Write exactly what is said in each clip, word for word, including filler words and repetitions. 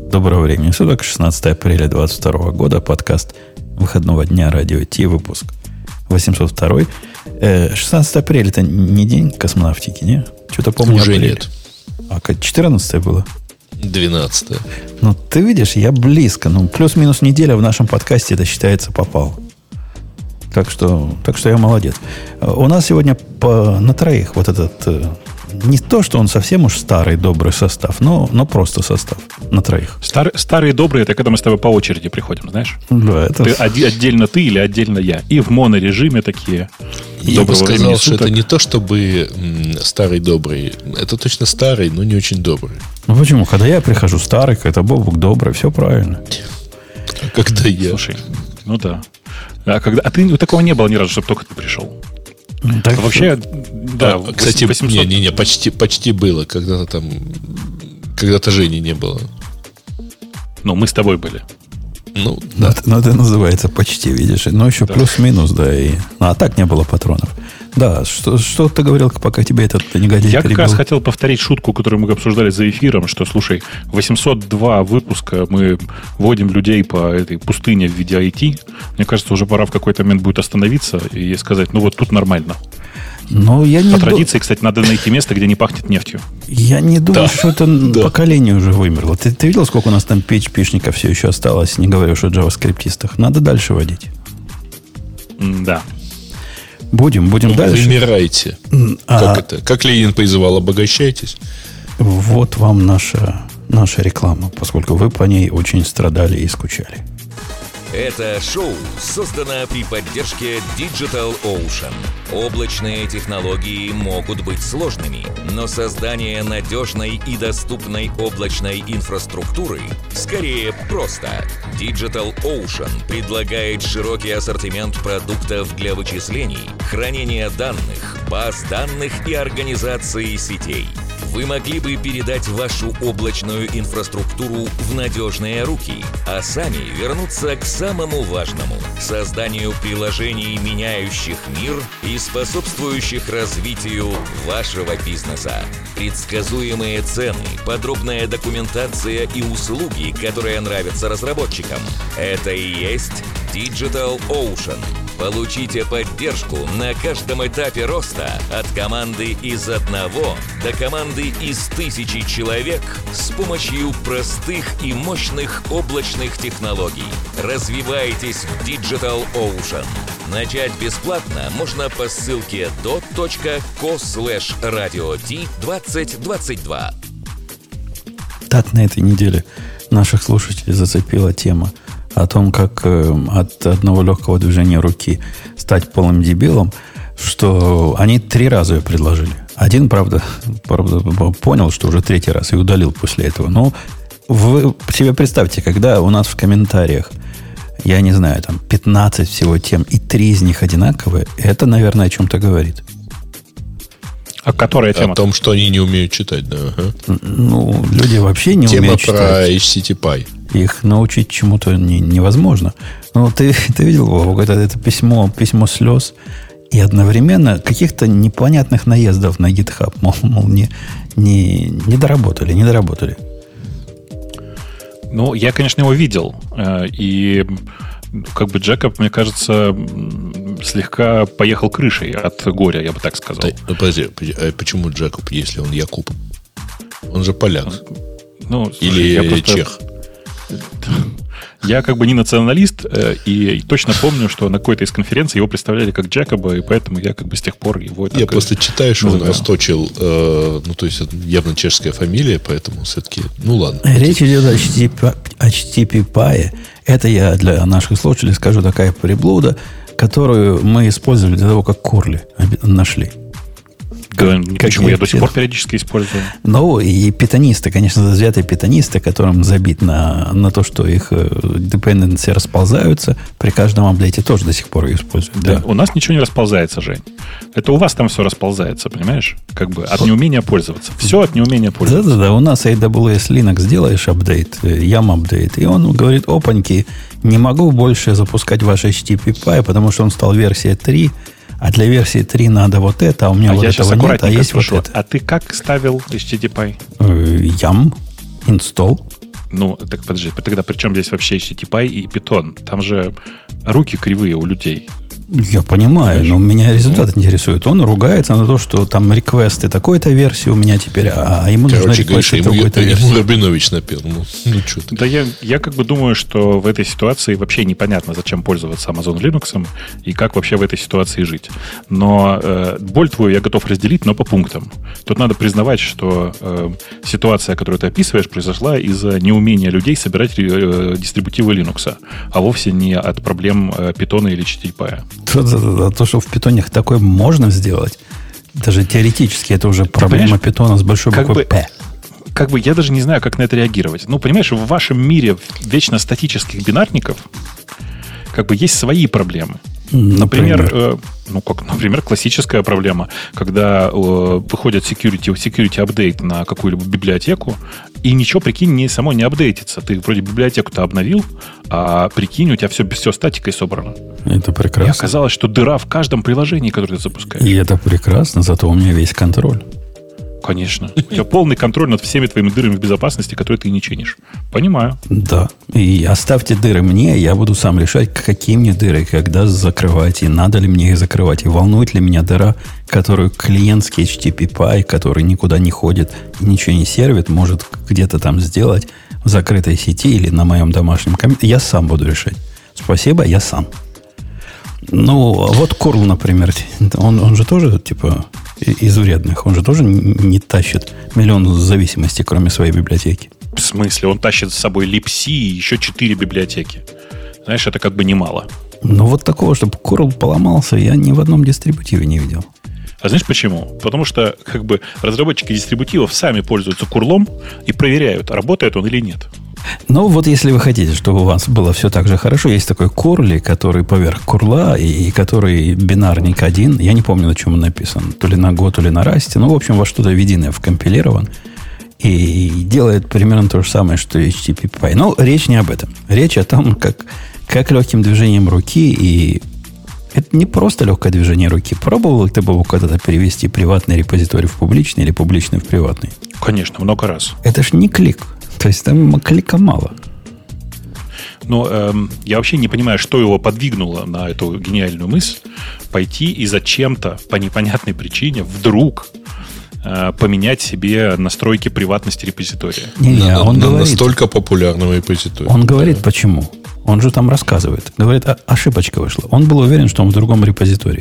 Доброго времени суток, шестнадцатое апреля две тысячи двадцать второго года, подкаст выходного дня Радио Ти, выпуск восемьсот два. Э, шестнадцатое апреля это не день космонавтики, не? Что-то помню. Уже апрель. нет. А четырнадцатое было? двенадцатое. Ну, ты видишь, я близко. Ну, плюс-минус неделя в нашем подкасте, это считается, попал. Так что, так что я молодец. У нас сегодня по, на троих вот этот... Не то, что он совсем уж старый, добрый состав, но, но просто состав на троих. Стар, старые добрые, это когда мы с тобой по очереди приходим, знаешь? Да, это... Ты, оди, отдельно ты или отдельно я. И в монорежиме такие. Я бы сказал, что это не то, чтобы м, старый добрый. Это точно старый, но не очень добрый. Ну почему? Когда я прихожу старый, когда Бобук добрый, все правильно. А когда я... Слушай, ну да. А, когда, а ты такого не было ни разу, чтобы только ты пришел. Так вообще, да. А, кстати, восемьсот... не, не, не, почти, почти было. Когда-то там, когда-то Жени не было. Ну, мы с тобой были. Ну, да. это, ну, это называется почти, видишь. Но еще да. Плюс-минус, да. И... А так не было патронов. Да, что, что ты говорил, пока тебе этот негодяй Я перебил? как раз хотел повторить шутку, которую мы обсуждали за эфиром, что, слушай, восемьсот два выпуска мы водим людей по этой пустыне в виде ай ти. Мне кажется, уже пора в какой-то момент будет остановиться и сказать, ну вот тут нормально. Но я не По традиции, ду... кстати, надо найти место, где не пахнет нефтью. Я не думаю, да. что это да. поколение уже вымерло. Ты, ты видел, сколько у нас там пи эйч пи-шников все еще осталось, не говоря уж о джаваскриптистах? Надо дальше водить. Да. Будем, будем Вы дальше. Вымирайте. А, как это? Как Ленин призывал, обогащайтесь. Вот вам наша, наша реклама, поскольку вы по ней очень страдали и скучали. Это шоу создано при поддержке Digital Ocean. Облачные технологии могут быть сложными, но создание надежной и доступной облачной инфраструктуры скорее просто. Digital Ocean предлагает широкий ассортимент продуктов для вычислений, хранения данных, баз данных и организации сетей. Вы могли бы передать вашу облачную инфраструктуру в надежные руки, а сами вернуться к самому важному – созданию приложений, меняющих мир и способствующих развитию вашего бизнеса. Предсказуемые цены, подробная документация и услуги, которые нравятся разработчикам – это и есть Digital Ocean. Получите поддержку на каждом этапе роста от команды из одного до команды из тысячи человек с помощью простых и мощных облачных технологий. Развивайтесь в Digital Ocean. Начать бесплатно можно по ссылке dot.co слэш радио ти двадцать двадцать два. Так на этой неделе наших слушателей зацепила тема о том, как э, от одного легкого движения руки стать полным дебилом, что они три раза ее предложили. Один, правда, правда, понял, что уже третий раз и удалил после этого. Но вы себе представьте, когда у нас в комментариях, я не знаю, там пятнадцать всего тем, и три из них одинаковые, это, наверное, о чем-то говорит. А которая тема? О том, что они не умеют читать, да. Ага. Ну, люди вообще не тема умеют читать. Тема про эйч ти ти пи. Их научить чему-то не, невозможно. Ну, ты, ты видел, Вова, это, это письмо, письмо слез и одновременно каких-то непонятных наездов на GitHub. Мол, мол не, не, не доработали, не доработали. Ну, я, конечно, его видел. И как бы Джекоб, мне кажется, слегка поехал крышей от горя, я бы так сказал. Да, ну, подожди, а почему Джекоб, если он Якуб? Он же поляк. Ну, слушай, или я просто... чех. Я как бы не националист, и точно помню, что на какой-то из конференций его представляли как Джекоба, и поэтому я как бы с тех пор его... Я просто читаю, что называю. Он расточил, э, ну, то есть явно чешская фамилия, поэтому все-таки, ну, ладно. Речь идет о эйч ти ти пи. Это я для наших слушателей скажу такая приблуда, которую мы использовали для того, как Корли нашли. Как, Почему? Я до сих пор периодически использую. Ну, и питонисты, конечно, зазрятые питонисты, которым забит на, на то, что их dependency расползаются, при каждом апдейте тоже до сих пор ее используют. Да, да. У нас ничего не расползается, Жень. Это у вас там все расползается, понимаешь? Как бы от неумения пользоваться. Все от неумения пользоваться. Да-да-да, у нас эй дабл ю эс Linux делаешь апдейт, ям апдейт, и он говорит, опаньки, не могу больше запускать ваш эйч ти ти пи, потому что он стал версия три, а для версии три надо вот это, а у меня а вот я этого нет, а есть спрошу, вот это. А ты как ставил эйч ти ти пи? Yum, install. Ну, так подожди, тогда при чем здесь вообще эйч ти ти пи и Python? Там же руки кривые у людей. Я понимаю, но меня результат интересует. Он ругается на то, что там реквесты такой-то версии у меня теперь, а ему нужно реквесты такой-то версии. Ему Рабинович напел. Ну, ну что ты. Да я, я как бы думаю, что в этой ситуации вообще непонятно, зачем пользоваться Amazon Linux и как вообще в этой ситуации жить. Но э, боль твою я готов разделить, но по пунктам. Тут надо признавать, что э, ситуация, которую ты описываешь, произошла из-за неумения людей собирать э, дистрибутивы Linux, а вовсе не от проблем э, Python или эйч ти ти пи. То, то, то, что в питонях такое можно сделать, даже теоретически, это уже проблема питона с большой буквы «П». Как бы я даже не знаю, как на это реагировать. Ну, понимаешь, в вашем мире вечно статических бинарников как бы есть свои проблемы. Например, например, э, ну, как, например, классическая проблема, когда э, выходит security, security update на какую-либо библиотеку, и ничего, прикинь, не, само не апдейтится. Ты вроде библиотеку-то обновил, а прикинь, у тебя все, все статикой собрано. Это прекрасно. И оказалось, что дыра в каждом приложении, которое ты запускаешь. И это прекрасно, зато у меня весь контроль. Конечно. У тебя полный контроль над всеми твоими дырами в безопасности, которые ты не чинишь. Понимаю. Да. И оставьте дыры мне, я буду сам решать, какие мне дыры, когда закрывать, и надо ли мне их закрывать, и волнует ли меня дыра, которую клиентский эйч ти ти пи, который никуда не ходит и ничего не сервит, может где-то там сделать в закрытой сети или на моем домашнем компьютере. Я сам буду решать. Спасибо, я сам. Ну, вот Curl, например, он, он же тоже, типа, из вредных. Он же тоже не тащит миллион зависимостей, кроме своей библиотеки. В смыси? Он тащит с собой libc и еще четыре библиотеки. Знаешь, это как бы немало. Ну, вот такого, чтобы Curl поломался, я ни в одном дистрибутиве не видел. А знаешь почему? Потому что как бы разработчики дистрибутивов сами пользуются курлом и проверяют, работает он или нет. Ну, вот если вы хотите, чтобы у вас было все так же хорошо, есть такой Curly, который поверх курла и, и который бинарник один. Я не помню, на чем он написан. То ли на Go, то ли на Rust. Ну, в общем, во что-то единое вкомпилирован. И делает примерно то же самое, что эйч ти ти пи. Но речь не об этом. Речь о том, как, как легким движением руки и... Это не просто легкое движение руки. Пробовал ли ты, Бобу, когда-то перевести приватный репозиторий в публичный или публичный в приватный? Конечно, много раз. Это ж не клик. То есть там клика мало. Но эм, я вообще не понимаю, что его подвигнуло на эту гениальную мысль пойти и зачем-то по непонятной причине вдруг э, поменять себе настройки приватности репозитория. Не, не, на, он на говорит, настолько популярного репозитория. Он говорит, почему. Он же там рассказывает. Говорит, а, ошибочка вышла. Он был уверен, что он в другом репозитории.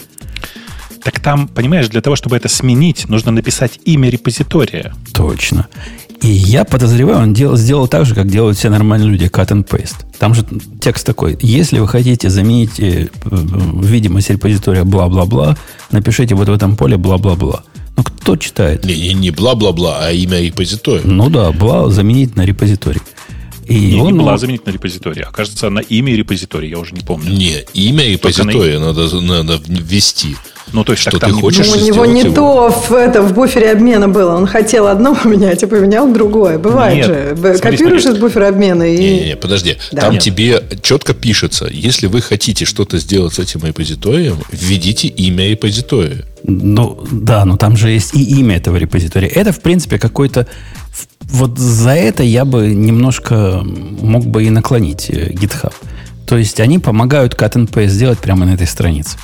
Так там, понимаешь, для того, чтобы это сменить, нужно написать имя репозитория. Точно. И я подозреваю, он делал, сделал так же, как делают все нормальные люди, cut and paste. Там же текст такой. Если вы хотите заменить э, видимость репозитория бла-бла-бла, напишите вот в этом поле бла-бла-бла. Ну, кто читает? Не, не, не бла-бла-бла, а имя репозитория. Ну да, бла заменить на репозиторий. И не, он, не бла заменить на репозиторий, а кажется, на имя репозитория, я уже не помню. Не, имя репозитория на... надо, надо ввести. Ну, то есть, что так, ты там хочешь ну, у него не его? то в, это, в буфере обмена было. Он хотел одно поменять, а поменял другое. Бывает Нет, же. смотри, Копируешь смотри. из буфера обмена и... Не-не-не, подожди. Да. Там Нет. тебе четко пишется, если вы хотите что-то сделать с этим репозиторием, введите имя репозитория. Ну, да, но там же есть и имя этого репозитория. Это, в принципе, какой-то... Вот за это я бы немножко мог бы и наклонить э, GitHub. То есть они помогают cut and paste сделать прямо на этой странице.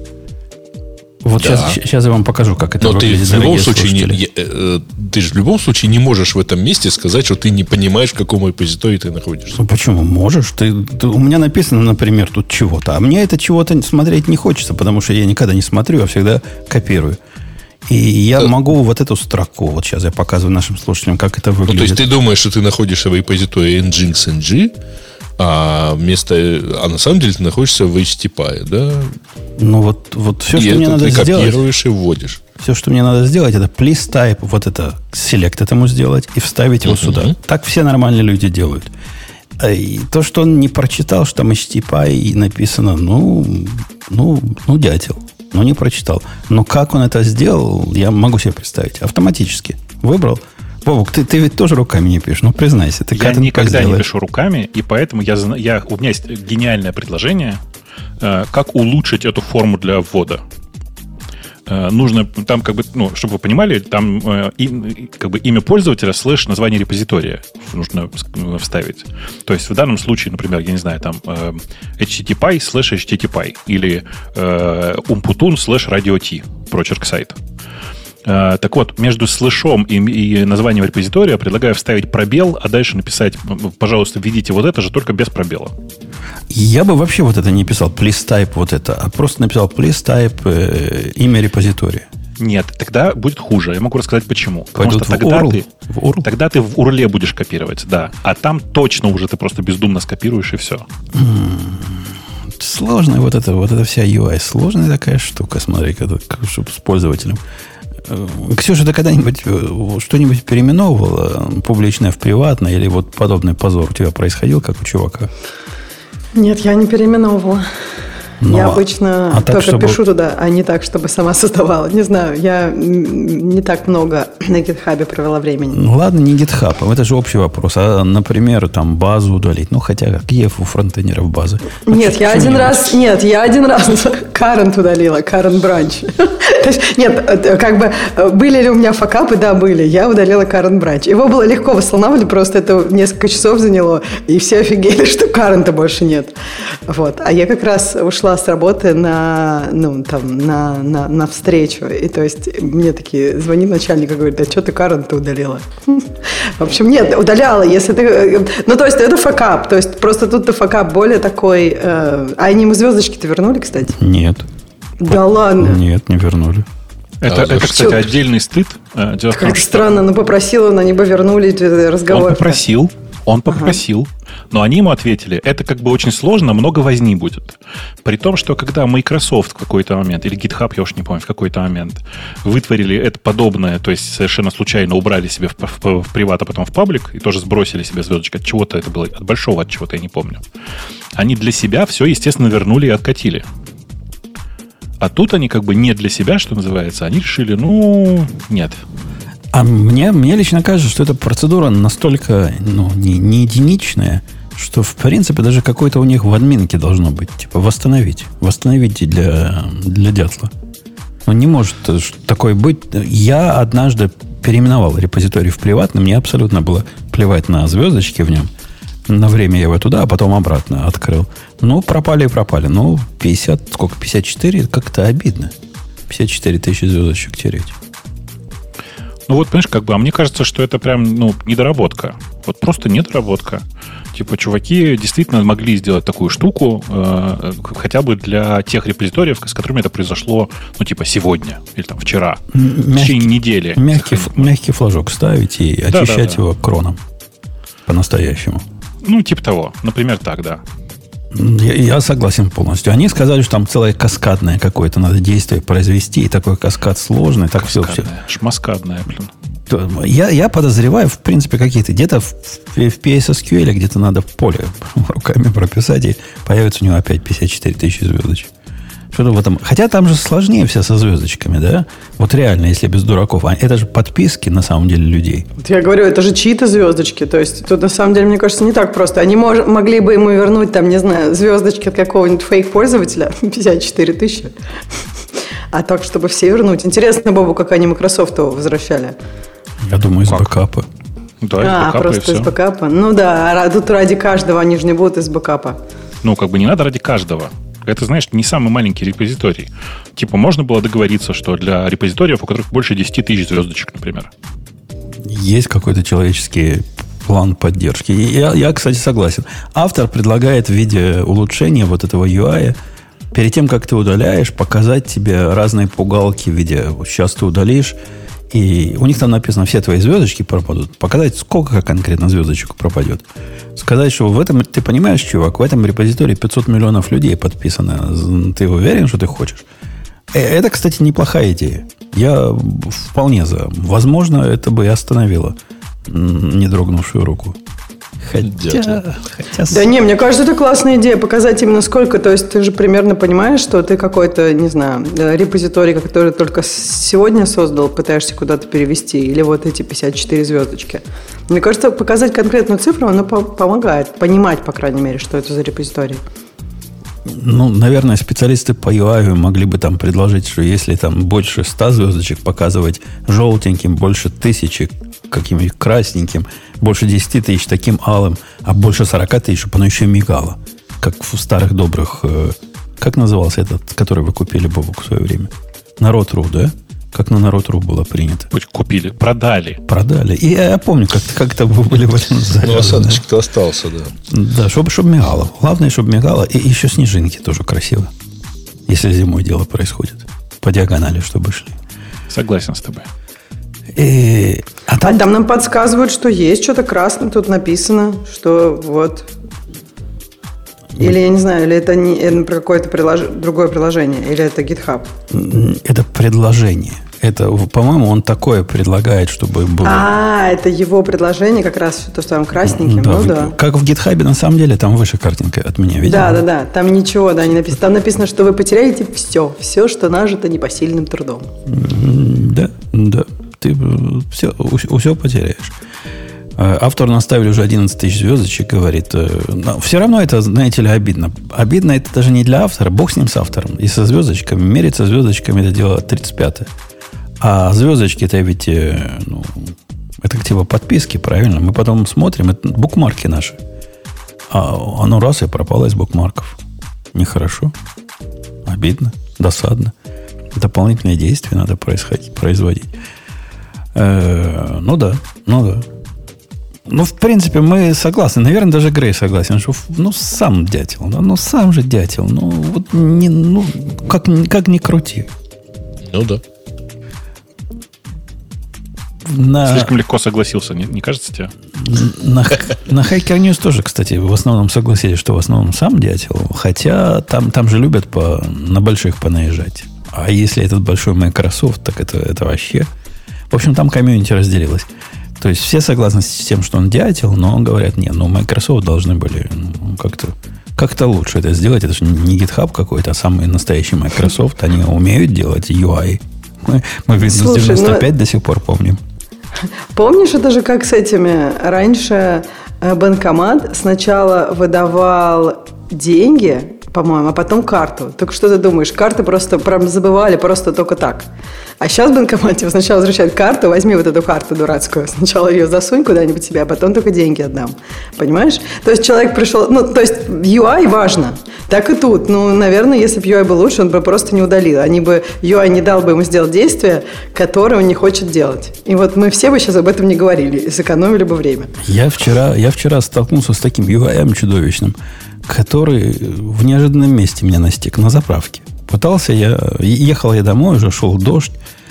Вот Да. сейчас, сейчас я вам покажу, как это Но ты выглядит. в любом дорогие случае не, слушатели. э, э, ты же в любом случае не можешь в этом месте сказать, что ты не понимаешь, в каком репозитории ты находишься. Ну почему? Можешь. Ты, ты- у меня написано, например, тут чего-то. А мне это чего-то смотреть не хочется, потому что я никогда не смотрю, а всегда копирую. И я Да. могу вот эту строку, вот сейчас я показываю нашим слушателям, как это Ну, выглядит. то есть ты думаешь, что ты находишься в репозитории nginx ng, а вместо, а на самом деле ты находишься в эйч ти ти пи, да? Ну, вот, вот все, И что это мне надо ты сделать, копируешь и вводишь. все, что мне надо сделать, это please type, вот это select этому сделать и вставить его Мгм. сюда. Так все нормальные люди делают. А И то, что он не прочитал, что там эйч ти ти пи и написано, ну, ну, ну, дятел. Ну, не прочитал. Но как он это сделал, я могу себе представить. Автоматически. Выбрал. Бобук, ты, ты ведь тоже руками не пишешь. Ну, признайся. Ты Я как это никогда не делаешь? пишу руками, и поэтому я, зна- я, у меня есть гениальное предложение, э, как улучшить эту форму для ввода. нужно там как бы, ну, чтобы вы понимали, там и, как бы имя пользователя слэш название репозитория нужно вставить. То есть в данном случае, например, я не знаю, там эйч ти ти пи слэш эйч ти ти пи или umputun слэш radio t, прочерк сайта. Так вот, между слэшом и, и названием репозитория предлагаю вставить пробел, а дальше написать, пожалуйста, введите вот это же, только без пробела. Я бы вообще вот это не писал, please type вот это, а просто написал please type э, имя репозитория. Нет, тогда будет хуже. Я могу рассказать почему. Потому Пойдут что тогда, в урл, ты, в урл? тогда ты в урле будешь копировать, да. А там точно уже ты просто бездумно скопируешь и все. Сложная вот эта, вот эта вся ю ай. Сложная такая штука, смотри, когда, чтобы с пользователем. Ксюша, ты когда-нибудь что-нибудь переименовывала публичное в приватное или вот подобный позор у тебя происходил, как у чувака? Нет, я не переименовывала. Но, я обычно а так, только чтобы... пишу туда, а не так, чтобы сама создавала. Не знаю, я не так много на GitHub провела времени. Ну ладно, не GitHub, это же общий вопрос. А, например, там базу удалить. Ну, хотя какие у фронтендеров базы? Нет, а я один раз, нет, я один раз current удалила, current branch. Нет, как бы были ли у меня факапы? Да, были. Я удалила current branch. Его было легко восстанавливать, просто это несколько часов заняло, и все офигели, что current больше нет. Вот. А я как раз ушла с работы на, ну, там, на, на, на встречу. И то есть мне такие звонит начальник и говорит, да что ты current удалила? В общем, нет, удаляла, если ты... Ну, то есть это факап. То есть просто тут-то факап более такой... Э... А они ему звездочки-то вернули, кстати? Нет. Да ладно? Нет, не вернули. Это, а, это кстати, что? Отдельный стыд. Дело как том, странно, что... ну попросил он, они бы вернули разговор. Он попросил. Он попросил, ага. но они ему ответили, это как бы очень сложно, много возни будет. При том, что когда Microsoft в какой-то момент, или GitHub, я уж не помню, в какой-то момент, вытворили это подобное, то есть совершенно случайно убрали себе в, в, в приват, а потом в паблик, и тоже сбросили себе звездочку. От чего-то это было, от большого, от чего-то я не помню. Они для себя все, естественно, вернули и откатили. А тут они как бы не для себя, что называется, они решили, ну, нет. А мне, мне лично кажется, что эта процедура настолько ну, не, не единичная, что, в принципе, даже какой-то у них в админке должно быть. Типа, восстановить. Восстановите для, для дятла. Ну, не может такое быть. Я однажды переименовал репозиторий в приватный. Мне абсолютно было плевать на звездочки в нем. На время я его туда, а потом обратно открыл. Ну, пропали и пропали. Ну, пятьдесят, сколько, пятьдесят четыре, как-то обидно. пятьдесят четыре тысячи звездочек тереть. Ну вот, понимаешь, как бы, а мне кажется, что это прям, ну, недоработка. Вот просто недоработка. Типа, чуваки действительно могли сделать такую штуку э, хотя бы для тех репозиториев, с которыми это произошло, ну, типа, сегодня или там вчера, мягкий, в течение недели. Мягкий, мягкий флажок ставить и да, очищать да, да. его кроном по-настоящему. Ну, типа того. Например, так, да. Я, я согласен полностью. Они сказали, что там целое каскадное какое-то надо действие произвести, и такой каскад сложный. Так все, все. Шмаскадное, блин. Я, я подозреваю, в принципе, какие-то где-то в, в пи эс эс кью эль где-то надо в поле руками прописать, и появится у него опять пятьдесят четыре тысячи звездочек. Что-то в этом. Хотя там же сложнее все со звездочками, да? Вот реально, если без дураков. А это же подписки, на самом деле, людей. Вот я говорю, это же чьи-то звездочки. То есть, тут, на самом деле, мне кажется, не так просто. Они мож- могли бы ему вернуть, там, не знаю, звездочки от какого-нибудь фейк-пользователя пятьдесят четыре тысячи. А так, чтобы все вернуть. Интересно, Бобу, как они Microsoft его возвращали. Я думаю, из как? бэкапа. Да, из а, бэкапа просто из бэкапа. Ну да, тут ради каждого они же не будут из бэкапа. Ну, как бы не надо ради каждого. Это, знаешь, не самый маленький репозиторий. Типа, можно было договориться, что для репозиториев, у которых больше десять тысяч звездочек, например. Есть какой-то человеческий план поддержки. Я, я, кстати, согласен. Автор предлагает в виде улучшения вот этого ю ай, перед тем, как ты удаляешь, показать тебе разные пугалки в виде, вот сейчас ты удалишь, и у них там написано, все твои звездочки пропадут. Показать, сколько конкретно звездочек пропадет. Сказать, что в этом, ты понимаешь, чувак, в этом репозитории пятьсот миллионов людей подписано. Ты уверен, что ты хочешь? Это, кстати, неплохая идея. Я вполне за. Возможно, это бы и остановило не дрогнувшую руку. Хотя, хотя... Да не, мне кажется, это классная идея. Показать именно сколько. То есть ты же примерно понимаешь, что ты какой-то, не знаю, репозиторий, который только сегодня создал, пытаешься куда-то перевести. Или вот эти пятьдесят четыре звездочки. Мне кажется, показать конкретную цифру, оно помогает. Понимать, по крайней мере, что это за репозиторий. Ну, наверное, специалисты по ю ай могли бы там предложить, что если там больше ста звездочек показывать желтеньким, больше тысячи каким-нибудь красненьким, больше десяти тысяч таким алым, а больше сорока тысяч, чтобы оно еще мигало. Как в старых добрых... Э, как назывался этот, который вы купили, Бобук, в свое время? Народ.ру, да? Как на Народ.ру было принято. Купили, продали. Продали. И я, я помню, как, как-то вы были в этом зале. Ну, осадочек-то остался, да. Да, чтобы, чтобы мигало. Главное, чтобы мигало. И еще снежинки тоже красиво. Если зимой дело происходит. По диагонали, чтобы шли. Согласен с тобой. И... А, там... а там нам подсказывают, что есть что-то красное. Тут написано, что вот... Или, я не знаю, или это не это какое-то прилож... другое приложение, или это GitHub? Это предложение. Это, по-моему, он такое предлагает, чтобы было... А, это его предложение, как раз то, что там красненьким. Да, ну в, да. Как в GitHub, на самом деле, там выше картинка от меня, видимо. Да, да, да. Там ничего, да, не написано. Там написано, что вы потеряете все. Все, что нажито непосильным трудом. Да, да. Ты все, все потеряешь. Автор наставили уже одиннадцать тысяч звездочек, говорит. Но все равно это, знаете ли, обидно. Обидно это даже не для автора. Бог с ним, с автором. И со звездочками. Мериться звездочками это дело тридцать пятое. А звездочки это ведь, ну, это типа подписки, правильно? Мы потом смотрим, это букмарки наши. А оно раз и пропало из букмарков. Нехорошо. Обидно. Досадно. Дополнительные действия надо происходить, производить. Э-э, ну да, ну да. Ну, в принципе, мы согласны. Наверное, даже Грей согласен, что ну, сам дятел. Да? Ну, сам же дятел. Ну, вот не, ну, как, как ни крути. Ну, да. На, Слишком легко согласился, не, не кажется тебе? На, на Hacker News тоже, кстати, в основном согласились, что в основном сам дятел. Хотя там, там же любят по, на больших понаезжать. А если этот большой Microsoft, так это, это вообще... В общем, там комьюнити разделилось. То есть все согласны с тем, что он дятел, но говорят, нет, ну Microsoft должны были ну, как-то, как-то лучше это сделать. Это же не GitHub какой-то, а самый настоящий Microsoft. Они умеют делать ю ай. Мы, мы Windows девяносто пять ну, до сих пор помним. Помнишь, это же как с этими? Раньше банкомат сначала выдавал деньги, по-моему, а потом карту. Только что ты думаешь, карты просто прям забывали просто только так. А сейчас в банкомате сначала возвращают карту, возьми вот эту карту дурацкую, сначала ее засунь куда-нибудь себе, а потом только деньги отдам. Понимаешь? То есть человек пришел, ну, то есть ю ай важно. Так и тут. Ну, наверное, если бы ю ай был лучше, он бы просто не удалил. Они бы, ю ай не дал бы ему сделать действие, которое он не хочет делать. И вот мы все бы сейчас об этом не говорили и сэкономили бы время. Я вчера, я вчера столкнулся с таким ю ай чудовищным, который в неожиданном месте меня настиг на заправке. Пытался я, ехал я домой, уже шел дождь,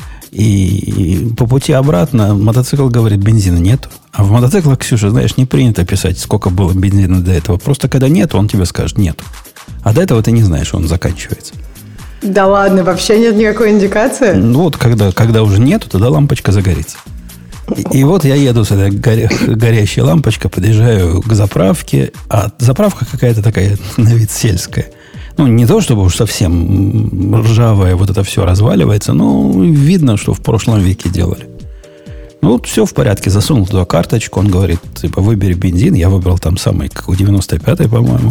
и по пути обратно мотоцикл говорит, бензина нету. А в мотоциклах, Ксюша, знаешь, не принято писать, сколько было бензина до этого. Просто когда нету, он тебе скажет нету. А до этого ты не знаешь, он заканчивается. Да ладно, вообще нет никакой индикации? Ну вот, когда, когда уже нету, тогда лампочка загорится. И, и вот я еду с этой горя, горящей лампочкой, подъезжаю к заправке, а заправка какая-то такая на вид сельская. Ну, не то, чтобы уж совсем ржавое вот это все разваливается, но видно, что в прошлом веке делали. Ну, вот все в порядке. Засунул туда карточку, он говорит, типа, выбери бензин. Я выбрал там самый, как у девяносто пятый, по-моему.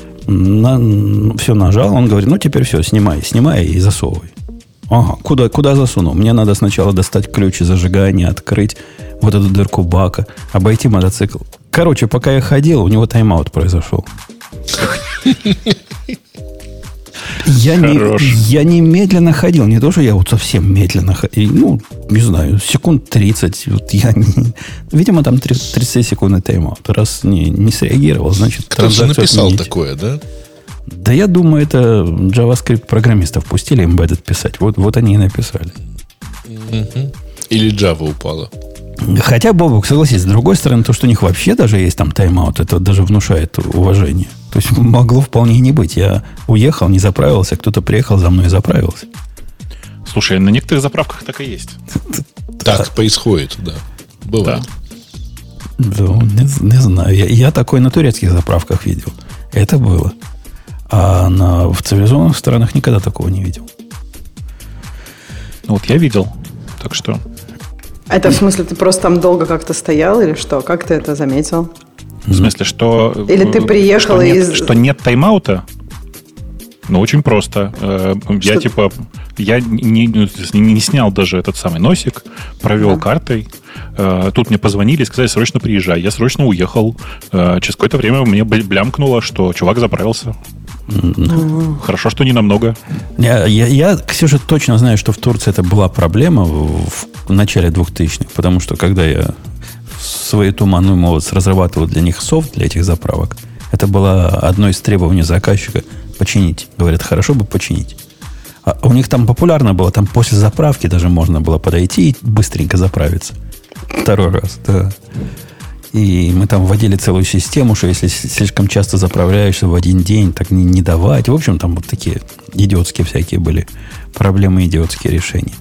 На, все нажал, он говорит, ну, теперь все, снимай, снимай и засовывай. Ага, куда, куда засунул? Мне надо сначала достать ключ зажигания, открыть вот эту дырку бака, обойти мотоцикл. Короче, пока я ходил, у него тайм-аут произошел. Я, не, я не медленно ходил. Не то, что я вот совсем медленно ходил. Ну, не знаю, секунд тридцать. Вот я не, видимо, там тридцать секунд тайм-аут. Раз не, не среагировал, значит... Кто же написал отменить. Такое, да? Да я думаю, это JavaScript-программистов пустили embedded писать. Вот, вот они и написали. Угу. Или Java упала. Хотя, Бобук, согласись, с другой стороны, то, что у них вообще даже есть там тайм-аут, это даже внушает уважение. То есть могло вполне не быть. Я уехал, не заправился, кто-то приехал за мной и заправился. Слушай, на некоторых заправках так и есть. Так происходит, да. Бывает. Да, не, не знаю. Я, я такое на турецких заправках видел. Это было. А на, в цивилизованных странах никогда такого не видел. Вот я видел. Так что... Это в смысле, ты просто там долго как-то стоял или что? Как ты это заметил? В смысле, что... Или ты приехал что из... Нет, что нет тайм-аута? Ну, очень просто. Я, что? типа, я не, не, не снял даже этот самый носик, провел да. картой. Тут мне позвонили и сказали, срочно приезжай. Я срочно уехал. Через какое-то время мне блямкнуло, что чувак заправился. Mm-hmm. Хорошо, что не намного. Я, я, я, Ксюша, точно знаю, что в Турции это была проблема в, в начале двухтысячных, потому что когда я в свою туманную молодость разрабатывал для них софт, для этих заправок, это было одно из требований заказчика починить. Говорят, хорошо бы починить. А у них там популярно было, там после заправки даже можно было подойти и быстренько заправиться. Второй раз, да. И мы там вводили целую систему, что если слишком часто заправляешься в один день, так не, не давать. В общем, там вот такие идиотские всякие были проблемы, идиотские решения.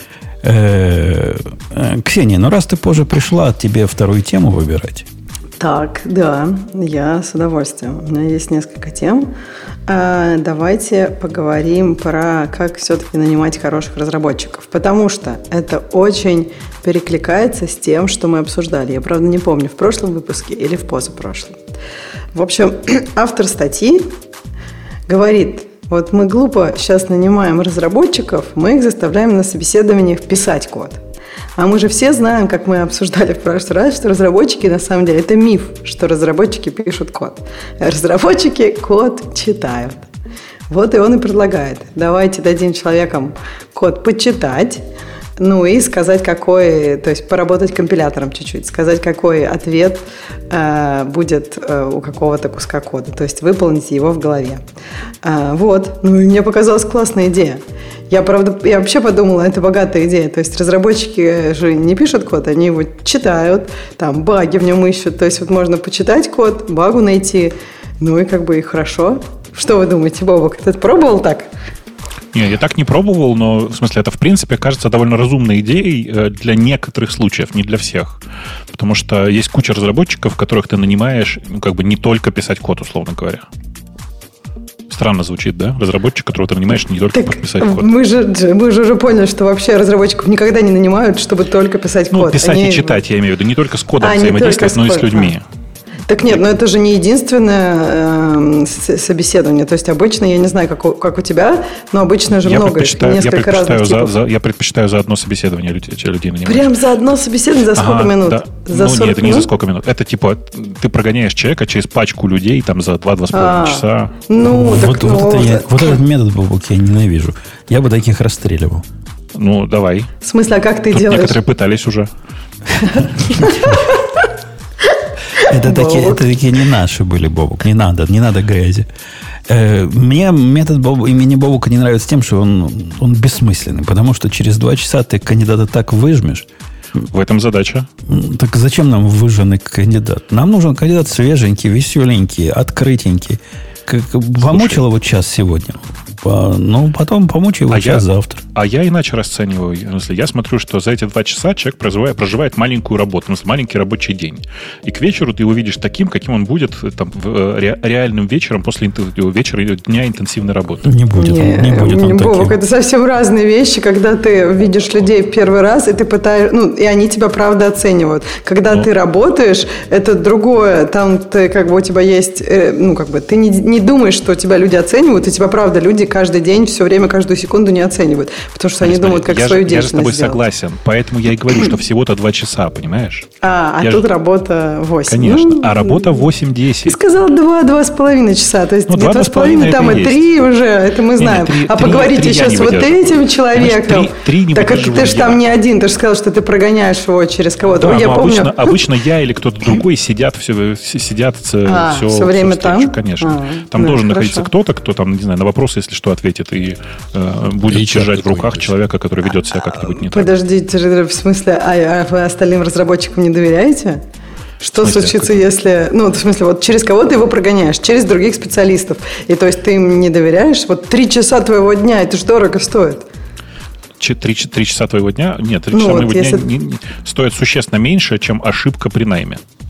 Э-э- Ксения, ну раз ты позже пришла, тебе вторую тему выбирать. Так, да, я с удовольствием. У меня есть несколько тем. А, давайте поговорим про как все-таки нанимать хороших разработчиков, потому что это очень перекликается с тем, что мы обсуждали. Я, правда, не помню, в прошлом выпуске или в позапрошлом. В общем, автор статьи говорит, вот мы глупо сейчас нанимаем разработчиков, мы их заставляем на собеседованиях писать код. А мы же все знаем, как мы обсуждали в прошлый раз, что разработчики, на самом деле, это миф, что разработчики пишут код. Разработчики код читают. Вот и он и предлагает. Давайте дадим человекам код почитать, ну и сказать, какой, то есть поработать компилятором чуть-чуть, сказать, какой ответ э, будет э, у какого-то куска кода, то есть выполнить его в голове. Э, вот, ну и мне показалась классная идея. Я, правда, я вообще подумала, это богатая идея, то есть разработчики же не пишут код, они его читают, там баги в нем ищут, то есть вот можно почитать код, багу найти, ну и как бы и хорошо. Что вы думаете, Бобок, ты пробовал так? Не, я так не пробовал, но, в смысле, это, в принципе, кажется довольно разумной идеей для некоторых случаев, не для всех. Потому что есть куча разработчиков, которых ты нанимаешь, ну, как бы не только писать код, условно говоря. Странно звучит, да? Разработчик, которого ты нанимаешь, не только так писать код. Мы же, мы же уже поняли, что вообще разработчиков никогда не нанимают, чтобы только писать код. Ну, писать Они... и читать, я имею в виду. Не только с кодом а, взаимодействовать, но и с людьми. Так нет, но это же не единственное э, собеседование. То есть обычно, я не знаю, как у, как у тебя, но обычно же я много, несколько я разных за, за, Я предпочитаю за одно собеседование людей, людей нанимать. Прям за одно собеседование? За сколько ага, минут? Да. За ну нет, это минут? не за сколько минут. Это типа ты прогоняешь человека через пачку людей там за два-два с половиной часа. Ну, вот, так, вот, ну, это я, вот этот метод, Бобок, я ненавижу. Я бы таких расстреливал. Ну, давай. В смысле, а как ты Тут делаешь? Некоторые пытались уже. Это такие, это такие не наши были, Бобук. Не надо, не надо грязи. Э, мне метод Боб, имени Бобука не нравится тем, что он, он бессмысленный. Потому что через два часа ты кандидата так выжмешь. В этом задача. Так зачем нам выжженный кандидат? Нам нужен кандидат свеженький, веселенький, открытенький. Как, помучил его час сегодня. Ну, потом помучай его а час я, завтра. А я иначе расцениваю. Если я смотрю, что за эти два часа человек проживает, проживает маленькую работу, в смысле, маленький рабочий день. И к вечеру ты его видишь таким, каким он будет там, ре, реальным вечером после вечера дня интенсивной работы. Не будет не, он, не будет он Бобок, таким. Это совсем разные вещи, когда ты видишь людей в первый раз, и ты пытаешься, ну, и они тебя правда оценивают. Когда ну, ты работаешь, это другое. Там ты, как бы, у тебя есть, ну, как бы, ты не, не думаешь, что тебя люди оценивают, и тебя, правда, люди каждый день, все время, каждую секунду не оценивают. Потому что они смотри, думают, как я свою же, деятельность Я же с тобой сделать. согласен. Поэтому я и говорю, что всего-то два часа, понимаешь? А, а я тут же... работа восемь. Конечно. Ну, а работа восемь-десять. Ты сказал два, два с половиной часа. То есть ну, где два с половиной, там и три уже. Это мы знаем. Не, не, три, а три, поговорите три еще с вот этим человеком. Три, три не так ты же там не один. Ты же сказал, что ты прогоняешь его через кого-то. Да, я помню... обычно, обычно я или кто-то другой сидят все, сидят а, все, все время все встречу, там? Конечно. А, там да, должен хорошо. находиться кто-то, кто там, не знаю, на вопросы, если что, ответит и э, будет эйч ар держать в руках какой-нибудь. человека, который ведет себя как-нибудь не так. Подождите, в смысле, а, а вы остальным разработчикам не доверяете? Что смысле, случится, как? если... Ну, в смысле, вот через кого ты его прогоняешь? Через других специалистов. И то есть ты им не доверяешь? Вот три часа твоего дня, это же дорого стоит. Три, три часа твоего дня? Нет, три ну, часа вот моего если... дня не, не, стоит существенно меньше, чем ошибка при найме.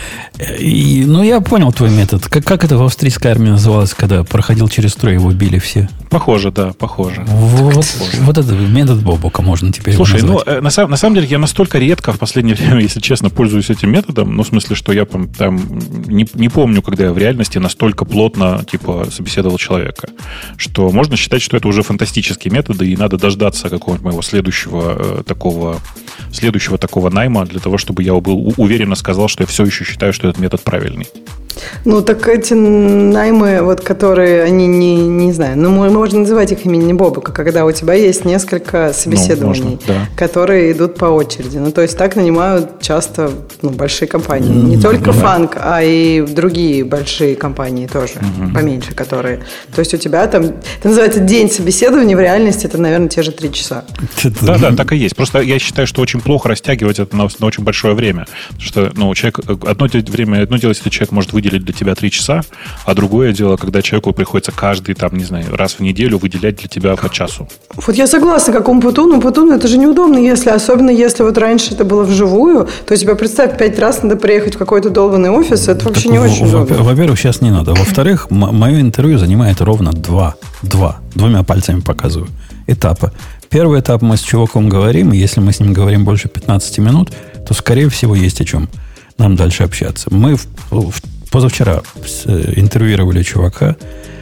И, ну, я понял твой метод. Как, как это в австрийской армии называлось, когда проходил через строй, его били все? Похоже, да, похоже. Вот, похоже. Вот это метод Бобука можно теперь Слушай, его ну, на, на самом деле, я настолько редко в последнее время, если честно, пользуюсь этим методом, ну, в смысле, что я там не, не помню, когда я в реальности настолько плотно, типа, собеседовал человека, что можно считать, что это уже фантастические методы, и надо дождаться какого-нибудь моего следующего э, такого, следующего такого найма для того, чтобы я был уверенно сказал, что я все еще считаю, что этот метод правильный. Ну, так эти наймы, вот, которые, они не, не знаю, ну, можно называть их именем Бобука, когда у тебя есть несколько собеседований, ну, можно, да. которые идут по очереди. Ну, то есть так нанимают часто ну, большие компании. Mm-hmm. Не только Фанк, а и другие большие компании тоже, mm-hmm. поменьше, которые... То есть у тебя там... Это называется день собеседования, в реальности это, наверное, те же три часа. Да-да, так и есть. Просто я считаю, что очень плохо растягивать это на, на очень большое время. Потому что, ну, человек... Одно время, одно дело, если человек может выделить для тебя три часа, а другое дело, когда человеку приходится каждый, там, не знаю, раз в неделю выделять для тебя по часу. Вот я согласна, как Умпутуну. Умпутуну это же неудобно, если, особенно если вот раньше это было вживую, то тебе, представь, пять раз надо приехать в какой-то долбанный офис, это вообще так, не очень удобно. Во-первых, сейчас не надо. Во-вторых, м- мое интервью занимает ровно два, два, двумя пальцами показываю, этапа. Первый этап мы с чуваком говорим, и если мы с ним говорим больше пятнадцать минут, то, скорее всего, есть о чем нам дальше общаться. Мы в, в позавчера интервьюировали чувака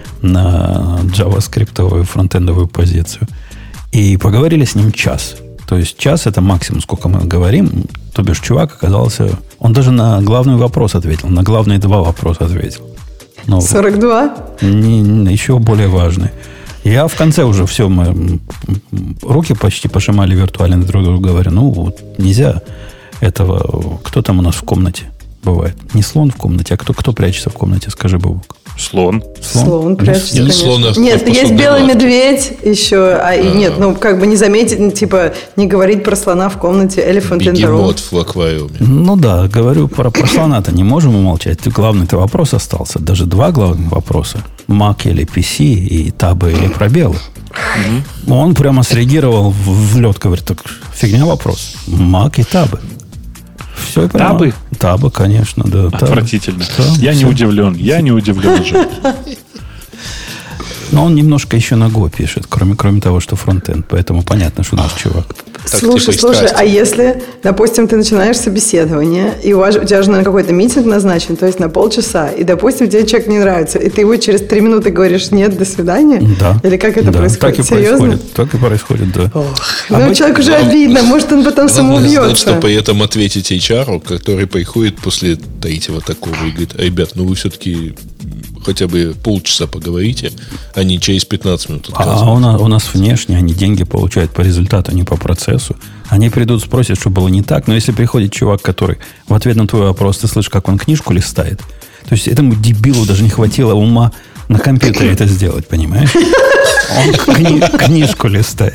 на джаваскриптовую фронтендовую позицию и поговорили с ним час. То есть час это максимум, сколько мы говорим. То бишь чувак оказался... Он даже на главный вопрос ответил, на главные два вопроса ответил. Но сорок два? Не, не, еще более важный. Я в конце уже все, мы руки почти пожимали виртуально друг другу, говорю, ну, вот нельзя этого... Кто там у нас в комнате? Бывает. Не слон в комнате, а кто, кто прячется в комнате, скажи, Бобук. Слон. Слон, слон прячется, нет, конечно. Слон, нет, есть белый медведь еще. А, и нет, ну, как бы не заметить, типа, не говорить про слона в комнате. Elephant in the room. Бегемот в аквариуме. Ну да, говорю, про, про слона-то не можем умолчать. Главный-то вопрос остался. Даже два главных вопроса. Mac или пи си, и табы или пробелы. Mm-hmm. Он прямо среагировал в, в лед, говорит, так фигня вопрос. Mac и табы. Все, табы? Табы, конечно, да. Отвратительно. Табы. Я все. не удивлен. Я не удивлен уже. Но он немножко еще на Go пишет, кроме, кроме того, что фронтенд. Поэтому понятно, что наш чувак. Так, слушай, типа слушай, а если, допустим, ты начинаешь собеседование, и у, вас, у тебя же, наверное, какой-то митинг назначен, то есть на полчаса, и, допустим, тебе человек не нравится, и ты его через три минуты говоришь «нет, до свидания»? Да. Или как это да, происходит? Так и Серьезно? происходит. Так и происходит, да. Ох, ну, а человеку уже быть... обидно, может, он потом самоубьется. Знать, что при этом ответить эйч ар, который приходит после третьего такого и говорит, а, ребят, ну вы все-таки хотя бы полчаса поговорите, а не через пятнадцать минут отказывать. А у нас, у нас внешне они деньги получают по результату, а не по процессу. Они придут, спросят, что было не так. Но если приходит чувак, который в ответ на твой вопрос, ты слышишь, как он книжку листает. То есть этому дебилу даже не хватило ума на компьютере это сделать, понимаешь? Он кни- книжку листает.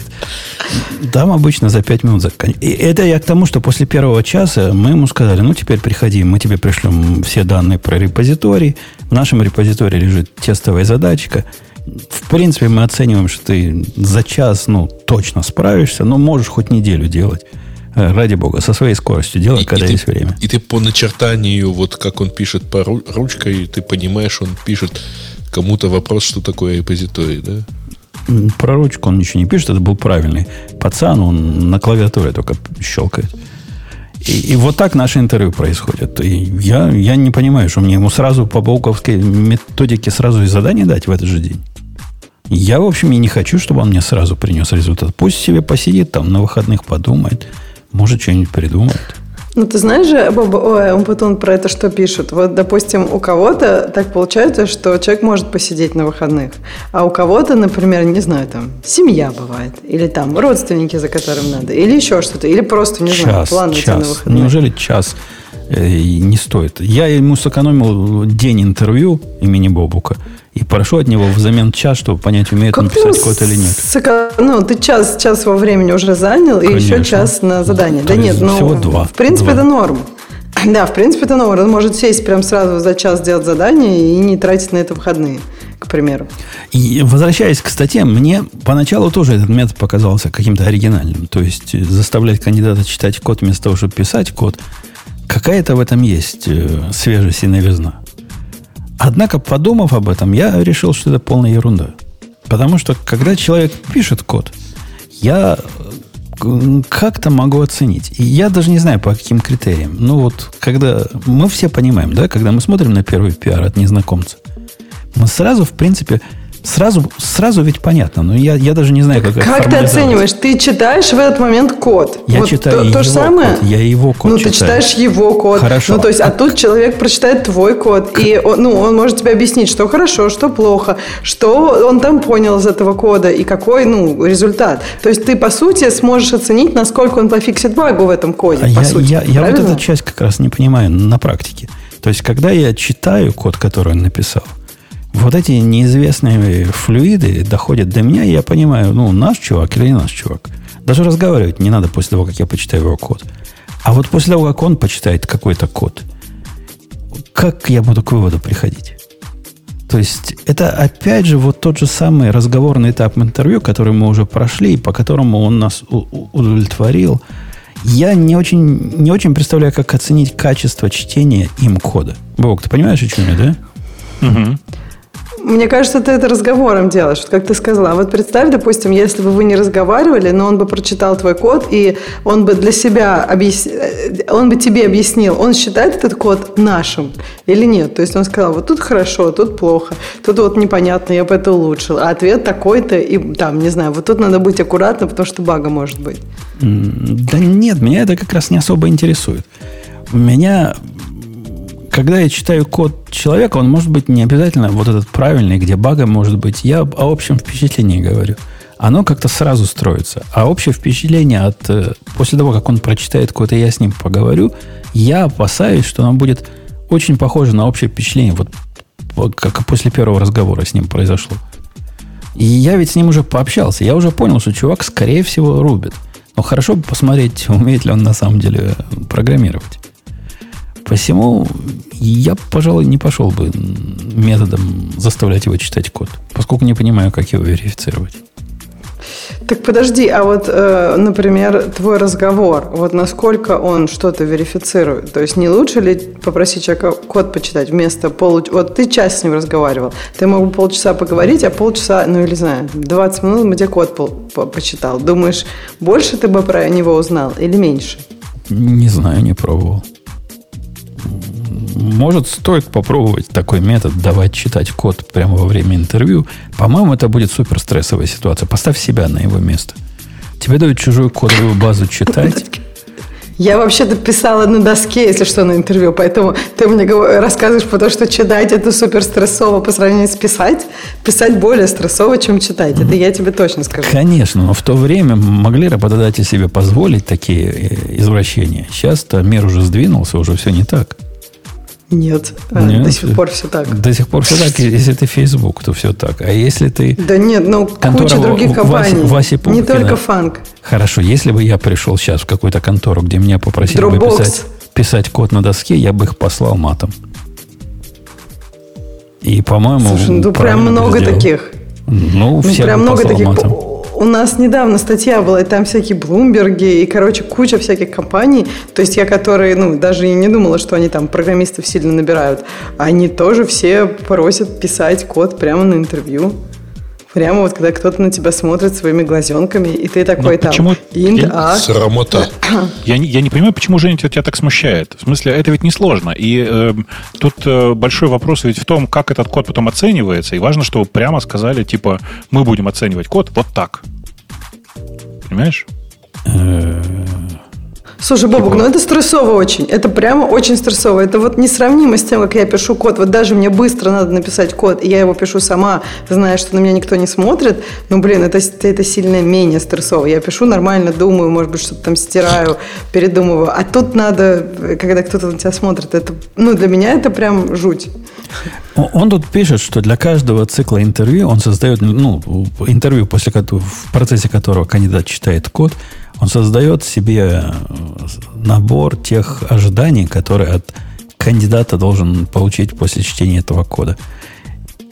Там обычно за пять минут. И это я к тому, что после первого часа мы ему сказали, ну, теперь приходи, мы тебе пришлем все данные про репозиторий. В нашем репозитории лежит тестовая задачка. В принципе, мы оцениваем, что ты за час, ну, точно справишься, но можешь хоть неделю делать. Ради бога, со своей скоростью делай, и, когда и есть ты, время. И ты по начертанию, вот как он пишет по ру- ручкой, ты понимаешь, он пишет кому-то вопрос, что такое репозиторий, да? Про ручку он ничего не пишет, это был правильный пацан, он на клавиатуре только щелкает. И, и вот так наше интервью происходит. И я, я не понимаю, что мне ему сразу по бауковской методике сразу и задание дать в этот же день. Я, в общем, и не хочу, чтобы он мне сразу принес результат. Пусть себе посидит там, на выходных подумает, может, что-нибудь придумает. Ну, ты знаешь же, Боба, ой, он потом про это что пишет? Вот, допустим, у кого-то так получается, что человек может посидеть на выходных, а у кого-то, например, не знаю, там, семья бывает, или там родственники, за которым надо, или еще что-то, или просто, не час, знаю, план у тебя на выходных. Неужели час э, не стоит? Я ему сэкономил день интервью имени Бобука и прошу от него взамен час, чтобы понять, умеет как он писать код или нет. Сэко... Ну, ты час, час во времени уже занял, и Конечно. еще час на задание. То да нет, ну, всего два. в принципе, два. это норм. Да, в принципе, это норм. Он может сесть прям сразу за час делать задание и не тратить на это выходные, к примеру. И возвращаясь к статье, мне поначалу тоже этот метод показался каким-то оригинальным. То есть заставлять кандидата читать код вместо того, чтобы писать код. какая-то в этом есть э, свежесть и новизна. Однако, подумав об этом, я решил, что это полная ерунда. Потому что, когда человек пишет код, я как-то могу оценить. И я даже не знаю, по каким критериям. Ну вот, когда... Мы все понимаем, да, когда мы смотрим на первый пиар от незнакомца, мы сразу, в принципе... Сразу, сразу ведь понятно, но я, я даже не знаю, как это Как ты оцениваешь? Ты читаешь в этот момент код. Я вот читаю то, его то же самое? код. Я его код Ну, читаю. ты читаешь его код. Хорошо. Ну, то есть, а, а тут человек прочитает твой код. И он, ну, он может тебе объяснить, что хорошо, что плохо, что он там понял из этого кода и какой, ну, результат. То есть, ты, по сути, сможешь оценить, насколько он пофиксит багу в этом коде. А по я, сути, я, я вот правильно? эту часть как раз не понимаю на практике. То есть, когда я читаю код, который он написал, вот эти неизвестные флюиды доходят до меня, и я понимаю, ну, наш чувак или не наш чувак. Даже разговаривать не надо после того, как я почитаю его код. А вот после того, как он почитает какой-то код, как я буду к выводу приходить? То есть, это опять же вот тот же самый разговорный этап интервью, который мы уже прошли, и по которому он нас у- удовлетворил. Я не очень, не очень представляю, как оценить качество чтения им кода. Бог, ты понимаешь, о чем я, да? Угу. Мне кажется, ты это разговором делаешь, вот как ты сказала. А вот представь, допустим, если бы вы не разговаривали, но он бы прочитал твой код, и он бы для себя объяс... он бы тебе объяснил, он считает этот код нашим или нет. То есть он сказал, вот тут хорошо, тут плохо, тут вот непонятно, я бы это улучшил. А ответ такой-то, и там, не знаю, вот тут надо быть аккуратным, потому что бага может быть. Да нет, меня это как раз не особо интересует. Меня... Когда я читаю код человека, он может быть не обязательно вот этот правильный, где бага может быть. Я о общем впечатлении говорю. Оно как-то сразу строится. А общее впечатление от... После того, как он прочитает код, и я с ним поговорю, я опасаюсь, что оно будет очень похоже на общее впечатление, вот как после первого разговора с ним произошло. И я ведь с ним уже пообщался. Я уже понял, что чувак, скорее всего, рубит. Но хорошо бы посмотреть, умеет ли он на самом деле программировать. Посему я, пожалуй, не пошел бы методом заставлять его читать код, поскольку не понимаю, как его верифицировать. Так подожди, а вот, э, например, твой разговор, вот насколько он что-то верифицирует? То есть не лучше ли попросить человека код почитать вместо получаса? Вот ты час с ним разговаривал, ты мог бы полчаса поговорить, а полчаса, ну или знаю, двадцать минут где код по- по- почитал. Думаешь, больше ты бы про него узнал или меньше? Не знаю, не пробовал. Может, стоит попробовать такой метод, давать читать код прямо во время интервью. По-моему, это будет супер стрессовая ситуация. Поставь себя на его место. Тебе дают чужую кодовую базу читать. Я вообще-то писала на доске, если что, на интервью, поэтому ты мне рассказываешь, потому что читать это супер стрессово по сравнению с писать. Писать более стрессово, чем читать. Это я тебе точно скажу. Конечно, но в то время могли работодатели себе позволить такие извращения. Сейчас-то мир уже сдвинулся, уже все не так. Нет, Нет, до сих пор все так. До сих пор все так. Если ты Facebook, то все так. А если ты... Да нет, ну куча других компаний. Васи не Пупкина. только фанк. Хорошо, если бы я пришел сейчас в какую-то контору, где меня попросили бы писать, писать код на доске, я бы их послал матом. И, по-моему, слушай, ну прям много сделал. таких. Ну, ну всех прям бы много послал таких. матом. У нас недавно статья была, и там всякие Блумберги, и, короче, куча всяких компаний. То есть я, которые, ну, даже и не думала, что они там программистов сильно набирают. Они тоже все просят писать код прямо на интервью. Прямо вот, когда кто-то на тебя смотрит своими глазенками, и ты такой там... почему? Int, а. Срамота. Я не, я не понимаю, почему, Женя, тебя так смущает. В смысле, это ведь несложно. И э, тут э, большой вопрос ведь в том, как этот код потом оценивается. И важно, чтобы прямо сказали, типа, мы будем оценивать код вот так. Понимаешь? Слушай, Бобук, Типа... ну это стрессово очень. Это прямо очень стрессово. Это вот несравнимо с тем, как я пишу код. Вот даже мне быстро надо написать код, и я его пишу сама, зная, что на меня никто не смотрит. Ну, блин, это, это сильно менее стрессово. Я пишу нормально, думаю, может быть, что-то там стираю, передумываю. А тут надо, когда кто-то на тебя смотрит, это, ну, для меня это прям жуть. Он тут пишет, что для каждого цикла интервью он создает, ну, интервью, после которого, в процессе которого кандидат читает код, он создает себе набор тех ожиданий, которые от кандидата должен получить после чтения этого кода.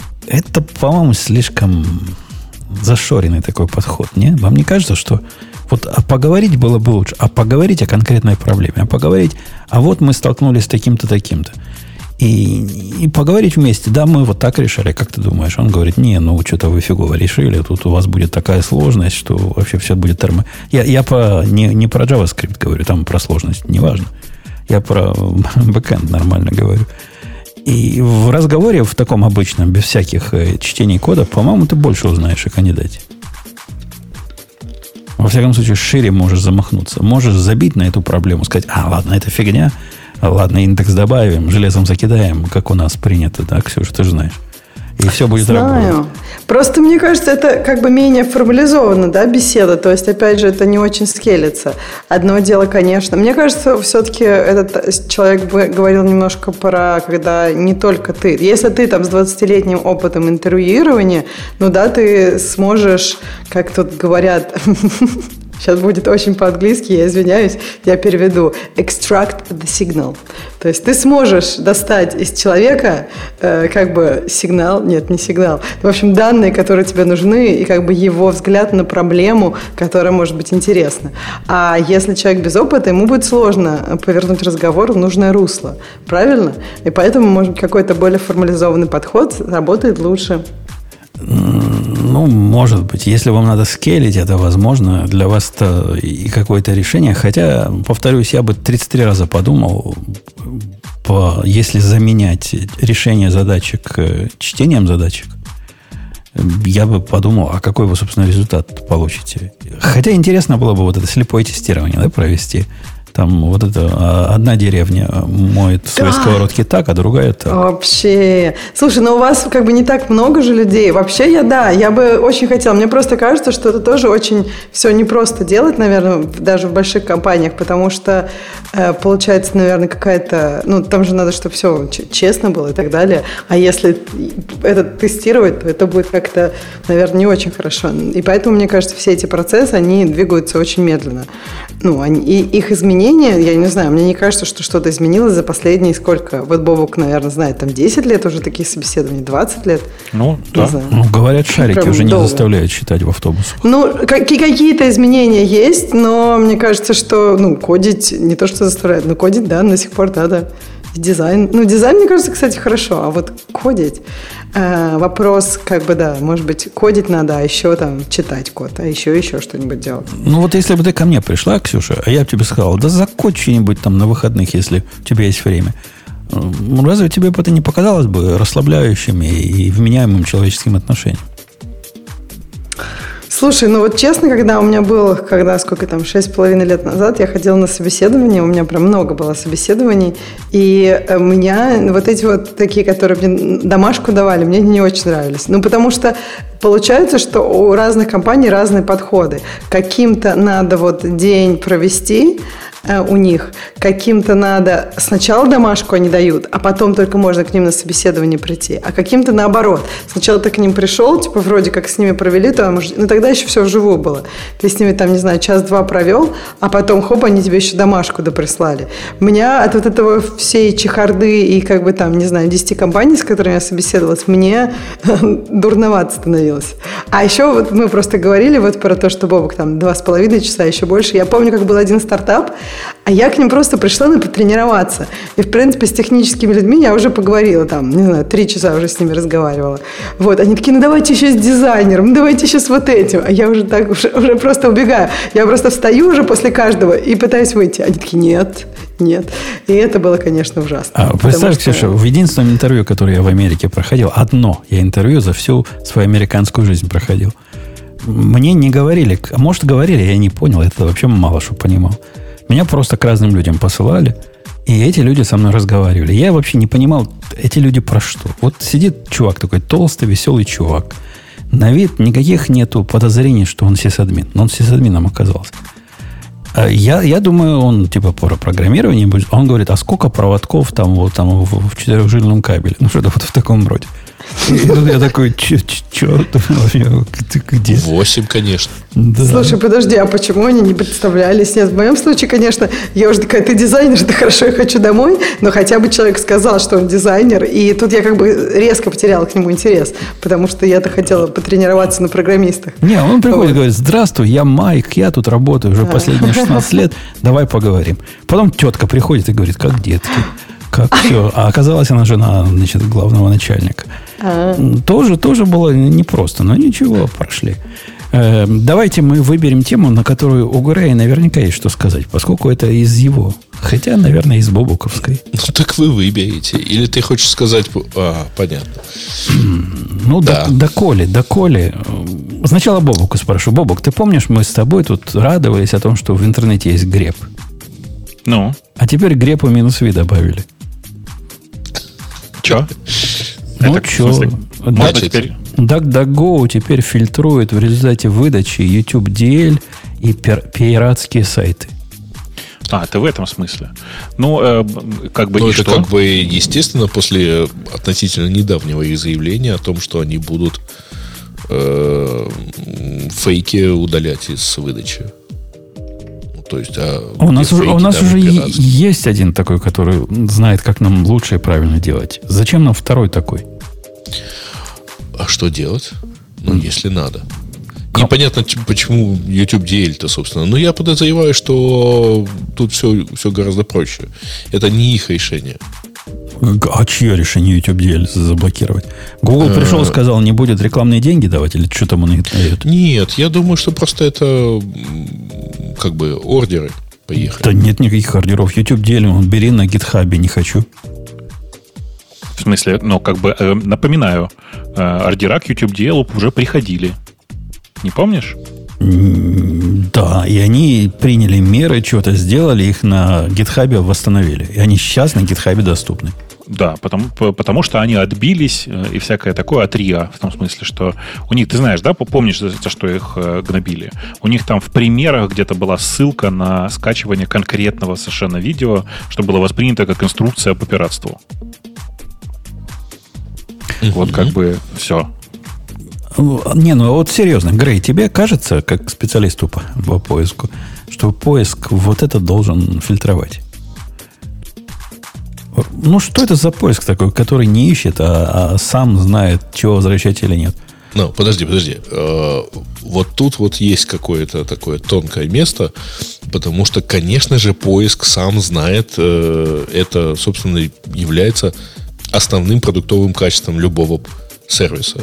Это, по-моему, слишком зашоренный такой подход, не? Вам не кажется, что Вот а поговорить было бы лучше. А поговорить о конкретной проблеме. А поговорить, а вот мы столкнулись с таким-то, таким-то. И, и поговорить вместе. Да, мы вот так решали, как ты думаешь? Он говорит, не, ну что-то вы фигово решили, тут у вас будет такая сложность, что вообще все будет термо... Я, я по, не, не про JavaScript говорю, там про сложность, неважно. Я про бэкэнд нормально говорю. И в разговоре в таком обычном, без всяких э, чтений кода, по-моему, ты больше узнаешь о кандидате. Во всяком случае, шире можешь замахнуться. Можешь забить на эту проблему, сказать, а, ладно, это фигня, ладно, индекс добавим, железом закидаем, как у нас принято, да, Ксюша, ты же знаешь. И все будет Знаю. работать. Просто мне кажется, это как бы менее формализовано, да, беседа. То есть, опять же, это не очень скелется. Одно дело, конечно. Мне кажется, все-таки этот человек говорил немножко про, когда не только ты. Если ты там с двадцатилетним опытом интервьюирования, ну да, ты сможешь, как тут говорят... Сейчас будет очень по-английски, я извиняюсь, я переведу. Extract the signal. То есть ты сможешь достать из человека э, как бы сигнал, нет, не сигнал, в общем, данные, которые тебе нужны, и как бы его взгляд на проблему, которая может быть интересна. А если человек без опыта, ему будет сложно повернуть разговор в нужное русло. Правильно? И поэтому, может быть, какой-то более формализованный подход работает лучше. Ну, может быть. Если вам надо скейлить, это возможно. Для вас это и какое-то решение. Хотя, повторюсь, я бы тридцать три раза подумал, по, если заменять решение задачек чтением задачек, я бы подумал, а какой вы, собственно, результат получите. Хотя интересно было бы вот это слепое тестирование, да, провести. Там вот это одна деревня моет свои да. сковородки так, а другая так. Вообще. Слушай, ну у вас как бы не так много же людей. Вообще я, да, я бы очень хотела. Мне просто кажется, что это тоже очень все непросто делать, наверное, даже в больших компаниях, потому что э, получается, наверное, какая-то... Ну, там же надо, чтобы все честно было и так далее. А если это тестировать, то это будет как-то, наверное, не очень хорошо. И поэтому, мне кажется, все эти процессы, они двигаются очень медленно. Ну, они, и их изменения, я не знаю, мне не кажется, что что-то изменилось за последние сколько? Вот Бобук, наверное, знает, там десять лет уже такие собеседования, двадцать лет. Ну, да. Ну, говорят, шарики Прям уже долго. Не заставляют читать в автобусах. Ну, какие-то изменения есть, но мне кажется, что, ну, кодить не то, что заставляют, но кодить, да, до сих пор надо. Дизайн. Ну, дизайн, мне кажется, кстати, хорошо. А вот кодить, э, вопрос, как бы, да, может быть, кодить надо, а еще там читать код, а еще еще что-нибудь делать. Ну, вот если бы ты ко мне пришла, Ксюша, а я бы тебе сказал, да закодь что-нибудь там на выходных, если у тебя есть время. Ну, разве тебе бы это не показалось бы расслабляющим и вменяемым человеческим отношением? Слушай, ну вот честно, когда у меня было, когда, сколько там, шесть с половиной лет назад, я ходила на собеседование, у меня прям много было собеседований, и у меня вот эти вот такие, которые мне домашку давали, мне не очень нравились. Ну, потому что получается, что у разных компаний разные подходы. Каким-то надо вот день провести у них, каким-то надо сначала домашку они дают, а потом только можно к ним на собеседование прийти, а каким-то наоборот. Сначала ты к ним пришел, типа вроде как с ними провели, то, ну тогда еще все вживую было. Ты с ними там, не знаю, час-два провел, а потом хоп, они тебе еще домашку доприслали. У меня от вот этого всей чехарды и как бы там, не знаю, десяти компаний, с которыми я собеседовалась, мне дурновато становилось. А еще вот мы просто говорили вот про то, что Бобок там два с половиной часа, еще больше. Я помню, как был один стартап, а я к ним просто пришла на потренироваться. И, в принципе, с техническими людьми я уже поговорила там, не знаю, три часа уже с ними разговаривала. Вот, они такие, ну давайте еще с дизайнером, ну давайте еще с вот этим. А я уже так, уже, уже просто убегаю. Я просто встаю уже после каждого и пытаюсь выйти. Они такие, нет, нет. И это было, конечно, ужасно. А, представь, что... Ксюша, в единственном интервью, которое я в Америке проходил, одно я интервью за всю свою американскую жизнь проходил. Мне не говорили, а может говорили, я не понял, это вообще мало что понимал. Меня просто к разным людям посылали, и эти люди со мной разговаривали. Я вообще не понимал, эти люди про что. Вот сидит чувак такой, толстый, веселый чувак. На вид никаких нету подозрений, что он сисадмин. Но он сисадмином оказался. Я, я думаю, он типа про программирование будет. Он говорит, а сколько проводков там, вот, там в, в четырехжильном кабеле? Ну, что-то вот в таком роде. И тут я такой, черт, ты где? Восемь, конечно. Да. Слушай, подожди, а почему они не представлялись? Нет, в моем случае, конечно, я уже такая, ты дизайнер, это хорошо, я хочу домой, но хотя бы человек сказал, что он дизайнер, и тут я как бы резко потеряла к нему интерес, потому что я-то хотела потренироваться на программистах. Не, он приходит и говорит, здравствуй, я Майк, я тут работаю уже последние шестнадцать лет, давай поговорим. Потом тетка приходит и говорит, как детки. Как все. А оказалась она жена, значит, главного начальника. А-а-а. Тоже, тоже было непросто, но ничего, прошли. Э, давайте мы выберем тему, на которую у Грея наверняка есть что сказать, поскольку это из его. Хотя, наверное, из бобуковской. Ну, так вы выберете. Или ты хочешь сказать... А, понятно. Ну, да. До, доколе, доколе. Сначала Бобука спрошу. Бобук, ты помнишь, мы с тобой тут радовались о том, что в интернете есть греп? Ну? А теперь грепу минус ви добавили. Че? Ну, что? Теперь... DuckDuckGo теперь фильтрует в результате выдачи YouTube ди эл и пир- пиратские сайты. А, ты в этом смысле. Ну, э, как бы ну, и это что? как бы, естественно, после относительно недавнего их заявления о том, что они будут э, фейки удалять из выдачи. То есть, а у нас, уже, фейки, у нас там, уже пиратские. Есть один такой, который знает, как нам лучше и правильно делать. Зачем нам второй такой? А что делать? Ну, mm. если надо. Как? Непонятно, почему YouTube ди эл-то, собственно. Но я подозреваю, что тут все, все гораздо проще. Это не их решение. А чье решение YouTube ди эл заблокировать? Google а... пришел и сказал, не будет рекламные деньги давать? Или что там он их дает? Нет, я думаю, что просто это как бы ордеры поехали. Да нет никаких ордеров. YouTube ди эл, он бери на GitHub, не хочу. В смысле, ну, как бы, э, напоминаю, э, ордера к YouTube ди эл уже приходили. Не помнишь? Да, и они приняли меры, что-то сделали, их на GitHub восстановили. И они сейчас на GitHub доступны. Да, потому, потому что они отбились и всякое такое от эр и эй, в том смысле, что у них, ты знаешь, да, помнишь, за, за что их гнобили? У них там в примерах где-то была ссылка на скачивание конкретного совершенно видео, что было воспринято как инструкция по пиратству. Mm-hmm. Вот как бы все. Не, ну вот серьезно, Грей, тебе кажется, как специалисту по, по поиску, что поиск вот это должен фильтровать? Ну, что это за поиск такой, который не ищет, а, а сам знает, чего возвращать или нет? Ну, подожди, подожди. Вот тут вот есть какое-то такое тонкое место, потому что, конечно же, поиск сам знает, это, собственно, является основным продуктовым качеством любого сервиса.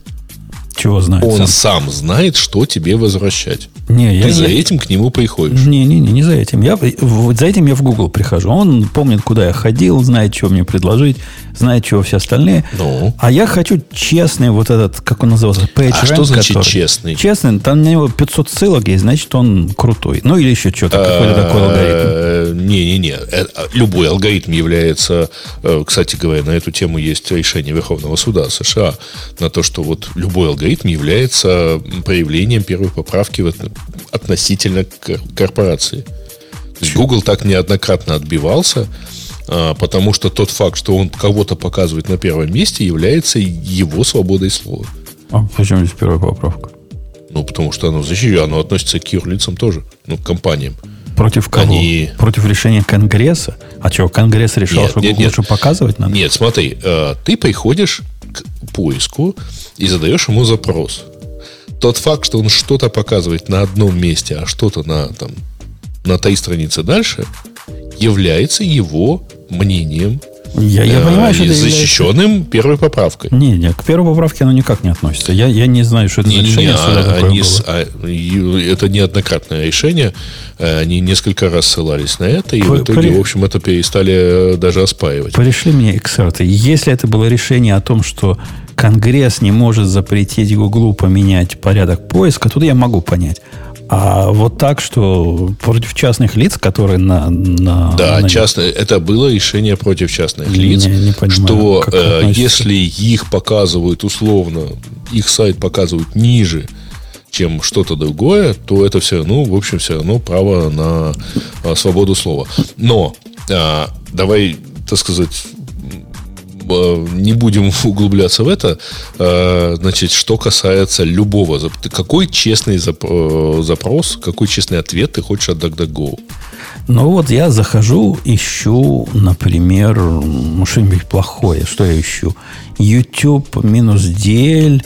Чего знает? Он сам, сам знает, что тебе возвращать. Не, Ты я за не... этим к нему приходишь. Не-не-не, не за этим. Я, за этим я в Google прихожу. Он помнит, куда я ходил, знает, что мне предложить, знает, чего все остальные. Ну. А я хочу честный вот этот, как он назывался, PageRank. А что значит который... честный? Честный, там на него пятьсот ссылок есть, значит, он крутой. Ну, или еще что-то, какой-то такой алгоритм. Не-не-не. Любой алгоритм является, кстати говоря, на эту тему есть решение Верховного суда США, на то, что вот любой алгоритм является проявлением первой поправки в относительно корпорации. То есть Google так неоднократно отбивался, потому что тот факт, что он кого-то показывает на первом месте, является его свободой слова. А почему здесь первая поправка? Ну, потому что оно защищено, оно относится к юрлицам тоже, ну, к компаниям. Против кого? Они... Против решения Конгресса? А что, Конгресс решил, нет, что Google лучше показывать надо? Нет, смотри, ты приходишь к поиску и задаешь ему запрос. Тот факт, что он что-то показывает на одном месте, а что-то на, там, на три страницы дальше, является его мнением, я, я э, понимаю, что защищенным является... первой поправкой. Не, не, к первой поправке оно никак не относится. Я, я не знаю, что это за решение. Не, а, они, а, это неоднократное решение. Они несколько раз ссылались на это, и По, в итоге, при... в общем, это перестали даже оспаривать. Пришли мне эксперты. Если это было решение о том, что Конгресс не может запретить Гуглу поменять порядок поиска, тут я могу понять. А вот так, что против частных лиц, которые на... на да, на... частные, это было решение против частных не, лиц, не, не понимаю, что э, если их показывают условно, их сайт показывают ниже, чем что-то другое, то это все равно, в общем, все равно право на а, свободу слова. Но а, давай, так сказать, не будем углубляться в это. Значит, что касается любого... Какой честный запрос, какой честный ответ ты хочешь от DuckDuckGo? Ну вот я захожу, ищу, например, что-нибудь плохое. Что я ищу? YouTube минус ди эл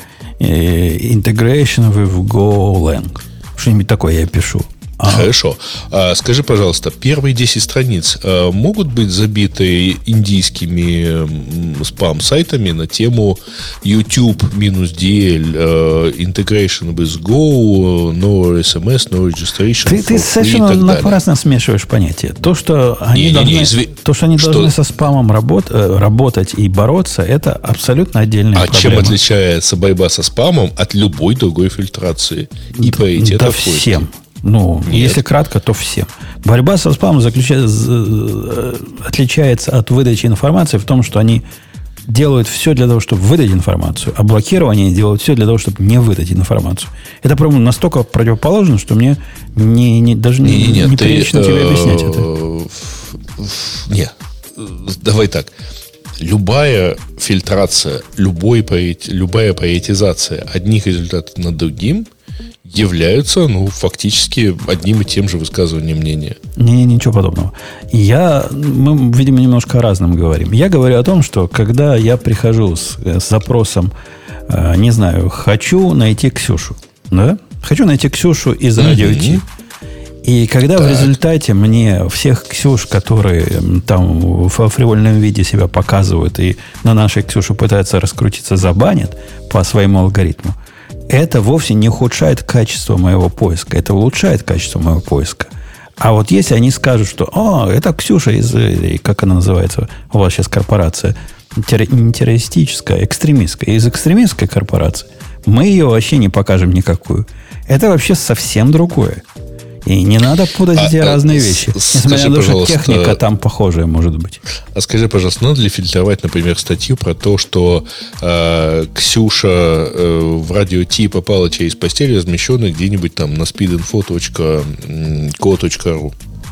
integration with Golang. Что-нибудь такое я пишу. А. Хорошо. А, скажи, пожалуйста, первые десять страниц а, могут быть забиты индийскими спам-сайтами на тему YouTube минус ди эл, uh, integration with Go, no эс эм эс, no registration. Ты, ты совершенно напрасно смешиваешь понятия. То, что они, не, должны, не, не, изв... то, что они что... должны со спамом работ... работать и бороться, это абсолютно отдельная а проблема. А чем отличается борьба со спамом от любой другой фильтрации? И да, приоритета да всем. Ну, Нет. если кратко, то всем. Борьба со спамом заключается, отличается от выдачи информации в том, что они делают все для того, чтобы выдать информацию, а блокирование делают все для того, чтобы не выдать информацию. Это прям настолько противоположно, что мне не, не, даже не, не, не прилично тебе объяснять это. Нет, давай так. Любая фильтрация, любой, любая приоритизация одних результатов над другим являются, ну, фактически одним и тем же высказыванием мнения. Не, ничего подобного. Я, мы, видимо, немножко о разном говорим. Я говорю о том, что когда я прихожу с, с запросом, э, не знаю, хочу найти Ксюшу, да? Хочу найти Ксюшу из Радио Ти. И когда так. в результате мне всех Ксюш, которые там в фривольном виде себя показывают и на нашей Ксюшу пытаются раскрутиться, забанят по своему алгоритму, это вовсе не ухудшает качество моего поиска. Это улучшает качество моего поиска. А вот если они скажут, что «О, это Ксюша из...» Как она называется? У вас сейчас корпорация. Не террористическая, экстремистская. Из экстремистской корпорации. Мы ее вообще не покажем никакую. Это вообще совсем другое. И не надо путать эти а, разные вещи. Несмотря на то, что техника там похожая может быть. А скажи, пожалуйста, надо ли фильтровать, например, статью про то, что э, Ксюша э, в Радио Ти попала через постель, размещенную где-нибудь там на speedinfo точка ко точка ру?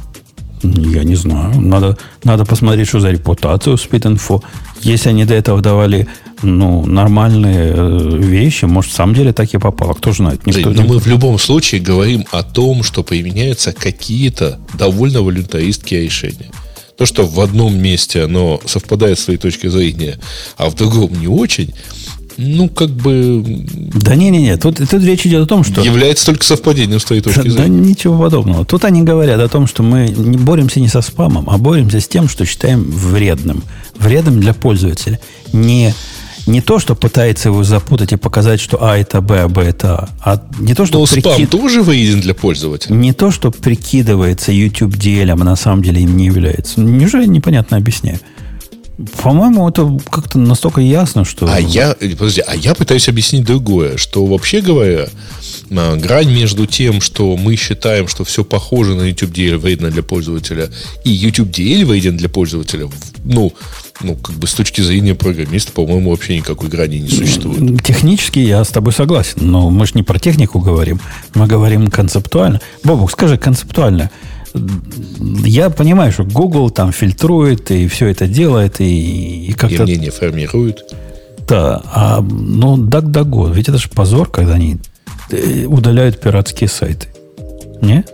Я не знаю. Надо, надо посмотреть, что за репутацию SpeedInfo. Если они до этого давали ну, нормальные вещи, может, в самом деле так и попало. Кто знает? Никто Но не... мы в любом случае говорим о том, что применяются какие-то довольно волюнтаристские решения. То, что в одном месте оно совпадает с твоей точки зрения, а в другом не очень, ну, как бы... Да не-не-не, тут, тут речь идет о том, что... Является только совпадением с твоей точки да, зрения. Да ничего подобного. Тут они говорят о том, что мы не боремся не со спамом, а боремся с тем, что считаем вредным. Вредным для пользователя. Не, не то, что пытается его запутать и показать, что А это Б, а Б это А. А не то, что Но прикид... спам тоже вреден для пользователя. Не то, что прикидывается YouTube ди эл, а на самом деле им не является. Неужели непонятно объясняю? По-моему, это как-то настолько ясно, что... А я, подожди, а я пытаюсь объяснить другое, что вообще говоря, грань между тем, что мы считаем, что все похоже на YouTube ди эл вредно для пользователя, и YouTube ди эл вреден для пользователя, ну, ну, как бы с точки зрения программиста, по-моему, вообще никакой грани не существует. Технически я с тобой согласен, но мы же не про технику говорим, мы говорим концептуально. Бобук, скажи концептуально. Я понимаю, что Google там фильтрует и все это делает, и, и как-то... И мнение формирует. Да, а ну, DuckDuckGo, ведь это же позор, когда они удаляют пиратские сайты. Не?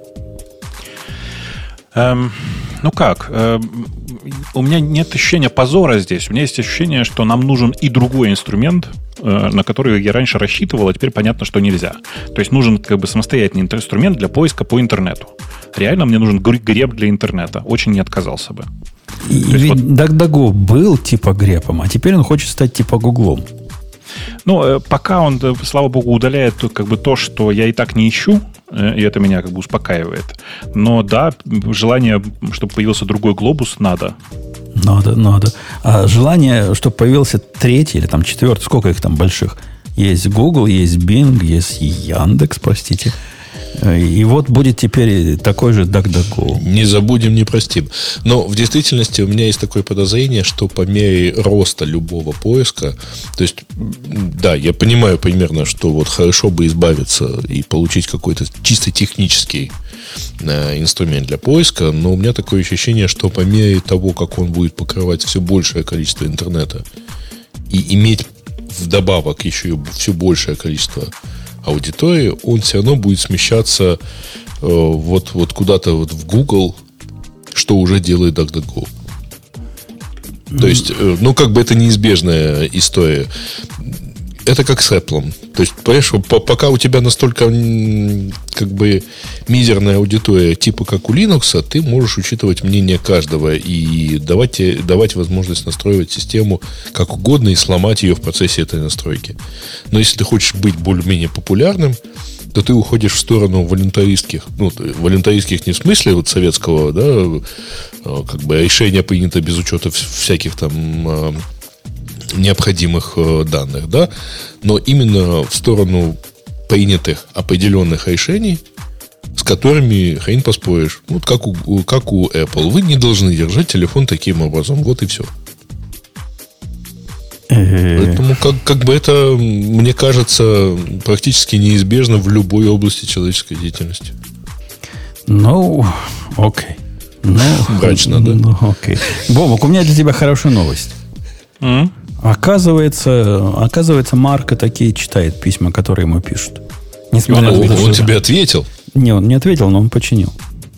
Эм, ну как? Эм, у меня нет ощущения позора здесь. У меня есть ощущение, что нам нужен и другой инструмент, э, на который я раньше рассчитывал, а теперь понятно, что нельзя. То есть нужен как бы самостоятельный инструмент для поиска по интернету. Реально мне нужен греб для интернета. Очень не отказался бы. И ведь вот... DuckDuckGo был типа грепом, а теперь он хочет стать типа Гуглом. Ну, пока он, слава богу, удаляет как бы то, что я и так не ищу, и это меня как бы успокаивает. Но да, желание, чтобы появился другой глобус, надо. Надо, надо. А желание, чтобы появился третий или там четвертый, сколько их там больших? Есть Google, есть Bing, есть Яндекс, простите. И вот будет теперь такой же DuckDuckGo. Не забудем, не простим. Но в действительности у меня есть такое подозрение, что по мере роста любого поиска, то есть, да, я понимаю примерно, что вот хорошо бы избавиться и получить какой-то чисто технический э, инструмент для поиска, но у меня такое ощущение, что по мере того, как он будет покрывать все большее количество интернета и иметь вдобавок еще и все большее количество аудитории, он все равно будет смещаться э, вот, вот куда-то вот в Google, что уже делает DuckDuckGo. Mm. То есть, э, ну, как бы это неизбежная история. Это как с Apple. То есть, понимаешь, пока у тебя настолько как бы мизерная аудитория, типа как у Linux, ты можешь учитывать мнение каждого и давать, давать возможность настроивать систему как угодно и сломать ее в процессе этой настройки. Но если ты хочешь быть более-менее популярным, то ты уходишь в сторону волюнтаристских. Ну, волюнтаристских не в смысле вот советского, да, как бы решения принято без учета всяких там необходимых данных, да, но именно в сторону принятых определенных решений, с которыми хрен поспоришь. Вот как у, как у Apple. Вы не должны держать телефон таким образом. Вот и все. Поэтому как, как бы это, мне кажется, практически неизбежно в любой области человеческой деятельности. Ну, окей. Ну, мрачно, да? Ну, окей. Бобок, у меня для тебя хорошая новость. Mm? Оказывается, оказывается, Марко такие читает письма, которые ему пишут. Несмотря он, на то, он, он тебе ответил? Не, он не ответил, но он починил.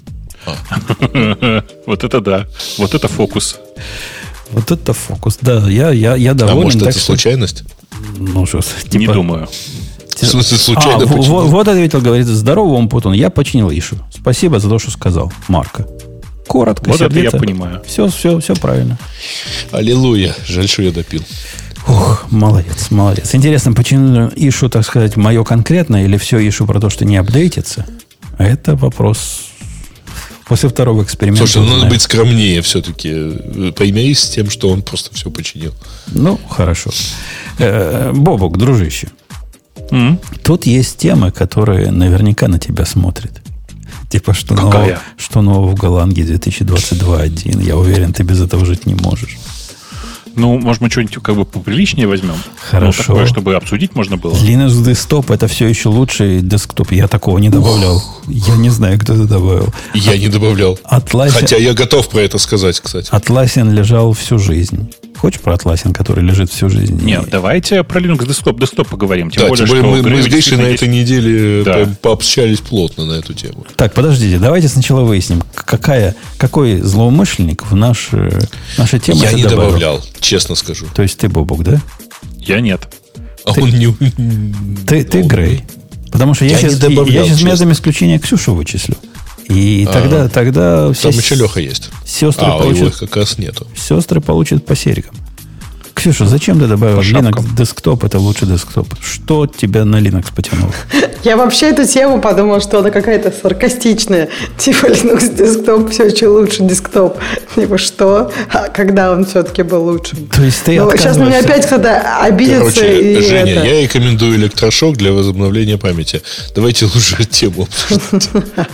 Вот это да. Вот это фокус. Вот это фокус. Да, я, я, я доволен. А может, это случайность? Ну, что, типа... Не думаю. В смысле, случайно а, починил? Вот, вот ответил, говорит, здорово, Умпутун, я починил Ишу. Спасибо за то, что сказал, Марко. Коротко, вот сердито. Это я понимаю. Все, все, все правильно. Аллилуйя. Жаль, что я допил. Ух, молодец, молодец. Интересно, почему Ишу, так сказать, мое конкретно, или все Ишу про то, что не апдейтится? Это вопрос после второго эксперимента. Слушай, ну, надо быть скромнее все-таки. Примирись с тем, что он просто все починил. Ну, хорошо. Бобок, дружище, Mm-hmm. тут есть темы, которые наверняка на тебя смотрят. Типа, что нового, что нового в Голландии две тысячи двадцать два точка один. Я уверен, ты без этого жить не можешь. Ну, может, мы что-нибудь как бы поприличнее возьмем? Хорошо. Ну, такое, чтобы обсудить можно было. Linux Desktop — это все еще лучший десктоп. Я такого не добавлял. Я не знаю, кто это добавил. Я не добавлял. Atlassian... Хотя я готов про это сказать, кстати. Atlassian лежал всю жизнь. Хочешь про Atlassian, который лежит всю жизнь? Нет, давайте про Linux Desktop, Desktop поговорим. Тем да, более, тем более мы, мы с Гришей на этой неделе да. пообщались плотно на эту тему. Так, подождите, давайте сначала выясним, какая, какой злоумышленник в наш, нашу тему Я не добавил. добавлял, честно скажу. То есть ты, Бобок, да? Я нет. А ты, он не... Ты, ты Грей. Потому что я, я сейчас, добавлял, я сейчас методом исключения Ксюшу вычислю. И а, тогда, тогда там еще Леха есть. Сестры а, получат, его как раз нету. Сестры получат по серикам. Ксюша, зачем ты добавил Linux Desktop? Это лучший десктоп. Что тебя на Linux потянуло? Я вообще эту тему подумала, что она какая-то саркастичная. Типа Linux Desktop все еще лучше десктоп. Типа что? А когда он все-таки был лучшим? То есть ты ну, сейчас на меня опять кто-то обидится. Короче, и Женя, это... я рекомендую электрошок для возобновления памяти. Давайте лучше тему обсуждать.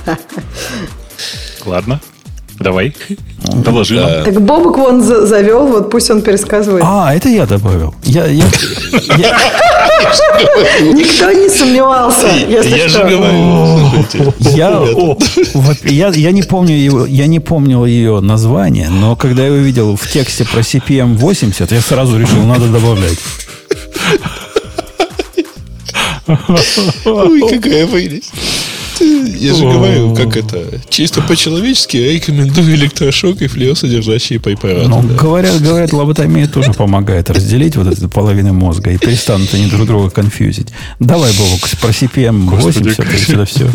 Ладно. Давай, доложи нам. Да. Так Бобок вон завел, вот пусть он пересказывает. А, это я добавил. Я, я, Никто не сомневался, если я что. Же говорю, я, я не помню его, я не помнил ее название, но когда я увидел в тексте про си пи эм восемьдесят, я сразу решил, надо добавлять. Ой, какая прелесть. Я же говорю, как это, чисто по-человечески я рекомендую электрошок и флюоросодержащие препараты. Ну, да. говорят, говорят, лоботомия тоже помогает разделить вот эту половину мозга и перестанут они друг друга конфьюзить. Давай, Бобок, про си пи эм восемьдесят и сюда все.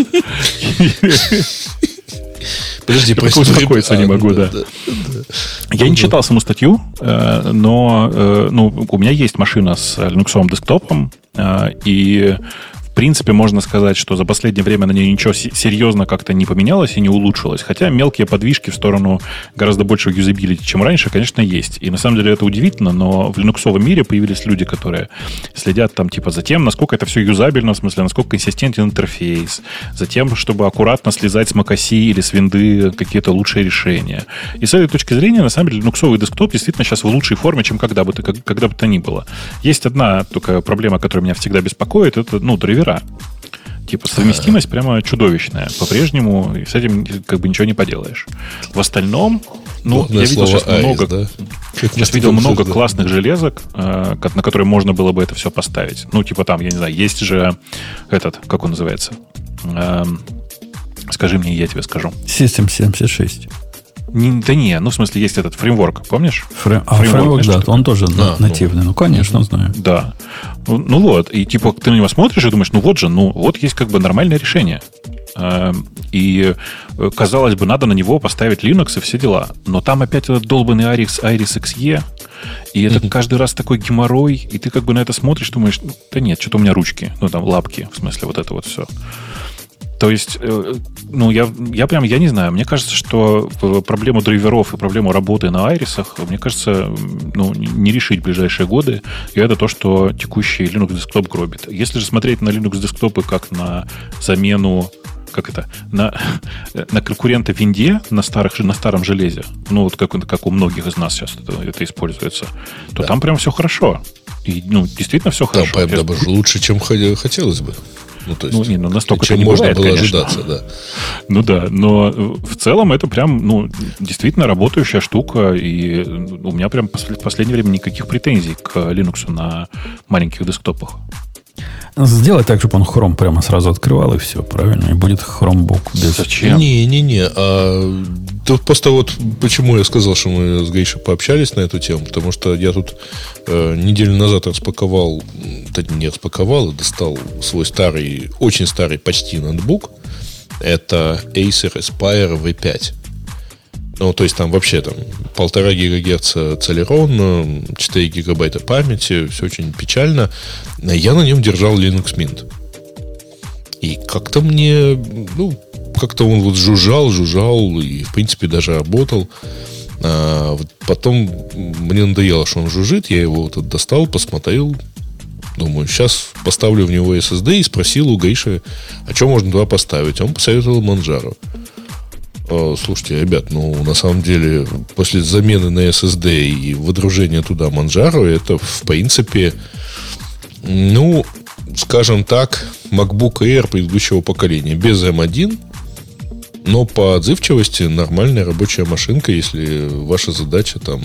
Подожди, я успокоиться не могу, да. да, да. Я не читал саму статью, но ну, у меня есть машина с Linux десктопом, и принципе, можно сказать, что за последнее время на ней ничего серьезно как-то не поменялось и не улучшилось. Хотя мелкие подвижки в сторону гораздо большего юзабилити, чем раньше, конечно, есть. И на самом деле это удивительно, но в линуксовом мире появились люди, которые следят там типа за тем, насколько это все юзабельно, в смысле, насколько консистентен интерфейс, за тем, чтобы аккуратно слезать с macOS или с винды какие-то лучшие решения. И с этой точки зрения, на самом деле, линуксовый десктоп действительно сейчас в лучшей форме, чем когда бы, то, когда бы то ни было. Есть одна только проблема, которая меня всегда беспокоит, это, ну, драйвера. Типа совместимость прямо чудовищная. По-прежнему с этим как бы ничего не поделаешь. В остальном, ну, я видел сейчас айс, много, да? сейчас видел много классных железок, на которые можно было бы это все поставить. Ну, типа там, я не знаю, есть же этот, как он называется? Скажи мне, я тебе скажу. System семьдесят шесть. Не, да не, ну в смысле есть этот фреймворк, помнишь? Фрейм, а, фреймворк, да, он тоже а, нативный, ну, ну конечно, ну, знаю. Да, ну, ну вот, и типа ты на него смотришь и думаешь, ну вот же, ну вот есть как бы нормальное решение. И, казалось бы, надо на него поставить Linux и все дела. Но там опять этот долбанный Iris, Iris икс и, и это mm-hmm. каждый раз такой геморрой, и ты как бы на это смотришь, думаешь, да нет, что-то у меня ручки, ну там лапки, в смысле вот это вот все. То есть, ну, я, я прям, я не знаю, мне кажется, что проблему драйверов и проблему работы на айрисах, мне кажется, ну, не решить в ближайшие годы, и это то, что текущий Linux десктоп гробит. Если же смотреть на Linux десктопы как на замену, как это, на, на конкурента винде на, старых, на старом железе, ну, вот как, как у многих из нас сейчас это, это используется, то да. там прям все хорошо. И, ну, действительно все хорошо. Там прям даже лучше, чем хотелось бы. Ну, то есть, ну, не, ну, настолько чем не можно бывает, было конечно. ожидаться, да. Ну да, но в целом это прям, ну, действительно работающая штука, и у меня прям в последнее время никаких претензий к Linux на маленьких десктопах. Сделай так, чтобы он Chrome прямо сразу открывал, и все, правильно? И будет Chromebook без... Зачем? Не-не-не. А, тут просто вот почему я сказал, что мы с Гришей пообщались на эту тему, потому что я тут э, неделю назад распаковал, не распаковал, а достал свой старый, очень старый почти ноутбук. Это Acer Aspire ви пять. Ну, то есть там вообще там полтора гигагерца Celeron, четыре гигабайта памяти, все очень печально. Я на нем держал Linux Mint. И как-то мне, ну, как-то он вот жужжал, жужжал, и, в принципе, даже работал. А вот потом мне надоело, что он жужжит, я его вот достал, посмотрел. Думаю, сейчас поставлю в него эс эс ди и спросил у Гриши, а что можно туда поставить. Он посоветовал Manjaro. Слушайте, ребят, ну, на самом деле, после замены на эс эс ди и выдружения туда Manjaro, это, в принципе, ну, скажем так, MacBook Air предыдущего поколения. Без эм один, но по отзывчивости нормальная рабочая машинка, если ваша задача там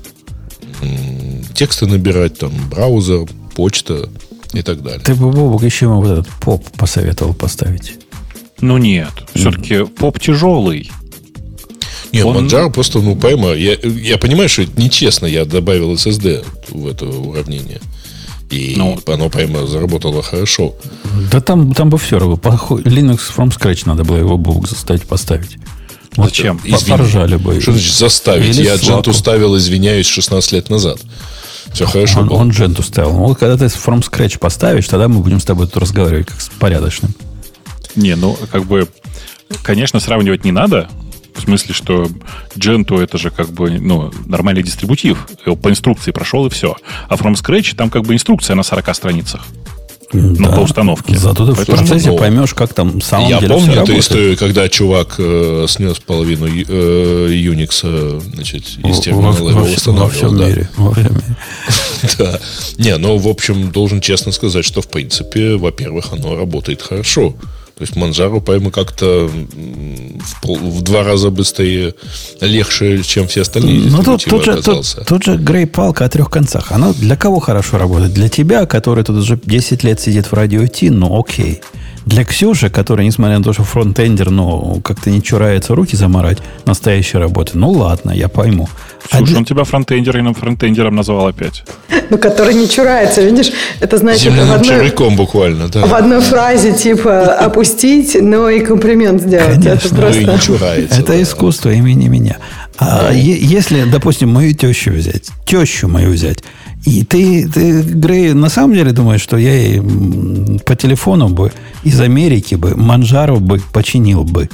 тексты набирать, там, браузер, почта и так далее. Ты бы, Бобок, еще ему вот этот поп посоветовал поставить. Ну нет, все-таки mm. поп тяжелый. Нет, Он... Manjaro просто, ну, пойма, я, я понимаю, что это нечестно, я добавил эс эс ди в это уравнение. И ну, оно, пойма, заработало хорошо. Да там, там бы все равно. Linux from scratch надо было его Бобок заставить поставить. Вот зачем? Поржали бы. Что значит заставить? Или я Дженту ставил, извиняюсь, шестнадцать лет назад. Все хорошо. Он, он Дженту ставил. Вот когда ты from scratch поставишь, тогда мы будем с тобой тут разговаривать как с порядочным. Не, ну, как бы, конечно, сравнивать не надо. В смысле, что Gentoo это же как бы, ну, нормальный дистрибутив. Его по инструкции прошел и все. А From Scratch там как бы инструкция на сорока страницах. Да. Ну, по установке. Зато ты Поэтому, в процессе ну, поймешь, как там в самом я деле помню все эту историю, когда чувак э, снес половину э, Unix, э, значит, из терминала его восстанавливал. Во всем да. мире. Во всем мире. Да. Не, ну, в общем, должен честно сказать, что, в принципе, во-первых, оно работает хорошо. То есть Manjaro, пойму, как-то в, пол, в два раза быстрее, легче, чем все остальные дистрибутивы тут, оказался. Тут, тут же Грей-палка о трех концах. Она для кого хорошо работает? Для тебя, который тут уже десять лет сидит в радио ти, ну окей. Для Ксюши, которая, несмотря на то, что фронтендер, но как-то не чурается руки заморать настоящей работы, ну ладно, я пойму. Слушай, а для... он тебя фронтендером, фронтендером назвал опять. Ну, который не чурается, видишь? Это значит... Земляным одной... червяком буквально, да. В одной фразе, типа, опустить, но и комплимент сделать. Конечно. Это просто... Ну, и не чурается. Это да. искусство имени меня. А е- если, допустим, мою тещу взять, тещу мою взять, И ты, ты, Грей, на самом деле думаешь, что я ей по телефону бы из Америки бы Манжару бы починил бы.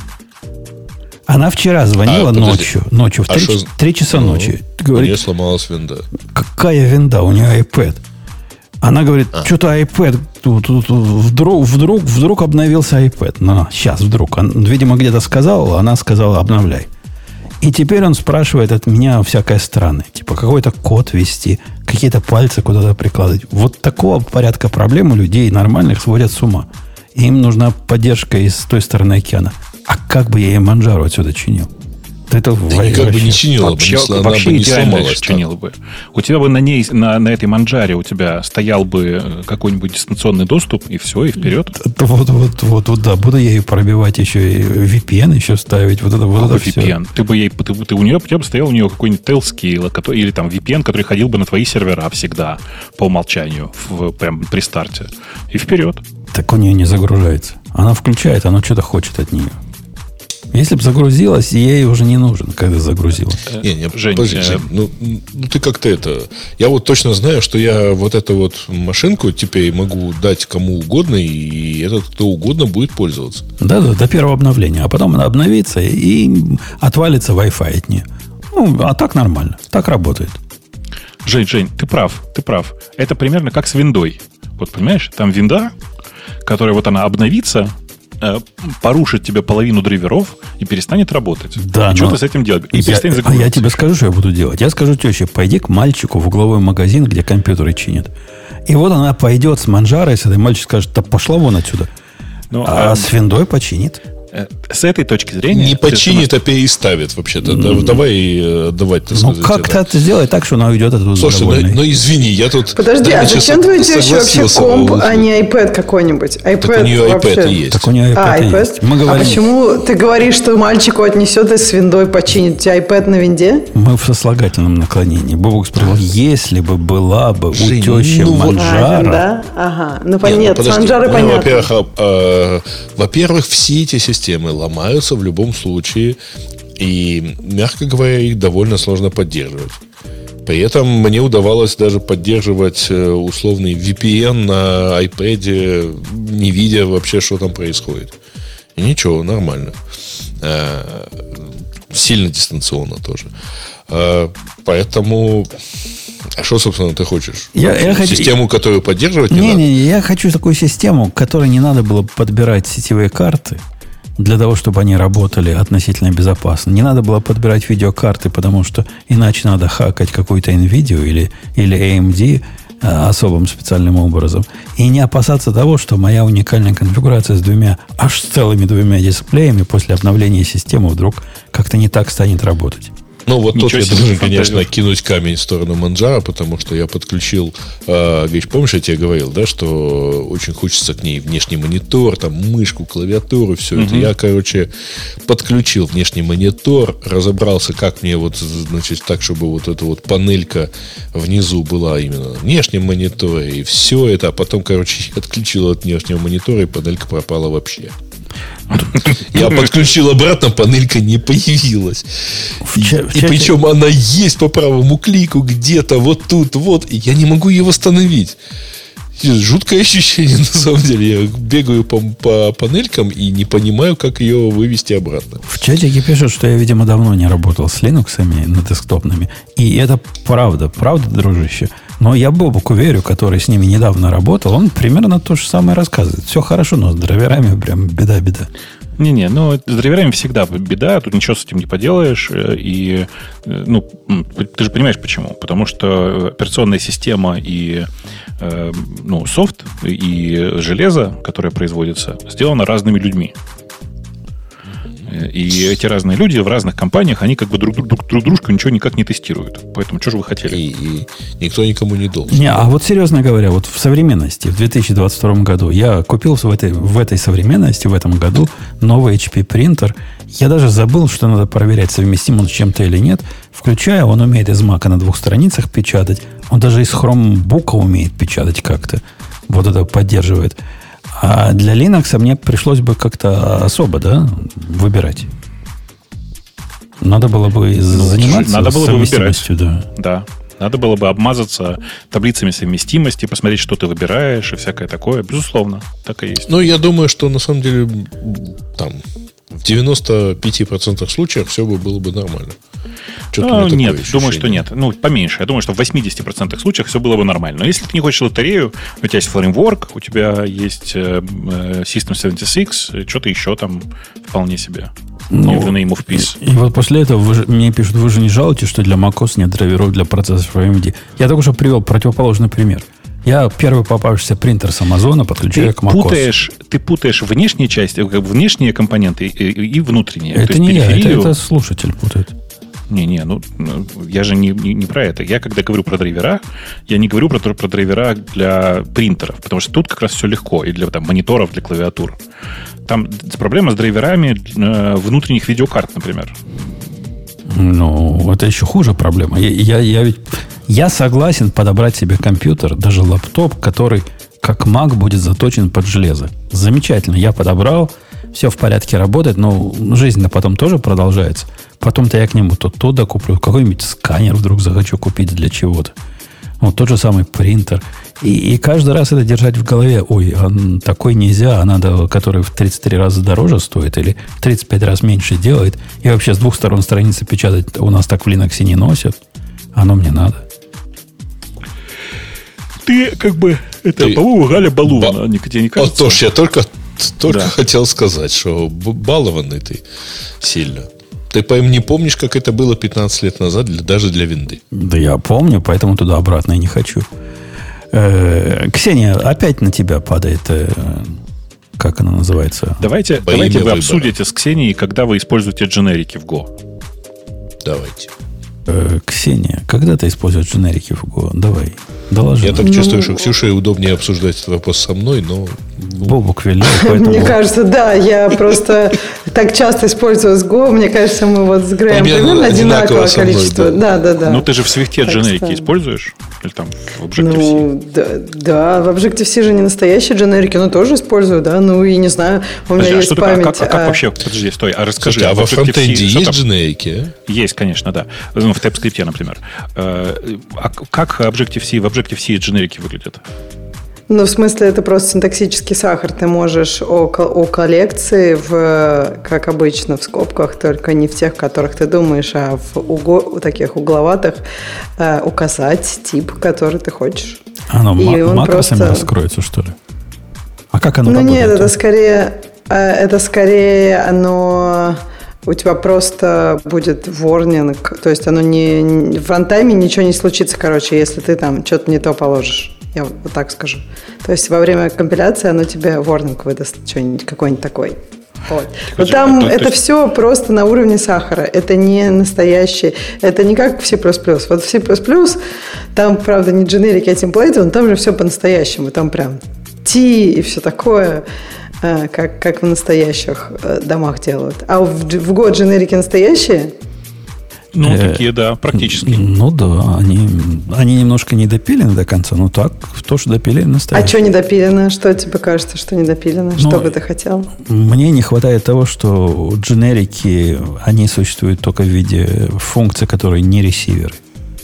Она вчера звонила а, ночью, ночью в три, а три часа ну, ночи. Говорит, у нее сломалась винда. Какая винда? У нее iPad. Она говорит, а. что-то iPad, тут, тут, вдруг, вдруг, вдруг обновился iPad. Ну, сейчас вдруг. Он, видимо, где-то сказал, она сказала, обновляй. И теперь он спрашивает от меня всякое странное. Типа, какой-то код ввести, какие-то пальцы куда-то прикладывать. Вот такого порядка проблем у людей нормальных сводят с ума. И им нужна поддержка из той стороны океана. А как бы я ей Манжару отсюда чинил? Это да никак бы не чинила вообще, бы, если вообще она бы не сломалась. Чинила бы. У тебя бы на ней, на, на этой Манжаре у тебя стоял бы какой-нибудь дистанционный доступ, и все, и вперед. Вот, вот, вот, вот, да. Буду я ей пробивать еще и ви пи эн еще ставить. Вот это, вот это ви пи эн? Все. Ты бы ей, ты, ты, у нее, у тебя бы стоял у нее какой-нибудь Tailscale, который, или там ви пи эн, который ходил бы на твои сервера всегда, по умолчанию, в, прям при старте. И вперед. Так у нее не загружается. Она включает, она что-то хочет от нее. Если бы загрузилась, ей уже не нужен, когда загрузила. Не, не, Жень, подожди, Жень, ну, ну ты как-то это... Я вот точно знаю, что я вот эту вот машинку теперь могу дать кому угодно, и этот кто угодно будет пользоваться. Да-да, до первого обновления. А потом она обновится, и отвалится Wi-Fi от нее. Ну, а так нормально. Так работает. Жень, Жень, ты прав, ты прав. Это примерно как с виндой. Вот понимаешь, там винда, которая вот она обновится, порушит тебе половину драйверов и перестанет работать. Да, и что ты с этим делать? И я, перестанет а я тебе скажу, что я буду делать. Я скажу теще, пойди к мальчику в угловой магазин, где компьютеры чинят. И вот она пойдет с Манжарой, и мальчик скажет, да пошла вон отсюда. Ну, а, а с виндой починит. С этой точки зрения... Не починит, а переставит вообще-то. Mm-hmm. Давай давать, так сказать. Ну, как-то это сделай так, что она уйдет оттуда. Слушай, ну, ну извини, я тут... Подожди, а зачем твоей тещи вообще комп, а не iPad какой-нибудь? iPad так у нее вообще... iPad и есть. Так у нее iPad а, и iPad? есть. Мы говорим... А почему ты говоришь, что мальчику отнесет и с виндой починит? У тебя iPad на винде? Мы в сослагательном наклонении. Бобук спросил, если бы была бы Жень, у тещи ну, Манжара... А, да? Ага. Ну, нет, ну, с Манжарой ну, понятно. Во-первых, а, а, во-первых, все эти системы ломаются в любом случае, и, мягко говоря, их довольно сложно поддерживать. При этом мне удавалось даже поддерживать условный ви пи эн на iPad, не видя вообще, что там происходит. И ничего, нормально. Сильно дистанционно тоже. Поэтому... А что, собственно, ты хочешь? Я, я систему, хочу... которую поддерживать не, не надо? Не, я хочу такую систему, которой не надо было подбирать сетевые карты, для того, чтобы они работали относительно безопасно. Не надо было подбирать видеокарты, потому что иначе надо хакать какую-то NVIDIA или, или эй эм ди э, особым специальным образом. И не опасаться того, что моя уникальная конфигурация с двумя, аж с целыми двумя дисплеями после обновления системы вдруг как-то не так станет работать. Ну, вот Ничего тут я должен, конечно, кинуть камень в сторону Манжара, потому что я подключил, э, говоришь, помнишь, я тебе говорил, да, что очень хочется к ней внешний монитор, там, мышку, клавиатуру, все uh-huh. это. Я, короче, подключил внешний монитор, разобрался, как мне вот, значит, так, чтобы вот эта вот панелька внизу была именно на внешнем мониторе, и все это, а потом, короче, я отключил от внешнего монитора, и панелька пропала вообще. Я подключил обратно, панелька не появилась. В ча- и, в чате... и причем она есть по правому клику где-то вот тут, вот. И я не могу ее восстановить. Жуткое ощущение, на самом деле. Я бегаю по, по панелькам и не понимаю, как ее вывести обратно. В чатике пишут, что я, видимо, давно не работал с Linux-ами на десктопными. И это правда, правда, дружище. Но я Бобуку верю, который с ними недавно работал, он примерно то же самое рассказывает. Все хорошо, но с драйверами прям беда-беда. Не-не, ну, с драйверами всегда беда, тут ничего с этим не поделаешь. И, ну, ты же понимаешь, почему. Потому что операционная система и, э, ну, софт, и железо, которое производится, сделано разными людьми. И эти разные люди в разных компаниях, они как бы друг, друг, друг дружку ничего никак не тестируют. Поэтому что же вы хотели? И, и никто никому не должен. Не, а вот серьезно говоря, вот в современности, в две тысячи двадцать втором году, я купил в этой, в этой современности, в этом году, новый эйч пи принтер. Я даже забыл, что надо проверять, совместим он с чем-то или нет. Включая, он умеет из Mac на двух страницах печатать. Он даже из Chromebook умеет печатать как-то. Вот это поддерживает. А для Linux мне пришлось бы как-то особо, да, выбирать. Надо было бы заниматься Надо было бы выбирать. Да. Да. Надо было бы обмазаться таблицами совместимости, посмотреть, что ты выбираешь и всякое такое. Безусловно, так и есть. Ну, я думаю, что на самом деле там в девяносто пять процентов случаев все бы было бы нормально. Ну, нет, думаю, что нет. Ну, поменьше. Я думаю, что в восемьдесят процентов случаев все было бы нормально. Но если ты не хочешь лотерею, у тебя есть фреймворк, у тебя есть System семьдесят шесть, что-то еще там вполне себе. Ну, в name of peace. И вот после этого вы же, мне пишут, вы же не жалуетесь, что для macOS нет драйверов для процессоров эй эм ди. Я только что привел противоположный пример. Я первый попавшийся принтер с Амазона подключаю ты к macOS. Путаешь, ты путаешь внешние части, внешние компоненты и, и внутренние. Это То не есть я, периферию... это, это слушатель путает. Не-не, ну, я же не, не, не про это. Я, когда говорю про драйвера, я не говорю про, про драйвера для принтеров, потому что тут как раз все легко, и для там, мониторов, для клавиатур. Там проблема с драйверами э, внутренних видеокарт, например. Ну, это еще хуже проблема. Я, я, я ведь я согласен подобрать себе компьютер, даже лаптоп, который как Mac будет заточен под железо. Замечательно, я подобрал, все в порядке работает, но жизнь-то потом тоже продолжается. Потом-то я к нему то то докуплю, какой-нибудь сканер вдруг захочу купить для чего-то. Вот тот же самый принтер. И, и каждый раз это держать в голове. Ой, а такой нельзя, а надо, который в тридцать три раза дороже стоит или в тридцать пять раз меньше делает. И вообще с двух сторон страницы печатать у нас так в Linux не носят. Оно мне надо. Ты как бы, это, Ты... по-моему, Галя балована, Ба... не, тебе не кажется? Вот тоже я только, только да. хотел сказать, что балованный ты сильно. Ты не помнишь, как это было пятнадцать лет назад, для, даже для винды? Да я помню, поэтому туда-обратно и не хочу. Э-э, Ксения, опять на тебя падает, э- как она называется? Давайте, давайте вы выбора. обсудите с Ксенией, когда вы используете дженерики в Go. Давайте. Э-э, Ксения, когда ты используешь дженерики в Go? Давай, доложи. Я так чувствую, что Ксюше удобнее обсуждать этот вопрос со мной, но... Бобук велел, поэтому... Мне кажется, да, я просто так часто использую с Go, мне кажется, мы вот с Грэем примерно одинаковое количество. Да, да, да. Ну, ты же в Свифте дженерики используешь? Или там в Objective-C? Ну, да, да, в Objective-C же не настоящие дженерики, но тоже использую, да, ну и не знаю, у меня есть память. А как вообще, подожди, стой, а расскажи. А во фронтенде есть дженерики? Есть, конечно, да. Ну, в TypeScript, например. А как Objective-C, в Objective-C дженерики выглядят? Ну, в смысле, это просто синтаксический сахар. Ты можешь о, о коллекции, в, как обычно, в скобках, только не в тех, в которых ты думаешь, а в уго, таких угловатых, э, указать тип, который ты хочешь. Оно И м- он макросами просто... раскроется, что ли? А как оно ну, работает? Ну, нет, это скорее, э, это скорее оно... У тебя просто будет ворнинг, то есть оно не, не в рантайме ничего не случится, короче, если ты там что-то не то положишь. Я вот так скажу. То есть во время компиляции оно тебе ворнинг выдаст, что-нибудь, какой-нибудь такой. Вот. Но там а, это есть... все просто на уровне сахара. Это не настоящий. Это не как в C++. Вот в C++ там, правда, не дженерики, а темплейты, но там же все по-настоящему. Там прям T и все такое, как, как в настоящих домах делают. А в, в Go дженерики настоящие? Ну, э, такие, да, практически. Ну, да, они, они немножко не допилены до конца, но так, то, что допилено, настоящее. А что недопилено? Что тебе кажется, что недопилено? Ну, что бы ты хотел? Мне не хватает того, что дженерики, они существуют только в виде функций, которые не ресиверы.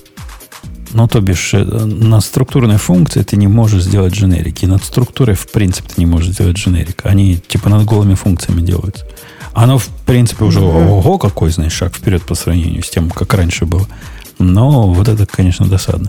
Ну, то бишь, на структурной функции ты не можешь сделать дженерики. Над структурой, в принципе, ты не можешь сделать дженерик. Они, типа, над голыми функциями делаются. Оно, в принципе, уже mm-hmm. ого, какой, знаешь, шаг вперед по сравнению с тем, как раньше было. Но вот это, конечно, досадно.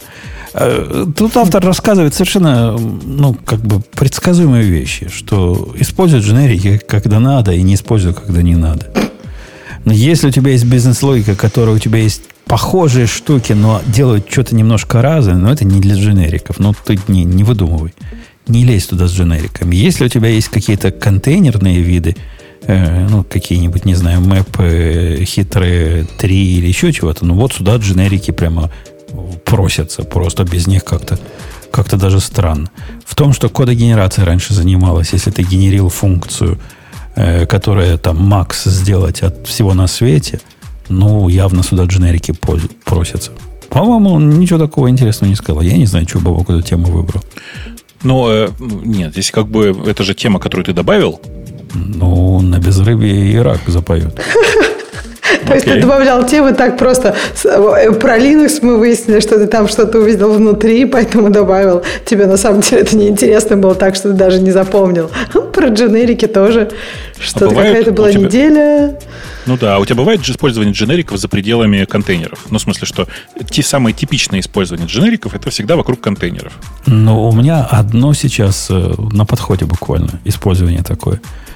Тут автор рассказывает совершенно, ну, как бы предсказуемые вещи, что используют дженерики, когда надо, и не используют, когда не надо. Но если у тебя есть бизнес-логика, которая у тебя есть похожие штуки, но делают что-то немножко разное, но это не для дженериков. Ну, ты не, не выдумывай. Не лезь туда с дженериками. Если у тебя есть какие-то контейнерные виды, э, ну, какие-нибудь, не знаю, мэпы, хитрые три или еще чего-то, ну, вот сюда дженерики прямо просятся. Просто без них как-то, как-то даже странно. В том, что кодогенерация раньше занималась, если ты генерил функцию, э, которая там макс сделать от всего на свете, ну, явно сюда дженерики просятся. По-моему, он ничего такого интересного не сказал. Я не знаю, что Бобок эту тему выбрал. Ну, э, нет, здесь как бы это же тема, которую ты добавил. Ну, на безрыбье и рак запоет. То есть ты добавлял темы так просто. Про Linux мы выяснили, что ты там что-то увидел внутри, поэтому добавил. Тебе на самом деле это неинтересно было так, что ты даже не запомнил. Про дженерики тоже. Что-то а какая-то была тебя... неделя... Ну да, а у тебя бывает же использование дженериков за пределами контейнеров? Ну, в смысле, что те самые типичные использования дженериков, это всегда вокруг контейнеров. Ну, у меня одно сейчас на подходе буквально, использование такое.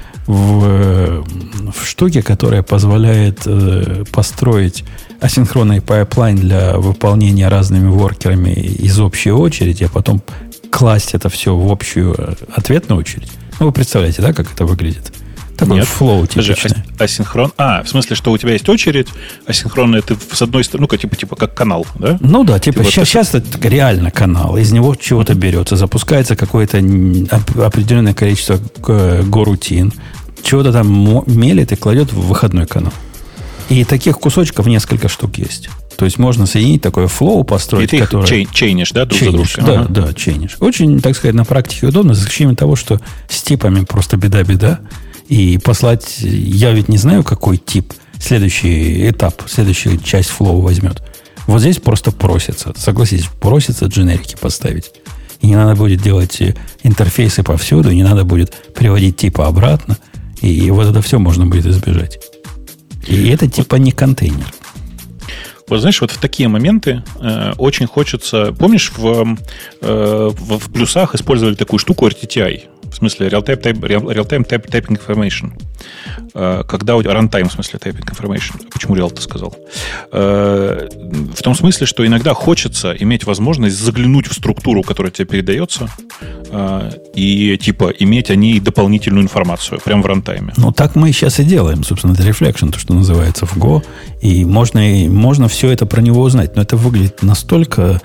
В, в штуке, которая позволяет э, построить асинхронный пайплайн для выполнения разными воркерами из общей очереди, а потом класть это все в общую ответную очередь. Ну, вы представляете, да, как это выглядит? Такой Нет. флоу типичный. Подожди, асинхрон... А, в смысле, что у тебя есть очередь, асинхронная ты с одной стороны, ну, типа, типа как канал, да? Ну да, типа, типа сейчас, сейчас это реально канал. Из него чего-то берется, запускается какое-то определенное количество горутин, чего-то там мелит и кладет в выходной канал. И таких кусочков несколько штук есть. То есть можно соединить такое флоу, построить, и ты которое... чей, чейнишь, да, друг чейнишь, за дружкой? да, ага. да, чейнишь. Очень, так сказать, на практике удобно, за исключением того, что с типами просто беда-беда. И послать, я ведь не знаю, какой тип следующий этап, следующую часть флоу возьмет. Вот здесь просто просится, согласитесь, просится дженерики поставить. И не надо будет делать интерфейсы повсюду, не надо будет приводить типы обратно. И вот это все можно будет избежать. И это типа не контейнер. Вот знаешь, вот в такие моменты э, очень хочется... Помнишь, в, э, в, в плюсах использовали такую штуку эр ти ти ай? В смысле, Real-Time type, real-time type, Typing Information. Э, когда у тебя... Runtime, в смысле, Typing Information. Почему Real ты сказал? Э, в том смысле, что иногда хочется иметь возможность заглянуть в структуру, которая тебе передается, э, и, типа, иметь о ней дополнительную информацию прямо в рантайме. Ну, так мы сейчас и делаем. Собственно, это Reflection, то, что называется в Go. И можно, и можно все это про него узнать. Но это выглядит настолько...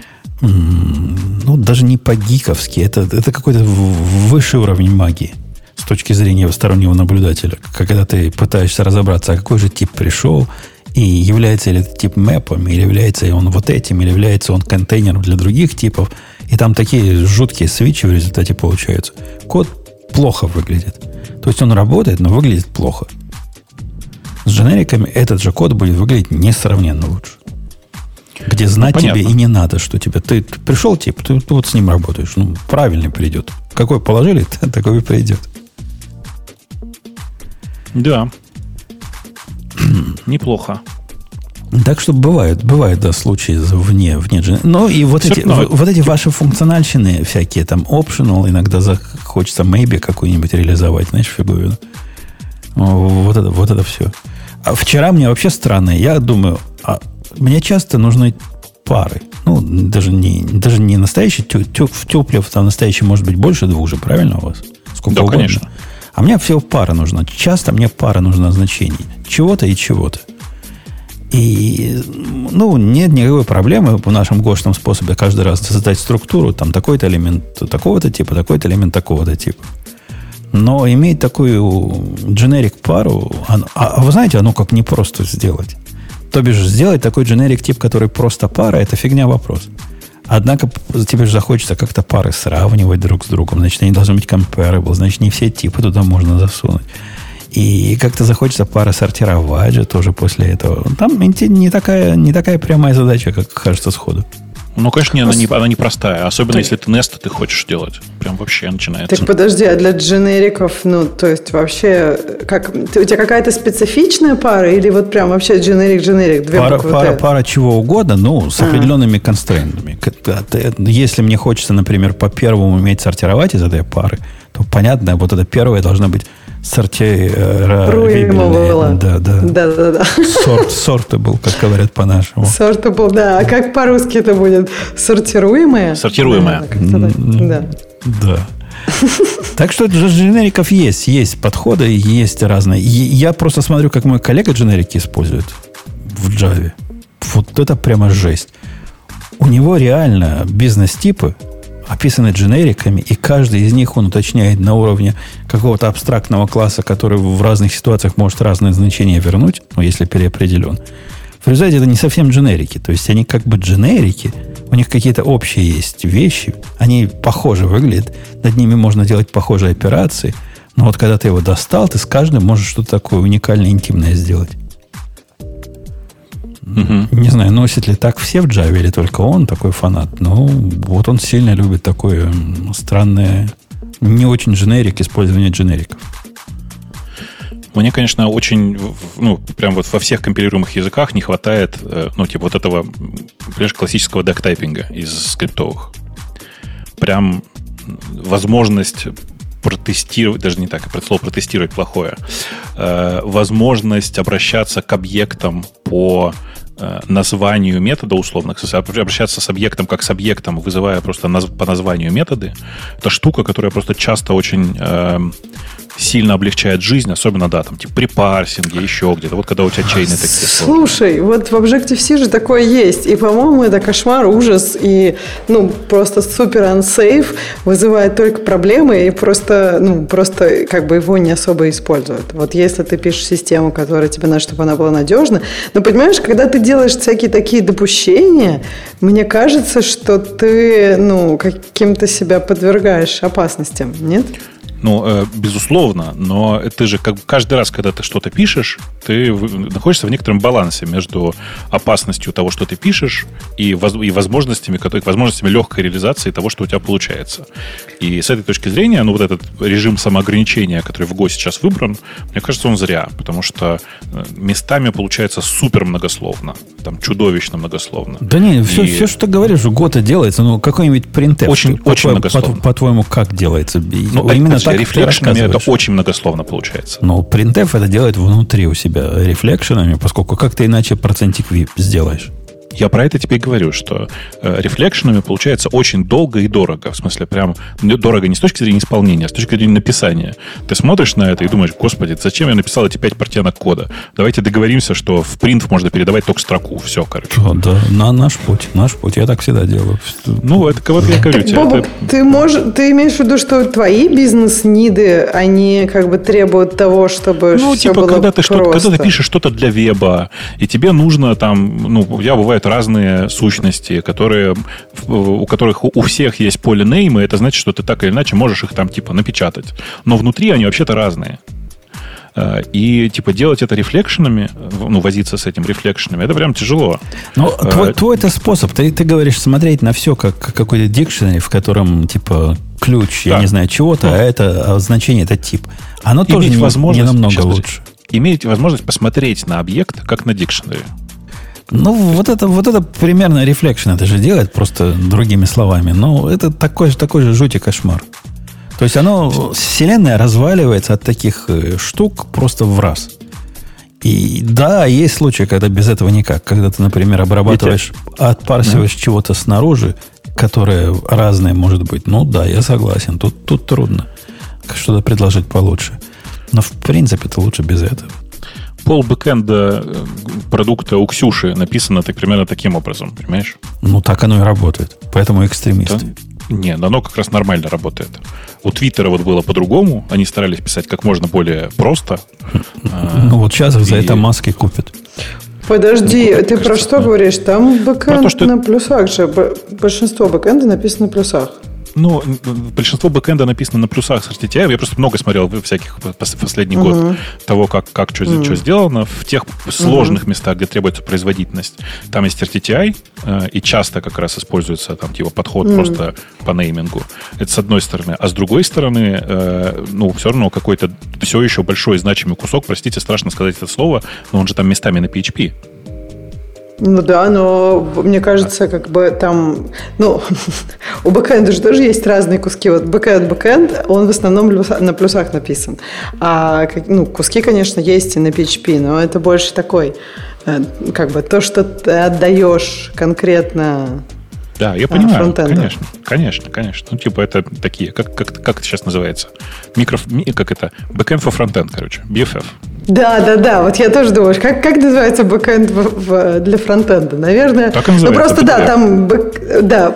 Ну, даже не по-гиковски. Это, это какой-то высший уровень магии с точки зрения стороннего наблюдателя. Когда ты пытаешься разобраться, а какой же тип пришел, и является ли этот тип мэпом, или является ли он вот этим, или является он контейнером для других типов. И там такие жуткие свитчи в результате получаются. Код плохо выглядит. То есть он работает, но выглядит плохо. С дженериками этот же код будет выглядеть несравненно лучше. Где знать ну, тебе и не надо, что тебе... Ты, ты пришел тип, ты, ты вот с ним работаешь. Ну, правильный придет. Какой положили, такой и придет. Да. Неплохо. Так что бывают, бывают, да, случаи вне, вне дженерики. Ну, и вот эти, в, вот эти ваши функциональщины всякие, там, optional, иногда хочется maybe какую-нибудь реализовать, знаешь, фиговину. Вот это, вот это все. А вчера мне вообще странно. Я думаю... А, мне часто нужны пары. Ну, даже не, даже не настоящий тю, тю, в тюплев, там настоящий может быть больше двух же, правильно у вас? Сколько да, угодно. Конечно. А мне всего пара нужна. Часто мне пара нужна значений. Чего-то и чего-то. И, ну, нет никакой проблемы в нашем гошном способе каждый раз создать структуру, там, такой-то элемент такого-то типа, такой-то элемент такого-то типа. Но иметь такую generic пару, оно, а, а вы знаете, оно как непросто сделать. То бишь, сделать такой generic тип, который просто пара, это фигня вопрос. Однако тебе же захочется как-то пары сравнивать друг с другом. Значит, они должны быть comparable. Значит, не все типы туда можно засунуть. И как-то захочется пары сортировать же тоже после этого. Там не такая, не такая прямая задача, как кажется сходу. Ну, конечно, она не, она не простая. Особенно, так, если ты нест ты хочешь делать. Прям вообще начинается. Так подожди, а для дженериков, ну, то есть вообще, как, ты, у тебя какая-то специфичная пара или вот прям вообще дженерик-дженерик? Две пара, буквы пара, пара чего угодно, ну, с определенными а. констрейнтами. Если мне хочется, например, по первому уметь сортировать из этой пары, то, понятно, вот это первое должно быть сортировать. Да, да. Да, да, да. Сорт, sortable, как говорят по-нашему. Sortable, да. А как по-русски это будет? Сортируемое? Сортируемое. Да. Да. Так что дженериков есть, есть подходы, есть разные. Я просто смотрю, как мой коллега дженерики использует в Java. Вот это прямо жесть. У него реально бизнес-типы описаны дженериками, и каждый из них он уточняет на уровне какого-то абстрактного класса, который в разных ситуациях может разные значения вернуть, ну, если переопределен. В результате это не совсем дженерики. То есть они как бы дженерики, у них какие-то общие есть вещи, они похоже выглядят, над ними можно делать похожие операции, но вот когда ты его достал, ты с каждым можешь что-то такое уникальное, интимное сделать. Угу. Не знаю, носит ли так все в Java или только он такой фанат. Но вот он сильно любит такое странное, не очень дженерик, использование дженериков. Мне, конечно, очень, ну, прям вот во всех компилируемых языках не хватает, ну, типа вот этого, понимаешь, классического дек-тайпинга из скриптовых. Прям возможность протестировать, даже не так, слово протестировать плохое, возможность обращаться к объектам по названию метода условно, обращаться с объектом как с объектом, вызывая просто по названию методы. Это штука, которая просто часто очень э, сильно облегчает жизнь, особенно, да, там, типа при парсинге, еще где-то. Вот когда у тебя чейны такие сложные. Слушай, вот в Objective-C же такое есть. И, по-моему, это кошмар, ужас. И, ну, просто супер unsafe, вызывает только проблемы и просто, ну, просто как бы его не особо используют. Вот если ты пишешь систему, которая тебе надо, чтобы она была надежна. Но, понимаешь, когда ты делаешь всякие такие допущения, мне кажется, что ты, ну, каким-то себя подвергаешь опасностям, нет? Ну, э, безусловно, но ты же как каждый раз, когда ты что-то пишешь, ты находишься в некотором балансе между опасностью того, что ты пишешь, и, воз, и возможностями, которые, возможностями легкой реализации того, что у тебя получается. И с этой точки зрения, ну, вот этот режим самоограничения, который в Go сейчас выбран, мне кажется, он зря, потому что местами получается супер многословно, там чудовищно многословно. Да не, все, и... все, что ты говоришь, Go-то делается, ну, какой-нибудь printf. Очень, по, очень по, многословно. По, по-твоему, как делается? Ну, именно это, так рефлекшенами это очень многословно получается. Ну, printf это делает внутри у себя рефлекшенами, поскольку как ты иначе процентик ви ай пи сделаешь? Я про это тебе и говорю, что э, рефлекшенами получается очень долго и дорого. В смысле, прям дорого не с точки зрения исполнения, а с точки зрения написания. Ты смотришь на это и думаешь, господи, зачем я написал эти пять портянок кода? Давайте договоримся, что в принт можно передавать только строку. Все, короче. О, да, на наш путь, наш путь. Я так всегда делаю. Ну, это вот я говорю тебе. Бобок, это... ты, можешь, ты имеешь в виду, что твои бизнес-ниды, они как бы требуют того, чтобы ну, все типа, было когда ты, что-то, просто. когда ты пишешь что-то для веба, и тебе нужно там, ну, я бывают разные сущности, которые, у которых у всех есть полинеймы, это значит, что ты так или иначе можешь их там типа напечатать. Но внутри они вообще-то разные. И типа делать это рефлекшенами, ну, возиться с этим рефлекшенами, это прям тяжело. Ну, твой, твой это способ. Ты, ты говоришь смотреть на все как какой-то дикшенери, в котором типа ключ, да. я не знаю, чего-то, ну, а это а значение, это тип. Оно тоже не, не намного лучше. Иметь возможность посмотреть на объект, как на дикшенери. Ну, вот это, вот это примерно рефлекшн это же делает, просто другими словами. Но это такой же, такой же жуть и кошмар. То есть оно, вселенная разваливается от таких штук просто в раз. И да, есть случаи, когда без этого никак. Когда ты, например, обрабатываешь, отпарсиваешь да. чего-то снаружи, которое разное может быть. Ну да, я согласен. Тут, тут трудно что-то предложить получше. Но в принципе это лучше без этого. Пол бэкэнда продукта у Ксюши написано так, примерно таким образом, понимаешь? Ну, так оно и работает. Поэтому экстремисты. Да? Нет, оно как раз нормально работает. У Твиттера вот было по-другому. Они старались писать как можно более просто. Ну, вот сейчас их за это маски купят. Подожди, ты про что говоришь? Там бэкэнд на плюсах же. Большинство бэкэнда написано на плюсах. Ну, большинство бэкэнда написано на плюсах с ар ти ти ай. Я просто много смотрел всяких последний uh-huh. год того, как, как что, uh-huh. что сделано. В тех сложных uh-huh. местах, где требуется производительность, там есть ар ти ти ай, э, и часто как раз используется там типа подход uh-huh. просто по неймингу. Это с одной стороны. А с другой стороны, э, ну, все равно какой-то все еще большой значимый кусок, простите, страшно сказать это слово, но он же там местами на пи эйч пи. Ну да, но мне кажется, как бы там, ну, у бэкэнда же тоже есть разные куски. Вот бэкэнд, бэкэнд, он в основном на плюсах написан. А, ну, куски, конечно, есть и на пи эйч пи, но это больше такой, как бы, то, что ты отдаешь конкретно. Да, я понимаю, фронтенда. Конечно, конечно, конечно. Ну, типа, это такие, как, как, как это сейчас называется? Микро, как это? Backend for frontend, короче, би эф эф. Да, да, да. Вот я тоже думаю, как, как называется бэкэнд в, в, для фронтенда? Наверное. Так и называется. Ну, просто да, там бэк, да,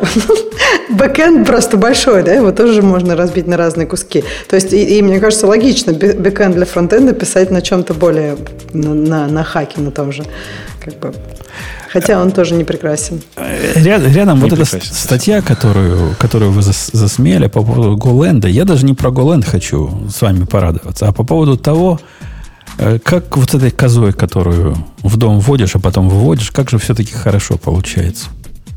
бэкэнд просто большой, да, его тоже можно разбить на разные куски. То есть, и, и мне кажется, логично бэкэнд для фронтенда писать на чем-то более, на, на, на хаке, на том же, как бы. Хотя он тоже не прекрасен. Рядом, рядом вот эта статья, которую, которую вы засмеяли по поводу GoLand, я даже не про GoLand хочу с вами порадоваться, а по поводу того, Как вот с этой козой, которую в дом вводишь, а потом выводишь, как же все-таки хорошо получается.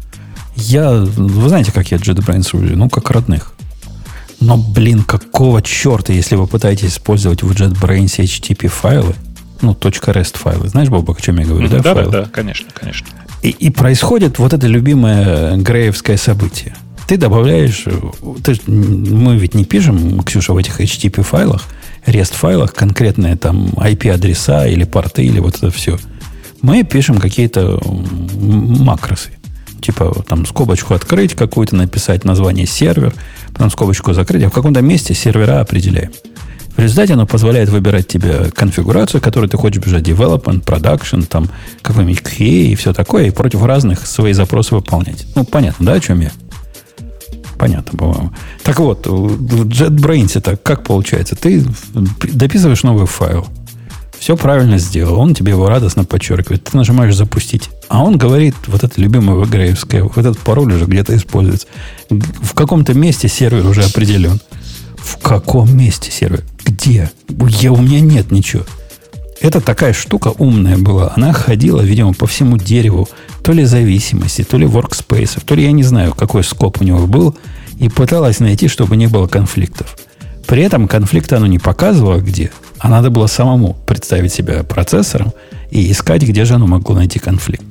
Я, вы знаете, как я JetBrains люблю? Ну, как родных. Но, блин, какого черта, если вы пытаетесь использовать в JetBrains эйч ти ти пи файлы, ну, .rest файлы. Знаешь, Бобок, о чем я говорю, mm-hmm, да? Да, да, да, конечно, конечно. И, и происходит вот это любимое греевское событие. Ты добавляешь... Ты, мы ведь не пишем, Ксюша, в этих эйч ти ти пи файлах, REST-файлах конкретные там ай пи-адреса или порты, или вот это все. Мы пишем какие-то макросы. Типа там скобочку открыть какую-то, написать название сервер, потом скобочку закрыть, а в каком-то месте сервера определяем. В результате оно позволяет выбирать тебе конфигурацию, которую ты хочешь бежать, development, production, там какой-нибудь кью эй и все такое, и против разных свои запросы выполнять. Ну, понятно, да, о чем я? Понятно, по-моему. Так вот, в JetBrains это как получается? Ты дописываешь новый файл, все правильно сделал, он тебе его радостно подчеркивает, ты нажимаешь «Запустить», а он говорит, вот это любимое вгреевское, вот этот пароль уже где-то используется. В каком-то месте сервер уже определен. В каком месте сервер? Где? Я, у меня нет ничего. Это такая штука умная была. Она ходила, видимо, по всему дереву то ли зависимости, то ли workspace, то ли я не знаю, какой скоп у него был, и пыталась найти, чтобы не было конфликтов. При этом конфликта оно не показывало где, а надо было самому представить себя процессором и искать, где же оно могло найти конфликт.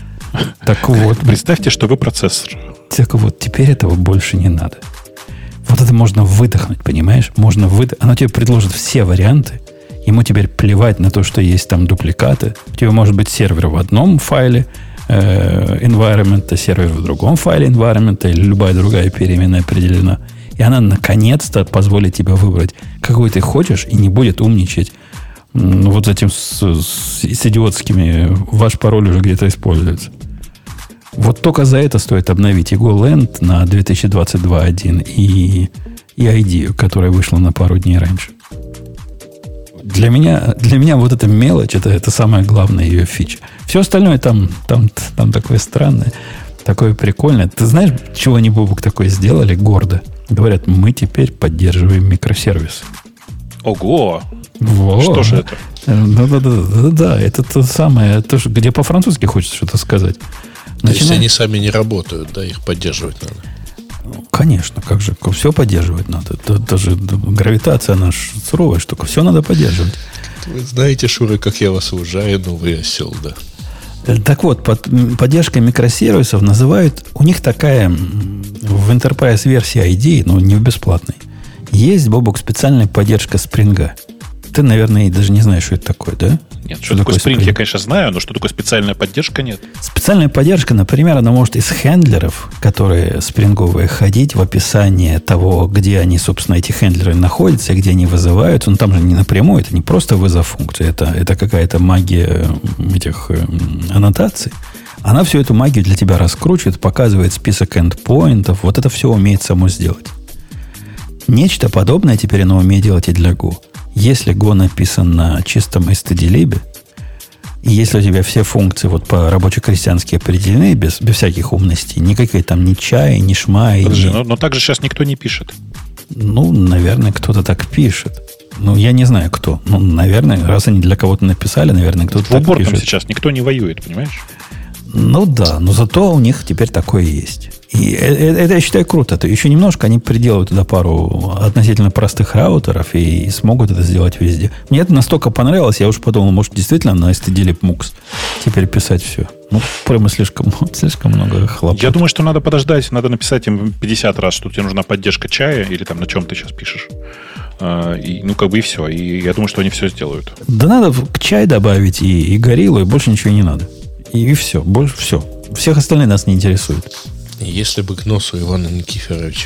Так вот. Представьте, что вы процессор. Так вот, теперь этого больше не надо. Вот это можно выдохнуть, понимаешь? Можно выдохнуть. Оно тебе предложит все варианты. Ему теперь плевать на то, что есть там дупликаты. У тебя может быть сервер в одном файле э, environment, сервер в другом файле environment, или любая другая переменная определена. И она наконец-то позволит тебе выбрать, какой ты хочешь, и не будет умничать ну, вот этим с, с, с идиотскими ваш пароль уже где-то используется. Вот только за это стоит обновить и GoLand на две тысячи двадцать два точка один и, и ай ди, которая вышла на пару дней раньше. Для меня, для меня вот эта мелочь, это, это самая главная ее фича. Все остальное там, там, там такое странное, такое прикольное. Ты знаешь, чего они, Бобук, такое сделали гордо? Говорят, мы теперь поддерживаем микросервисы. Ого! Вот. Что же это? Да-да-да, это то самое, то, где по-французски хочется что-то сказать. То Начинаем... есть они сами не работают, да, их поддерживать надо. Конечно, как же, все поддерживать надо. Даже гравитация наша суровая штука, все надо поддерживать. Вы знаете, Шура, как я вас уважаю, но вы осел, да. Так вот, под поддержкой микросервисов называют, у них такая в Enterprise версии ай ди, но не в бесплатной, есть, Бобок, специальная поддержка спринга. Ты, наверное, даже не знаешь, что это такое, да? Нет, что, что такое Spring, Spring, я, конечно, знаю, но что такое специальная поддержка, нет. Специальная поддержка, например, она может из хендлеров, которые спринговые, ходить в описание того, где они, собственно, эти хендлеры находятся, где они вызываются. Но там же не напрямую, это не просто вызов функции, это, это какая-то магия этих э, аннотаций. Она всю эту магию для тебя раскручивает, показывает список эндпоинтов. Вот это все умеет само сделать. Нечто подобное теперь оно умеет делать и для Go. Если Go написан на чистом stdlib, и если у тебя все функции вот по рабоче-крестьянски определены, без, без всяких умностей, никакой там ни чай, ни шмай. Подожди, ни... но, но так же сейчас никто не пишет. Ну, наверное, кто-то так пишет. Ну, я не знаю, кто. Ну, наверное, раз они для кого-то написали, наверное, кто-то так пишет. В уборном сейчас никто не воюет, понимаешь? Ну да, но зато у них теперь такое есть. И это, это я считаю круто. То еще немножко они приделают туда пару относительно простых раутеров и смогут это сделать везде. Мне это настолько понравилось, я уж подумал, может, действительно на stdlib mux теперь писать все. Ну, прямо слишком, слишком много хлопот. Я думаю, что надо подождать, надо написать им пятьдесят раз, что тебе нужна поддержка чая или там на чем ты сейчас пишешь. И, ну, как бы и все. И я думаю, что они все сделают. Да надо к чай добавить и, и гориллу, и больше ничего не надо. И, и все. Больше все. Всех остальных нас не интересует. Если бы к носу Ивана Никифоровича.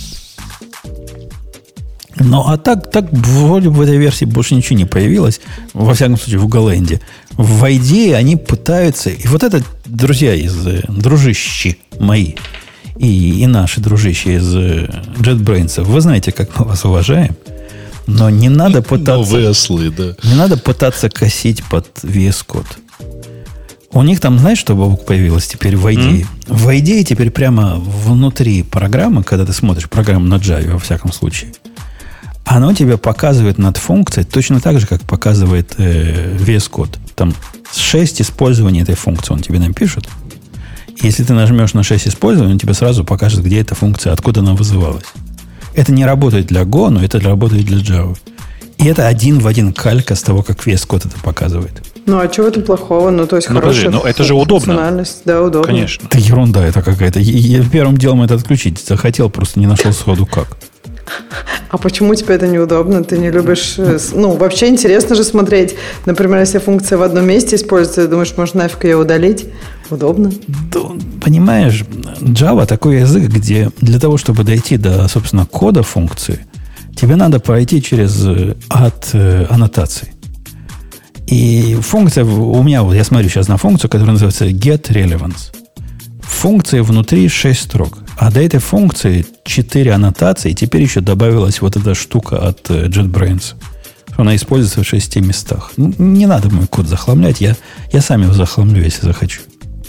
Ну, а так, так вроде в этой версии больше ничего не появилось. Во всяком случае, в GoLand. В ай ди они пытаются... И вот это, друзья из... Дружищи мои и, и наши дружищи из JetBrains, вы знаете, как мы вас уважаем. Но не надо пытаться... Новые ослы, да. Не надо пытаться косить под ви эс Code. У них там, знаешь, что, Бобук, появилось теперь в ай ди? Mm. В ай ди теперь прямо внутри программы, когда ты смотришь программу на Java, во всяком случае, оно тебе показывает над функцией точно так же, как показывает э, ви эс Code. Там шесть использований этой функции он тебе напишет. Если ты нажмешь на шесть использований, он тебе сразу покажет, где эта функция, откуда она вызывалась. Это не работает для Go, но это работает для Java. И это один в один калька с того, как ви эс Code это показывает. Ну, а чего это плохого? Ну, то есть, ну, хорошая подожди, ну, это же удобно. Да, удобно. Конечно. Это ерунда это какая-то. Я, я первым делом это отключить захотел, просто не нашел сходу как. А почему тебе это неудобно? Ты не любишь... Ну, вообще интересно же смотреть. Например, если функция в одном месте используется, ты думаешь, может, нафиг ее удалить? Удобно. Да, понимаешь, Java такой язык, где для того, чтобы дойти до, собственно, кода функции, тебе надо пройти через ад э, аннотаций. И функция... У меня, вот я смотрю сейчас на функцию, которая называется getRelevance. Функции внутри шесть строк. А до этой функции четыре аннотации. И теперь еще добавилась вот эта штука от JetBrains. Она используется в шести местах. Ну, не надо мой код захламлять. Я, я сам его захламлю, если захочу.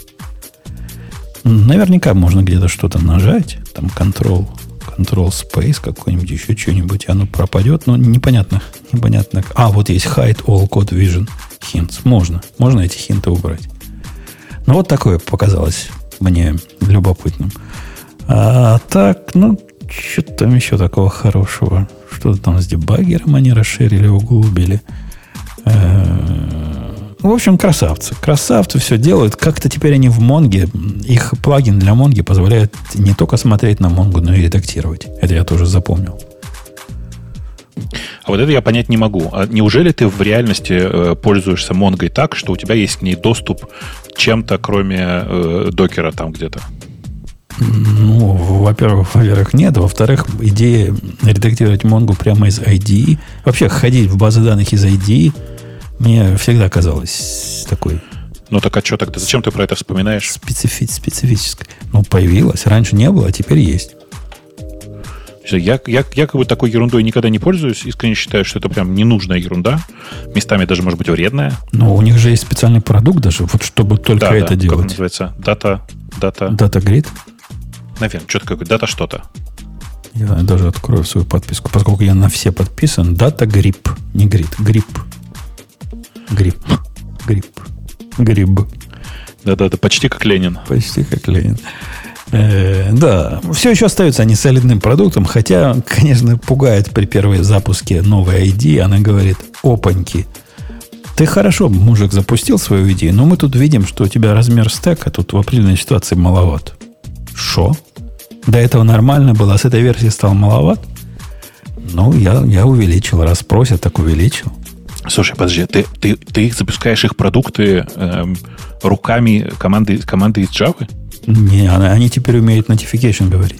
Наверняка можно где-то что-то нажать. Там Control, Control Space какой-нибудь, еще что-нибудь. И оно пропадет. Но непонятно. непонятно. А, вот есть Hide All Code Vision Hints. Можно. Можно эти хинты убрать. Ну, вот такое показалось мне любопытным. А так, ну, что там еще такого хорошего? Что-то там с дебаггером они расширили, углубили. В общем, красавцы. Красавцы все делают. Как-то теперь они в Монге, их плагин для Монги позволяет не только смотреть на Монгу, но и редактировать. Это я тоже запомнил. А вот это я понять не могу. А неужели ты в реальности э, пользуешься Монгой так, что у тебя есть к ней доступ чем-то, кроме э, докера там где-то? Ну, во-первых, во-первых, нет. Во-вторых, идея редактировать Монгу прямо из ай ди и, вообще ходить в базы данных из ай ди и, мне всегда казалось такой... Ну так а что тогда? Зачем ты про это вспоминаешь? Специфи- специфической. Ну, появилась. Раньше не было, а теперь есть. Я, я, я как бы такой ерундой никогда не пользуюсь. Искренне считаю, что это прям ненужная ерунда. Местами даже, может быть, вредная. Но у них же есть специальный продукт даже, вот чтобы только да, это да, делать. Как называется? Data... Data... Data Grid? Наверное, что-то какое. Data что-то. Я даже открою свою подписку, поскольку я на все подписан. Data Grip. Не Grid. Grip. Grip. Grip. Grip. Да-да-да, почти как Ленин. Почти как Ленин. Э, да, все еще остаются они солидным продуктом, хотя, конечно, пугает при первой запуске новой ай ди. Она говорит: опаньки, ты хорошо, мужик, запустил свою идею, но мы тут видим, что у тебя размер стека тут в определенной ситуации маловат. Шо? До этого нормально было, а с этой версии стал маловат? Ну, я, я увеличил. Раз просят, так увеличил. Слушай, подожди, ты, ты, ты запускаешь их продукты эм, руками команды, команды из Java? Не, они теперь умеют notification говорить.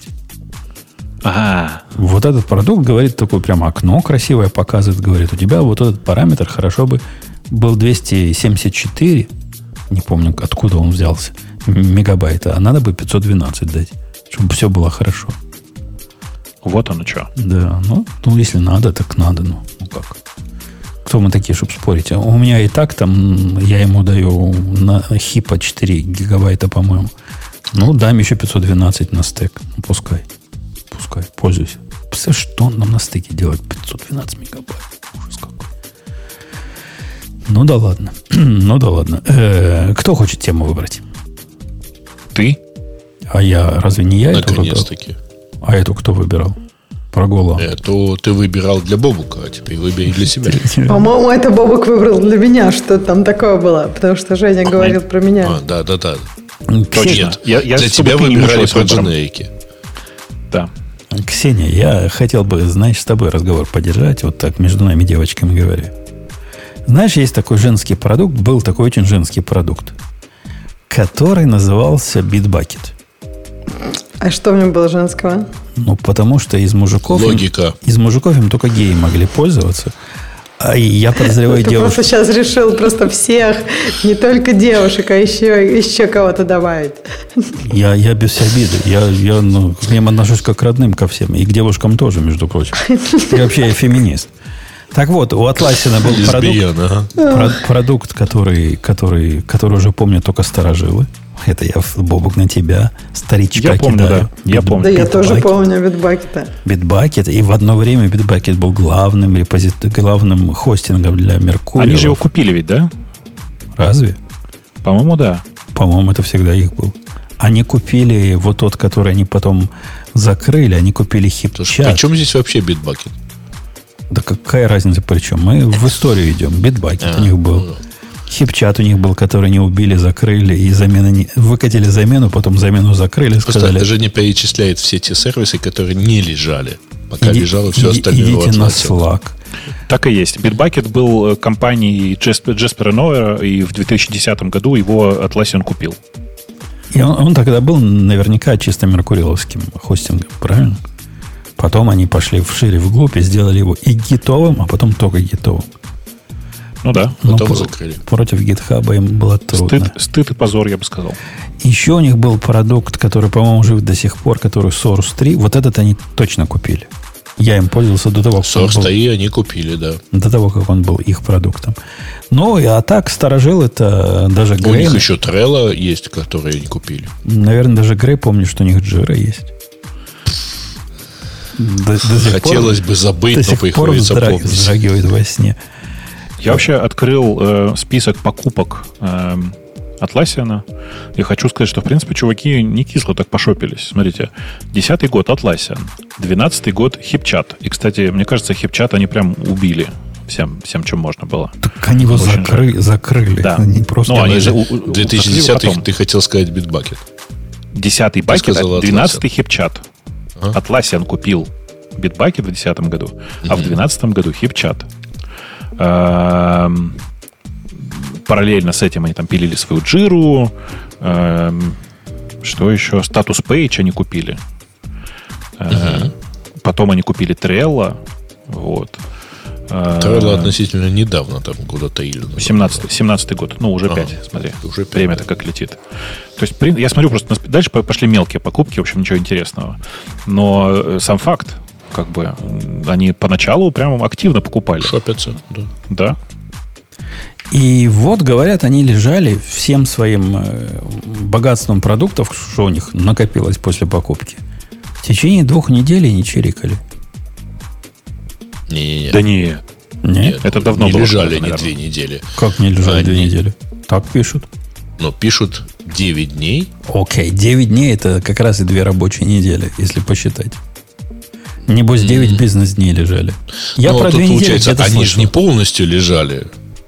Ага. Вот этот продукт говорит, такое прямо окно красивое показывает, говорит, у тебя вот этот параметр хорошо бы был двести семьдесят четыре, не помню, откуда он взялся, мегабайта, а надо бы пятьсот двенадцать дать, чтобы все было хорошо. Вот оно что. Да, ну, ну, если надо, так надо, ну, ну как. Кто мы такие, чтобы спорить? У меня и так там, я ему даю на хипа четыре гигабайта, по-моему. Ну, дам еще пятьсот двенадцать на стек. Ну, пускай. Пускай, пользуйся. Представляешь, что он нам на стеке делает? пятьсот двенадцать мегабайт. Ужас какой. Ну да ладно. ну да ладно. Э-э, кто хочет тему выбрать? Ты? А я, разве не я эту выбрал? Наконец-таки. А эту кто выбирал? Про голову. Это ты выбирал для Бобука, а теперь выбери для себя. По-моему, это Бобук выбрал для меня, что там такое было. Потому что Женя говорил про меня. А, да, да, да. Точно. Нет, Я, я для тебя выбирали про выбором. дженерики. Да. Ксения, я хотел бы, знаешь, с тобой разговор поддержать, вот так между нами девочками говоря. Знаешь, есть такой женский продукт, был такой очень женский продукт, который назывался Bitbucket. А что в нем было женского? Ну, потому что из мужиков... Логика. Им, из мужиков им только геи могли пользоваться. А я подозреваю Ты девушек... просто сейчас решил просто всех, не только девушек, а еще, еще кого-то добавить. Я, я без обиды. Я, я ну, к ним отношусь как к родным ко всем. И к девушкам тоже, между прочим. И вообще я феминист. Так вот, у Atlassian был продукт, Лесбиян, ага. про- продукт который, который, который уже помнят только старожилы. Это я, Бобук, на тебя, старичка, я помню, кидаю. Да, я помню. Да, я тоже помню Bitbucket. Bitbucket. И в одно время Bitbucket был главным, репозит... главным хостингом для Меркурия. Они же его купили ведь, да? Разве? По-моему, да. По-моему, это всегда их был. Они купили вот тот, который они потом закрыли, они купили HipChat. При чем здесь вообще Bitbucket? Да какая разница при чем? Мы в историю идем. Bitbucket а, у них был. Ну, HipChat у них был, который не убили, закрыли, и замена не... выкатили замену, потом замену закрыли. Просто сказали, это же не перечисляет все те сервисы, которые не лежали, пока иди, лежало все иди, остальное. Идите на Slack. Так и есть. Bitbucket был компанией Джеспера Ноэра, и в две тысячи десятом году его Atlassian купил. И он, он тогда был наверняка чисто меркуриловским хостингом, правильно? Потом они пошли вшире вглубь и сделали его и гитовым, а потом только гитовым. Ну да. Но потом про- закрыли. Против гитхаба им было трудно. Стыд, стыд и позор, я бы сказал. Еще у них был продукт, который, по-моему, жив до сих пор, который Source три. Вот этот они точно купили. Я им пользовался до того, как Source он был, три они купили, да. до того, как он был их продуктом. Ну, а так сторожил это даже У Грей. них еще Trello есть, которые они купили. Наверное, даже Грей помнит, что у них Jira есть. До, до сих Хотелось пор, бы забыть, до но сих пор приходится вздраг- помнить. вздрагивает во сне. Я вообще открыл э, список покупок э, Atlassian, и хочу сказать, что, в принципе, чуваки не кисло так пошопились. Смотрите, десятый год Atlassian, двенадцатый год HipChat. И, кстати, мне кажется, HipChat они прям убили всем, всем чем можно было. Так они его Очень закры- жаль. закрыли. Да. Они просто... Ну, они Подожди, же у- у- две тысячи десятый потом. ты хотел сказать Bitbucket. Десятый Ты Bucket, сказал а двенадцатый HipChat. А? Atlassian купил Bitbucket в десятом году, а в двенадцатом году HipChat. Эм, Параллельно с этим они там пилили свою Jira. Эм, Что еще? Status Page они купили. Э, Потом они купили Trello. Вот. Э, Trello относительно недавно, там года три или назад. семнадцатый, семнадцатый год. Ну, уже Ага. пять, смотри. Уже пять, Время-то как летит. То есть, при- я смотрю просто... на- Дальше пошли мелкие покупки, в общем, ничего интересного. Но э, сам факт, как бы, м, они поначалу прям активно покупали. Шопятся, да. Да. И вот, говорят, они лежали всем своим э, богатством продуктов, что у них накопилось после покупки. В течение двух недель и не чирикали. Не-не-не. Да нет. Нет? Это давно не было, лежали наверное. не две недели. Как не лежали Они- две недели? Так пишут. Но пишут девять дней. Окей, девять дней это как раз и две рабочие недели, если посчитать. Небось, девять М. бизнес-дней лежали. Я Но про тут две недели получается, где-то они же слышал. не полностью лежали.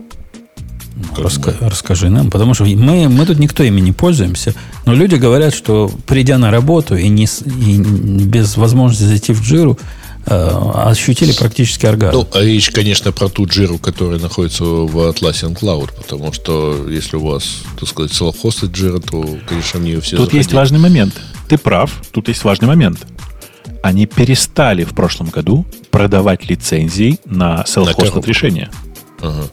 Ну, раска- расскажи нам, потому что мы, мы тут никто ими не пользуемся, но люди говорят, что придя на работу и, не, с- и без возможности зайти в Джиру, э, ощутили практически оргазм. Ну, а речь, конечно, про ту джиру, которая находится в Atlassian Cloud, потому что если у вас, так сказать, self-hosted джира, то, конечно, в нее все Тут есть заходили. важный момент. Ты прав, тут есть важный момент. Они перестали в прошлом году продавать лицензии на self-hosted коробку. решения. Ага.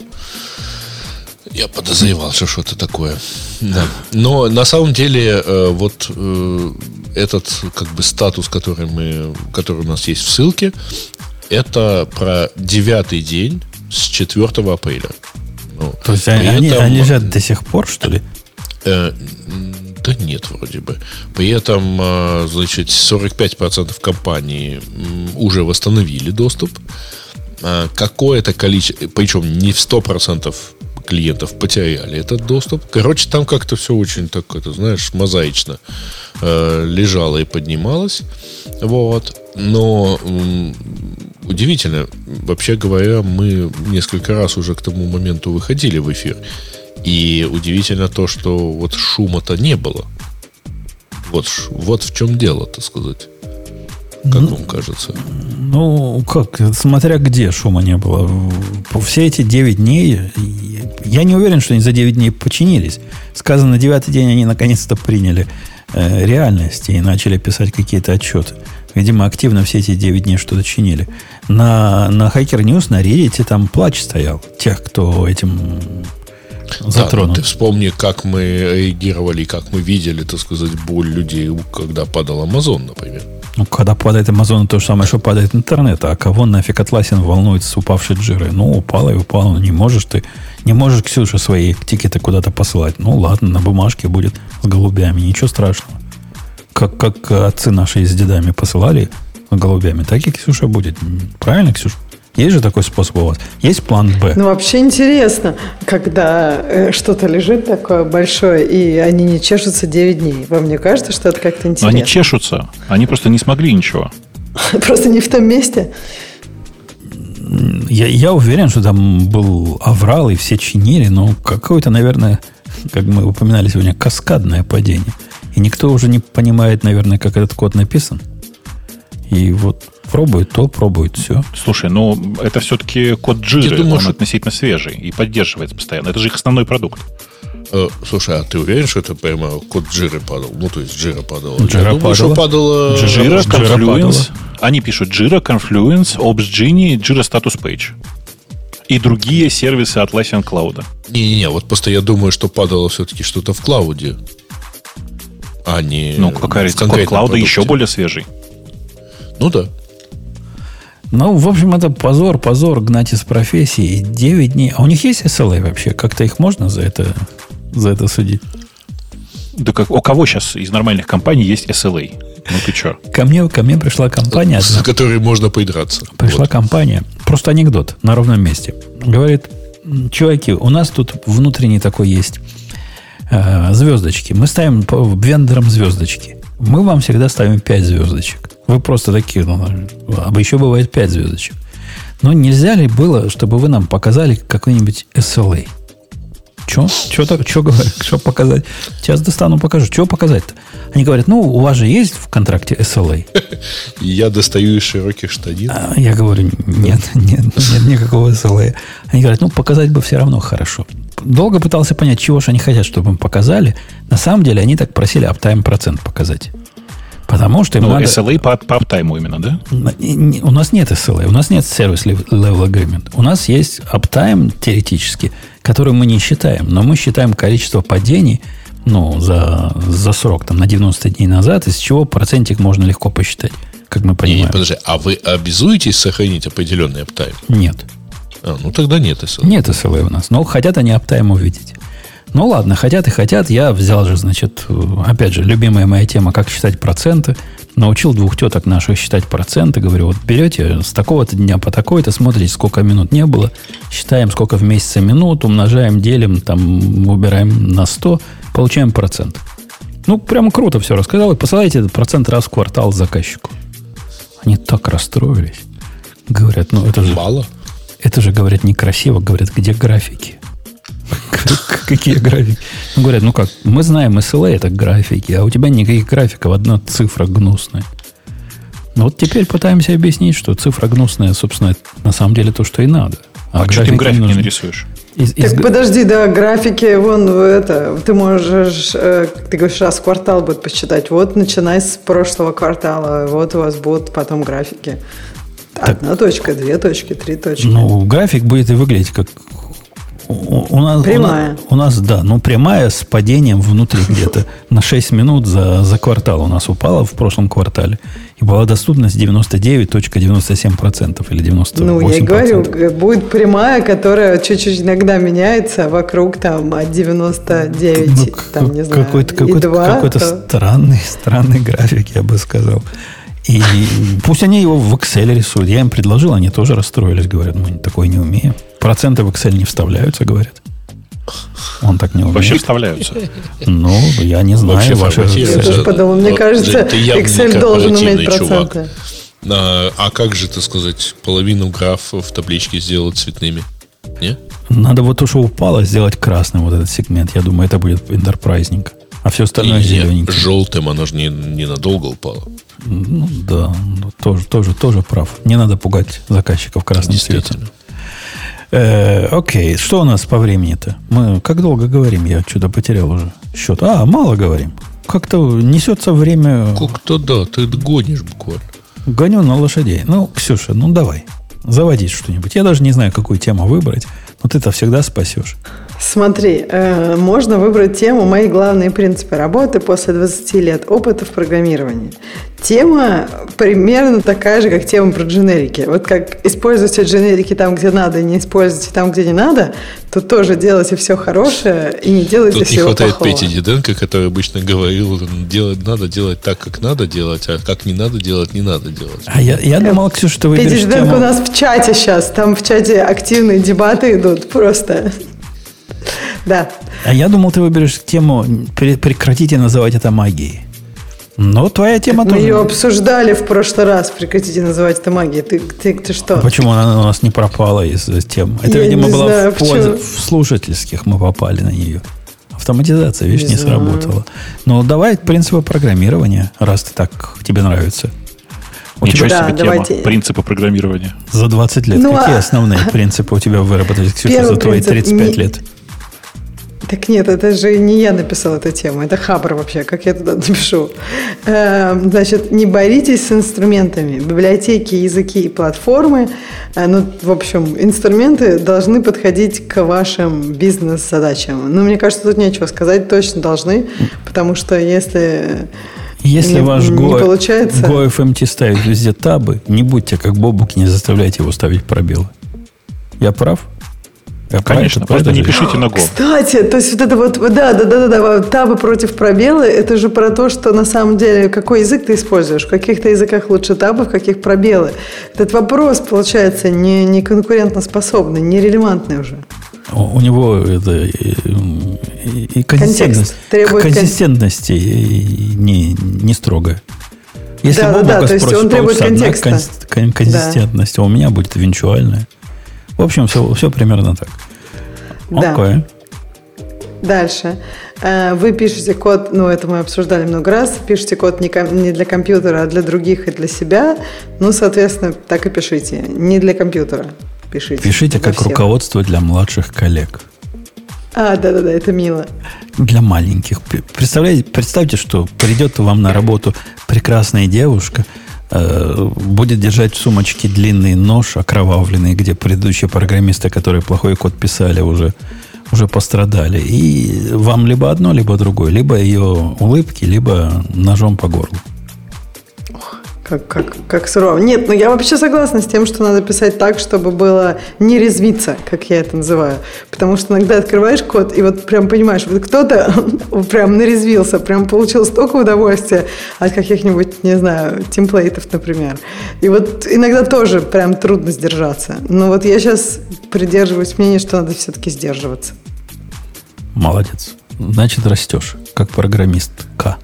Я подозревал, что что-то такое. Да. Но на самом деле э, вот э, этот как бы статус, который мы, который у нас есть в ссылке, это про девятый день с четвертого апреля. Ну, То есть при они, они- этом, они лежат до сих пор, что ли? э, да нет, вроде бы. При этом, э, значит, сорок пять процентов компаний м, уже восстановили доступ. А какое-то количество, причем не в сто процентов клиентов потеряли этот доступ. Короче, там как-то все очень так, это, знаешь, мозаично э, лежало и поднималось. Вот. Но м, удивительно, вообще говоря, мы несколько раз уже к тому моменту выходили в эфир. И удивительно то, что вот шума-то не было. Вот, ш- вот в чем дело, так сказать. Как Ну, вам кажется? Ну, как, смотря где шума не было. По- Все эти девять дней, я не уверен, что они за девять дней починились. Сказано, на девятый день они наконец-то приняли э, реальность и начали писать какие-то отчеты. Видимо, активно все эти девять дней что-то чинили. На, на Hacker News, на Reddit там плач стоял тех, кто этим Да, затронут. ну ты вспомни, как мы реагировали, как мы видели, так сказать, боль людей, когда падал Amazon, например. Ну, когда падает Amazon, то же самое, что падает интернет. А кого нафиг Atlassian волнует с упавшей джирой? Ну, упала и упала. Ну, не можешь ты, не можешь, Ксюша, свои тикеты куда-то посылать. Ну, ладно, на бумажке будет с голубями. Ничего страшного. Как, как отцы наши с дедами посылали с голубями, так и Ксюша будет. Правильно, Ксюша? Есть же такой способ у вас? Есть план Б? Ну, вообще интересно, когда э, что-то лежит такое большое, и они не чешутся девять дней. Вам не кажется, что это как-то интересно? Но они чешутся. Они просто не смогли ничего. Просто не в том месте. Я, я уверен, что там был аврал, и все чинили, но какое-то, наверное, как мы упоминали сегодня, каскадное падение. И никто уже не понимает, наверное, как этот код написан. И вот пробует то, пробует все. Слушай, ну это все-таки код джиры, думаю, он что... относительно свежий и поддерживается постоянно. Это же их основной продукт. Э, слушай, а ты уверен, что это прямо код джиры падал? Ну, то есть джира падала. Джира Я думаю, что падала... Jira, Jira Confluence. Они пишут Jira, Confluence, Opsgenie, Jira Status Page. И другие сервисы Atlassian Cloud. Не-не-не, вот просто я думаю, что падало все-таки что-то в клауде. А не Ну, какая разница, код клауда еще более свежий. Ну да. Ну, в общем, это позор, позор гнать из профессии. девять дней. А у них есть эс эл эй вообще? Как-то их можно за это, за это судить? Да как, у кого сейчас из нормальных компаний есть эс эл эй? Ну ты что? Ко мне, ко мне пришла компания. За одна. которой можно поидраться. Пришла Вот. компания. Просто анекдот на ровном месте. Говорит, чуваки, у нас тут внутренний такой есть э, звездочки. Мы ставим по вендорам звездочки. Мы вам всегда ставим пять звездочек. Вы просто такие, ну, а еще бывает пять звездочек. Но нельзя ли было, чтобы вы нам показали какой-нибудь эс эл эй? Че? Че так? Че говорят? Что показать? Сейчас достану, покажу. Чего показать-то? Они говорят, ну, у вас же есть в контракте эс эл эй. Я достаю из широких штанин. А я говорю, нет, нет, нет никакого эс эл эй. Они говорят, ну, показать бы все равно хорошо. Долго пытался понять, чего же они хотят, чтобы им показали. На самом деле, они так просили аптайм процент показать. Потому что им Ну, надо... эс эл эй по, по аптайму именно, да? У нас нет эс эл эй, у нас нет Service Level Agreement. У нас есть аптайм теоретически, который мы не считаем, но мы считаем количество падений, ну, за, за срок, там, на девяносто дней назад, из чего процентик можно легко посчитать, как мы понимаем. Не, подожди, а вы обязуетесь сохранить определенный аптайм? Нет. А, ну тогда нет эс эл эй. Нет эс эл эй у нас, но хотят они аптайм увидеть. Ну ладно, хотят и хотят. Я взял же, значит, опять же, любимая моя тема, как считать проценты. Научил двух теток наших считать проценты. Говорю, вот берете с такого-то дня по такой-то, смотрите, сколько минут не было, считаем, сколько в месяце минут, умножаем, делим, там, убираем на сто, получаем процент. Ну, прямо круто все рассказал. И посылайте этот процент раз в квартал заказчику. Они так расстроились. Говорят, ну это же... Мало? Это же, говорят, некрасиво. Говорят, где графики? Какие графики? Ну, говорят, ну как, мы знаем, эс эл эй это графики, а у тебя никаких графиков, одна цифра гнусная. Ну, вот теперь пытаемся объяснить, что цифра гнусная, собственно, на самом деле то, что и надо. А, а что ты им график не нужны. нарисуешь? Из, из... Так подожди, да, графики, вон, это, ты можешь, э, ты говоришь, раз в квартал будет посчитать. Вот, начиная с прошлого квартала, вот у вас будут потом графики. Одна так, точка, две точки, три точки. Ну, график будет и выглядеть как... У, у, нас, прямая. У нас, у нас, да, ну прямая с падением внутри где-то на шесть минут за, за квартал у нас упала в прошлом квартале. И была доступность девяносто девять целых девяносто семь сотых процента или девяносто восемь процентов. Ну, я и говорю, будет прямая, которая чуть-чуть иногда меняется вокруг там от девяносто девять, ну, там, не знаю, какой-то, какой-то, два, какой-то то... странный, странный график, я бы сказал. И пусть они его в Excel рисуют. Я им предложил, они тоже расстроились. Говорят, мы такое не умеем. Проценты в Excel не вставляются, говорят. Он так не умеет. Вообще вставляются. Ну, я не знаю. Вообще ваши... Я тоже подумал, мне кажется, Excel должен уметь проценты. А, а как же, так сказать, половину граф в табличке сделать цветными? Не? Надо вот то, что упало, сделать красным вот этот сегмент. Я думаю, это будет энтерпрайзненько. А все остальное зелененькое. Желтым оно же не, ненадолго упало. Ну да, ну, тоже, тоже, тоже прав. Не надо пугать заказчиков красным цветом. Э, окей, что у нас по времени-то? Мы как долго говорим? Я что-то потерял уже счет. А, мало говорим. Как-то несется время... Как-то да, ты гонишь буквально. Гоню на лошадей. Ну, Ксюша, ну давай. Заводить что-нибудь. Я даже не знаю, какую тему выбрать, но ты-то всегда спасешь. Смотри, э, можно выбрать тему «Мои главные принципы работы после двадцати лет опыта в программировании». Тема примерно такая же, как тема про дженерики. Вот как используйте дженерики там, где надо, и не используйте там, где не надо, то тоже делайте все хорошее и не делайте Тут всего плохого. Тут не хватает Пети Диденко, который обычно говорил, делать надо делать так, как надо делать, а как не надо делать, не надо делать. А я, я думал, Ксюша, что выберешь Петя Диденко тему... у нас в чате сейчас. Там в чате активные дебаты идут просто... Да. А я думал, ты выберешь тему «Прекратите называть это магией». Но твоя тема Мы тоже... ее обсуждали в прошлый раз. Прекратите называть это магией. Ты, ты, ты что? А почему она у нас не пропала из тем? Это, Я видимо, не было знаю, в, пользу, в слушательских мы попали на нее. Автоматизация, видишь, не, не сработала. Ну, давай принципы программирования, раз ты так тебе нравится. У Ничего тебя... себе да, тема. давайте. Принципы программирования. За двадцать лет. Ну, какие а... основные принципы у тебя выработались, Ксюша, Первый за твои принцип, тридцать пять не... лет? Так нет, это же не я написала эту тему, это Хабр вообще, как я туда напишу. Значит, не боритесь с инструментами. Библиотеки, языки и платформы, ну, в общем, инструменты должны подходить к вашим бизнес-задачам. Ну, мне кажется, тут нечего сказать, точно должны, потому что если... Если не, ваш не Go, получается... GoFMT ставит везде табы, не будьте как Бобук, не заставляйте его ставить пробелы. Я прав? Я Конечно, просто не пишите на Go. Кстати, то есть вот это вот, да, да, да, да, да, табы против пробелы, это же про то, что на самом деле какой язык ты используешь, в каких-то языках лучше табы, в каких пробелы. Этот вопрос, получается, не, не конкурентоспособный, нерелевантный уже. У, у него это и, и, и консистентность, консистентности не, не строгая. Если да, Бобука да, да, спросишь, то есть он требует контекста. Кон, кон, консистентность, да. А у меня будет венчуальная. В общем, все, все примерно так. Да. Okay. Дальше. Вы пишете код, ну, это мы обсуждали много раз, пишете код не, ком, не для компьютера, а для других и для себя. Ну, соответственно, так и пишите. Не для компьютера пишите. Пишите как всех. Руководство для младших коллег. А, да-да-да, это мило. Для маленьких. Представляете, представьте, что придет вам на работу прекрасная девушка, будет держать в сумочке длинный нож окровавленный, где предыдущие программисты, которые плохой код писали, уже, уже пострадали. И вам либо одно, либо другое. Либо ее улыбки, либо ножом по горлу. Как, как, как сурово. Нет, ну я вообще согласна с тем, что надо писать так, чтобы было не резвиться, как я это называю. Потому что иногда открываешь код, и вот прям понимаешь, вот кто-то прям нарезвился, прям получил столько удовольствия от каких-нибудь, не знаю, темплейтов, например. И вот иногда тоже прям трудно сдержаться. Но вот я сейчас придерживаюсь мнения, что надо все-таки сдерживаться. Молодец. Значит, растешь, как программистка.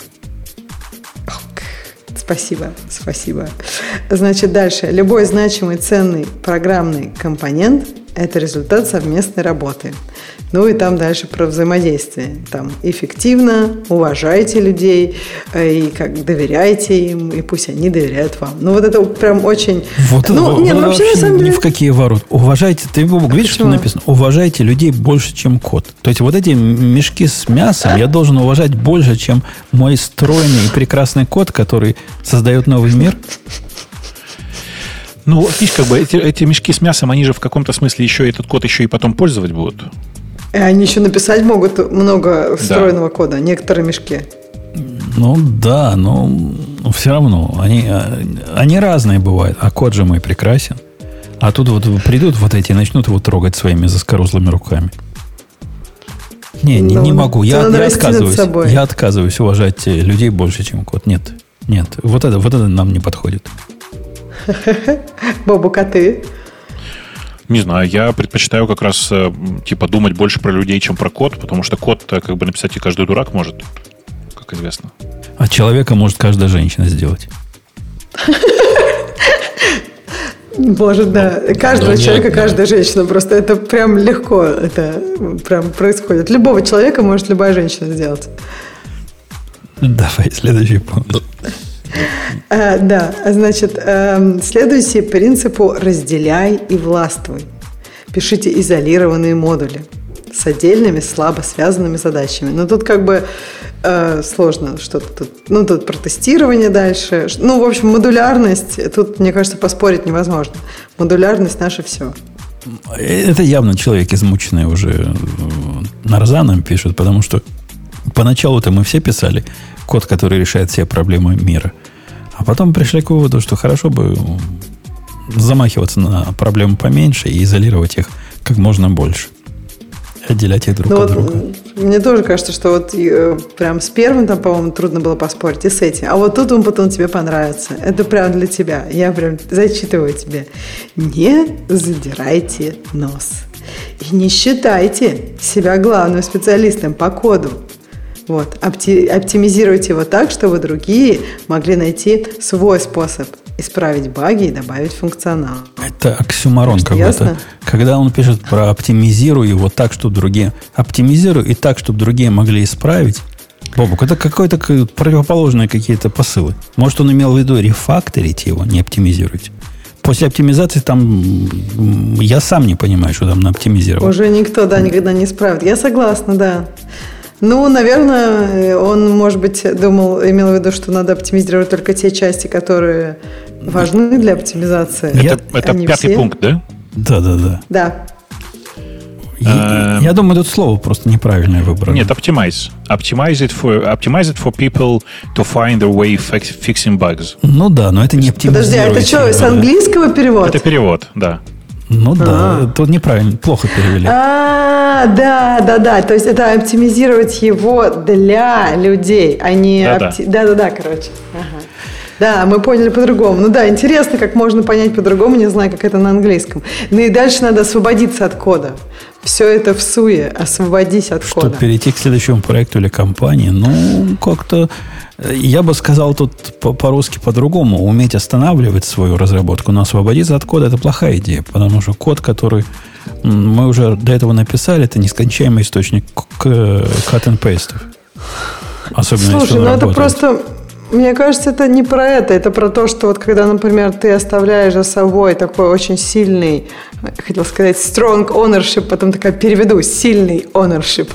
Спасибо, спасибо. Значит, дальше. Любой значимый, ценный программный компонент – это результат совместной работы. Ну и там дальше про взаимодействие. Там эффективно, уважайте людей, и как доверяйте им, и пусть они доверяют вам. Ну вот это прям очень... Вот ну, это, нет, вот вообще, вообще на самом деле... ни в какие ворота. Уважайте, ты, Бобук, видишь, что написано? Уважайте людей больше, чем код. То есть вот эти мешки с мясом я должен уважать больше, чем мой стройный и прекрасный код, который создает новый мир. Ну, видишь, как бы эти, эти мешки с мясом, они же в каком-то смысле еще этот код еще и потом пользовать будут. Они еще написать могут много встроенного да. кода, некоторые мешки. Ну да, но все равно. Они, они разные бывают. А код же мой прекрасен. А тут вот придут вот эти и начнут его трогать своими заскорузлыми руками. Не, не, не могу. Я, я отказываюсь. Я отказываюсь уважать людей больше, чем код. Нет, нет. Вот это, вот это нам не подходит. Бобук, а ты? Не знаю, я предпочитаю как раз типа думать больше про людей, чем про код, потому что код-то как бы написать и каждый дурак может, как известно. А человека может каждая женщина сделать. Может, да. Каждого человека, каждая женщина. Просто это прям легко. Это прям происходит. Любого человека может любая женщина сделать. Давай, следующий пункт. А, да, значит, э, следуйте принципу «разделяй и властвуй». Пишите изолированные модули с отдельными слабо связанными задачами. Но тут как бы э, сложно что-то тут. Ну, тут про тестирование дальше. Ну, в общем, модулярность. Тут, мне кажется, поспорить невозможно. Модулярность – наше все. Это явно человек, измученный уже нарзаном пишут, потому что поначалу-то мы все писали код, который решает все проблемы мира. А потом пришли к выводу, что хорошо бы замахиваться на проблемы поменьше и изолировать их как можно больше. Отделять их друг ну, от вот друга. Мне тоже кажется, что вот э, прям с первым там, по-моему, трудно было поспорить, и с этим. А вот тут он потом тебе понравится. Это прям для тебя. Я прям зачитываю тебе. Не задирайте нос. И не считайте себя главным специалистом по коду. Вот. Опти- оптимизируйте его так, чтобы другие могли найти свой способ исправить баги и добавить функционал. Это оксюморон какой-то. Ясно? Когда он пишет про оптимизирую его так, чтобы другие... Оптимизирую и так, чтобы другие могли исправить. Бобук, это какое-то противоположные какие-то посылы. Может, он имел в виду рефакторить его, не оптимизировать. После оптимизации там... Я сам не понимаю, что там на оптимизировать. Уже никто, да, никогда не исправит. Я согласна, да. Ну, наверное, он, может быть, думал, имел в виду, что надо оптимизировать только те части, которые важны для оптимизации. Это, Я, это пятый все. пункт, да? Да, да, да. Да. Я, я думаю, тут слово просто неправильное выбрано. Нет, optimize. Optimize it for optimize it for people to find their way fix, fixing bugs. Ну да, но это не Подожди, а оптимизирует. это что, его, с да. английского перевод? Это перевод, да. Ну да, А. тут неправильно, плохо перевели. А, да, да, да. То есть это оптимизировать его для людей, а не... Да-да. опти- Да-да-да, короче. Ага. Да, мы поняли по-другому. Ну да, интересно, как можно понять по-другому, не знаю, как это на английском. Ну и дальше надо освободиться от кода. Все это в суе, освободись от Чтобы кода. перейти к следующему проекту или компании, ну, как-то, э, я бы сказал тут по- по-русски по-другому. Уметь останавливать свою разработку, но освободиться от кода – это плохая идея, потому что код, который м, мы уже до этого написали, это нескончаемый источник к- cut and paste. Особенно если Слушай, он ну это работает. просто... Мне кажется, это не про это. Это про то, что вот когда, например, ты оставляешь за собой такой очень сильный, хотел сказать, strong ownership, потом такая переведу, сильный ownership.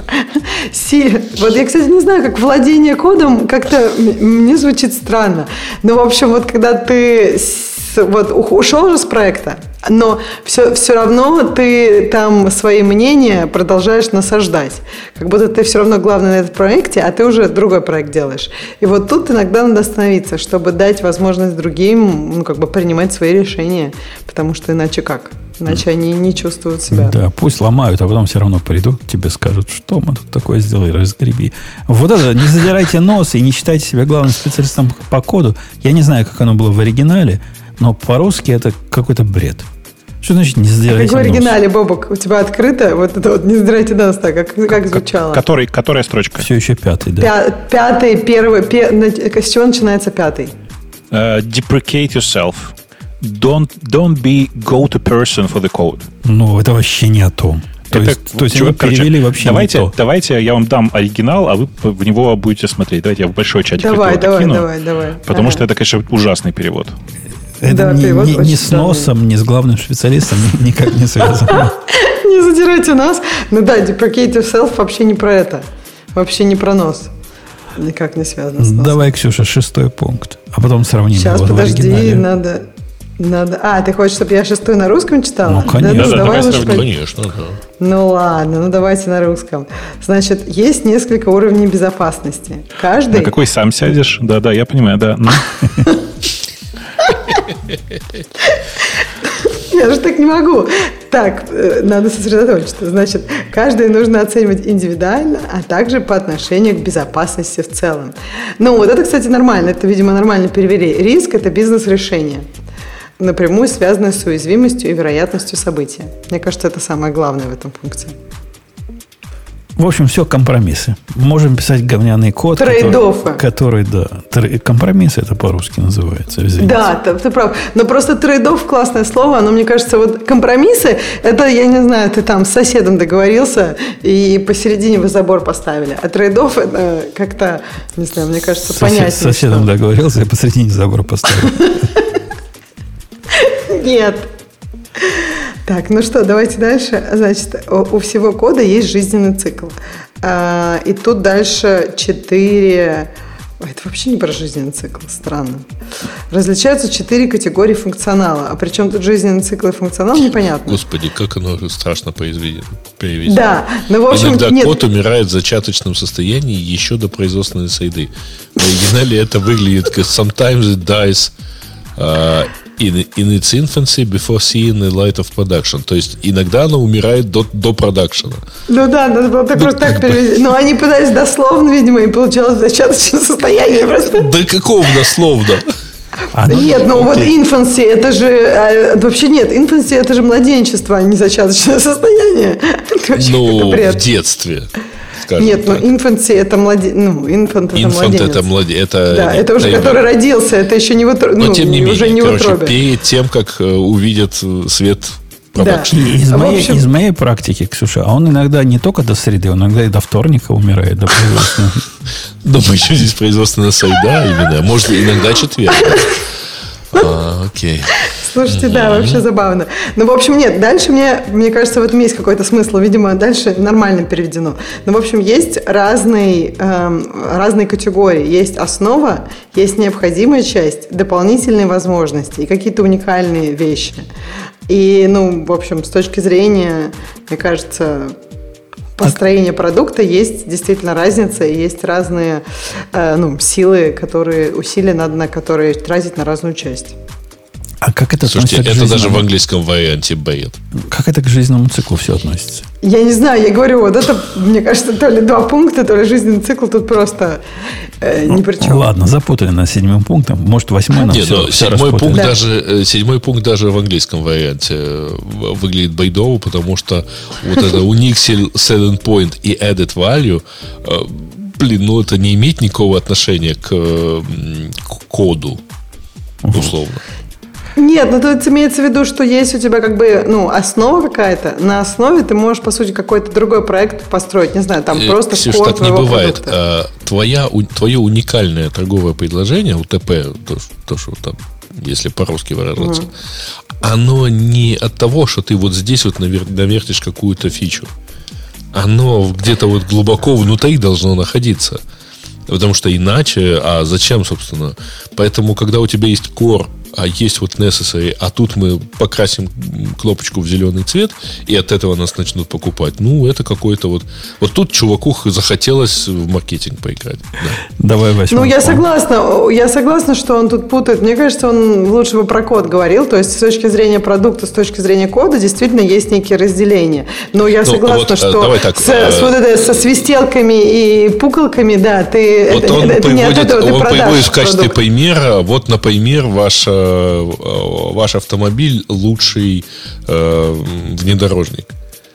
Си- Вот я, кстати, не знаю, как владение кодом как-то м- мне звучит странно. Но, в общем, вот когда ты с- вот у- ушел же с проекта, но все, все равно ты там свои мнения продолжаешь насаждать. Как будто ты все равно главный на этом проекте, а ты уже другой проект делаешь. И вот тут иногда надо остановиться, чтобы дать возможность другим, ну, как бы принимать свои решения. Потому что иначе как? Иначе они не чувствуют себя. Да, пусть ломают, а потом все равно придут, тебе скажут, что мы тут такое сделали, разгреби. Вот это, не задирайте нос и не считайте себя главным специалистом по коду. Я не знаю, как оно было в оригинале, но по-русски это какой-то бред. Что значит не А задирайте как в нос? оригинале, Бобок, у тебя открыто вот это вот «не задирайте нос», так, как, как звучало? Который, которая строчка? Все еще пятый, да. Пя- Пятый, первый, пе- на- с чего начинается пятый? Uh, deprecate yourself. Don't, don't be go-to person for the code. Ну, это вообще не о том. То Это, есть, то есть чувак, они перевели короче, вообще давайте, не то. Давайте я вам дам оригинал, а вы в него будете смотреть. Давайте я в большой чатик Давай, этого давай, докину, давай, давай. Потому Ага. что это, конечно, ужасный перевод. Это Да, ни, перевод ни- ни очень с носом, ни с главным специалистом ни- никак не связано. Не задирайте нас. Ну да, deprecate yourself вообще не про это. Вообще не про нос. Никак не связано с носом. Давай, Ксюша, шестой пункт. А потом сравним Сейчас, его в подожди, оригинале. надо... Надо... А, ты хочешь, чтобы я шестой на русском читала? Ну, конечно. Да, Да, давай давай лучше сравним. по- Конечно, да. Ну ладно, ну давайте на русском. Значит, есть несколько уровней безопасности. Каждый... На какой сам сядешь? Да-да, я понимаю, да. Ну, Я же так не могу. Так, э, надо сосредоточиться. Значит, каждый нужно оценивать индивидуально, а также по отношению к безопасности в целом. Ну, вот это, кстати, нормально. Это, видимо, нормально перевели. Риск – это бизнес-решение, напрямую связанное с уязвимостью и вероятностью события. Мне кажется, это самое главное в этом пункте. В общем, все компромиссы. Можем писать говняный код. Трейд-оффы. Который, который, да. Тр- Компромиссы это по-русски называется. Извините. Да, ты, ты прав. Но просто трейд-офф – классное слово. Оно, мне кажется, вот компромиссы – это, я не знаю, ты там с соседом договорился и посередине вы забор поставили. А трейд-офф – это как-то, не знаю, мне кажется, Сосед- понятнее. С соседом что- договорился и посредине забор поставил. Нет. Так, ну что, давайте дальше. Значит, у у всего кода есть жизненный цикл. А, И тут дальше четыре Это вообще не про жизненный цикл, странно. Различаются четыре категории функционала. А причем тут жизненный цикл и функционал, непонятно. Господи, как оно страшно переведено. Да, ну в общем... Иногда нет. код умирает в зачаточном состоянии еще до производственной среды. В оригинале это выглядит как sometimes it dies uh, in, in its infancy before seeing the light of production. То есть иногда оно умирает до, до продакшена. Ну да, надо было так, Ну, просто так как бы. перевести. Но они пытались дословно, видимо, и получалось зачаточное состояние просто. Да какого дословно? А, Да ну, нет, ну вот инфанси, это же... а, вообще нет, инфанси это же младенчество, а не зачаточное состояние. Это вообще Ну, какой-то в бред. детстве. Скажем Нет, ну так. инфанси это младенец. Ну, инфант это Инфант младенец. это младенец. Это, Да, это уже это- который родился, это еще не в утро- Но ну, тем не уже менее, не в короче, утробе. перед тем, как э, увидят э, свет продакшн. Из, В моей, общем- из моей практики, Ксюша, а он иногда не только до среды, он иногда и до вторника умирает, до производственного. Но почему здесь производственная среда именно? Может, иногда четверг. А, окей. Слушайте, да, вообще забавно. Ну, в общем, нет, дальше мне, мне кажется, в этом есть какой-то смысл. Видимо, дальше нормально переведено. Но, в общем, есть разные, эм, разные категории. Есть основа, есть необходимая часть, дополнительные возможности и какие-то уникальные вещи. И, ну, в общем, с точки зрения, мне кажется, построения продукта есть действительно разница, и есть разные э, ну, силы, которые, усилия надо на которые тратить на разную часть. А как это Слушайте, относится к это даже в жизненному- английском варианте бэйд. Как это к жизненному циклу все относится? Я не знаю, я говорю, вот это, мне кажется, то ли два пункта, то ли жизненный цикл тут просто э, ни при чем. Ладно, запутали нас седьмым пунктом. Может, восьмой нам Нет, все, но все седьмой распутали. пункт, Да. даже, э, седьмой пункт даже в английском варианте э, выглядит бейдово, потому что вот это unique sell- selling point и added value, э, блин, ну это не имеет никакого отношения к, э, м, к коду, условно. Нет, ну тут имеется в виду, что есть у тебя как бы, ну, основа какая-то, на основе ты можешь, по сути, какой-то другой проект построить, не знаю, там Э, просто Ксюш, код так не твоего бывает. продукта. А, Твоя, у- твое уникальное торговое предложение, УТП, то, ш- то, что там, если по-русски выражаться, оно не от того, что ты вот здесь вот навер- навертишь какую-то фичу. Оно где-то вот глубоко внутри должно находиться. Потому что иначе, а зачем, собственно? Поэтому, когда у тебя есть core, а есть вот necessary, а тут мы покрасим кнопочку в зеленый цвет, и от этого нас начнут покупать. Ну, это какой-то вот... Вот тут чуваку захотелось в маркетинг поиграть. Да. Давай восьмой Ну, я пункт. согласна. Я согласна, что он тут путает. Мне кажется, он лучше бы про код говорил. То есть, с точки зрения продукта, с точки зрения кода, действительно есть некие разделения. Но я Ну, согласна, вот, э, что давай так, с, э, с вот это, со свистелками и пукалками, да, ты... Вот это, он это не от приводит, этого ты он продашь приводит в качестве продукт. примера, вот, например, ваш, э, ваш автомобиль лучший э, внедорожник.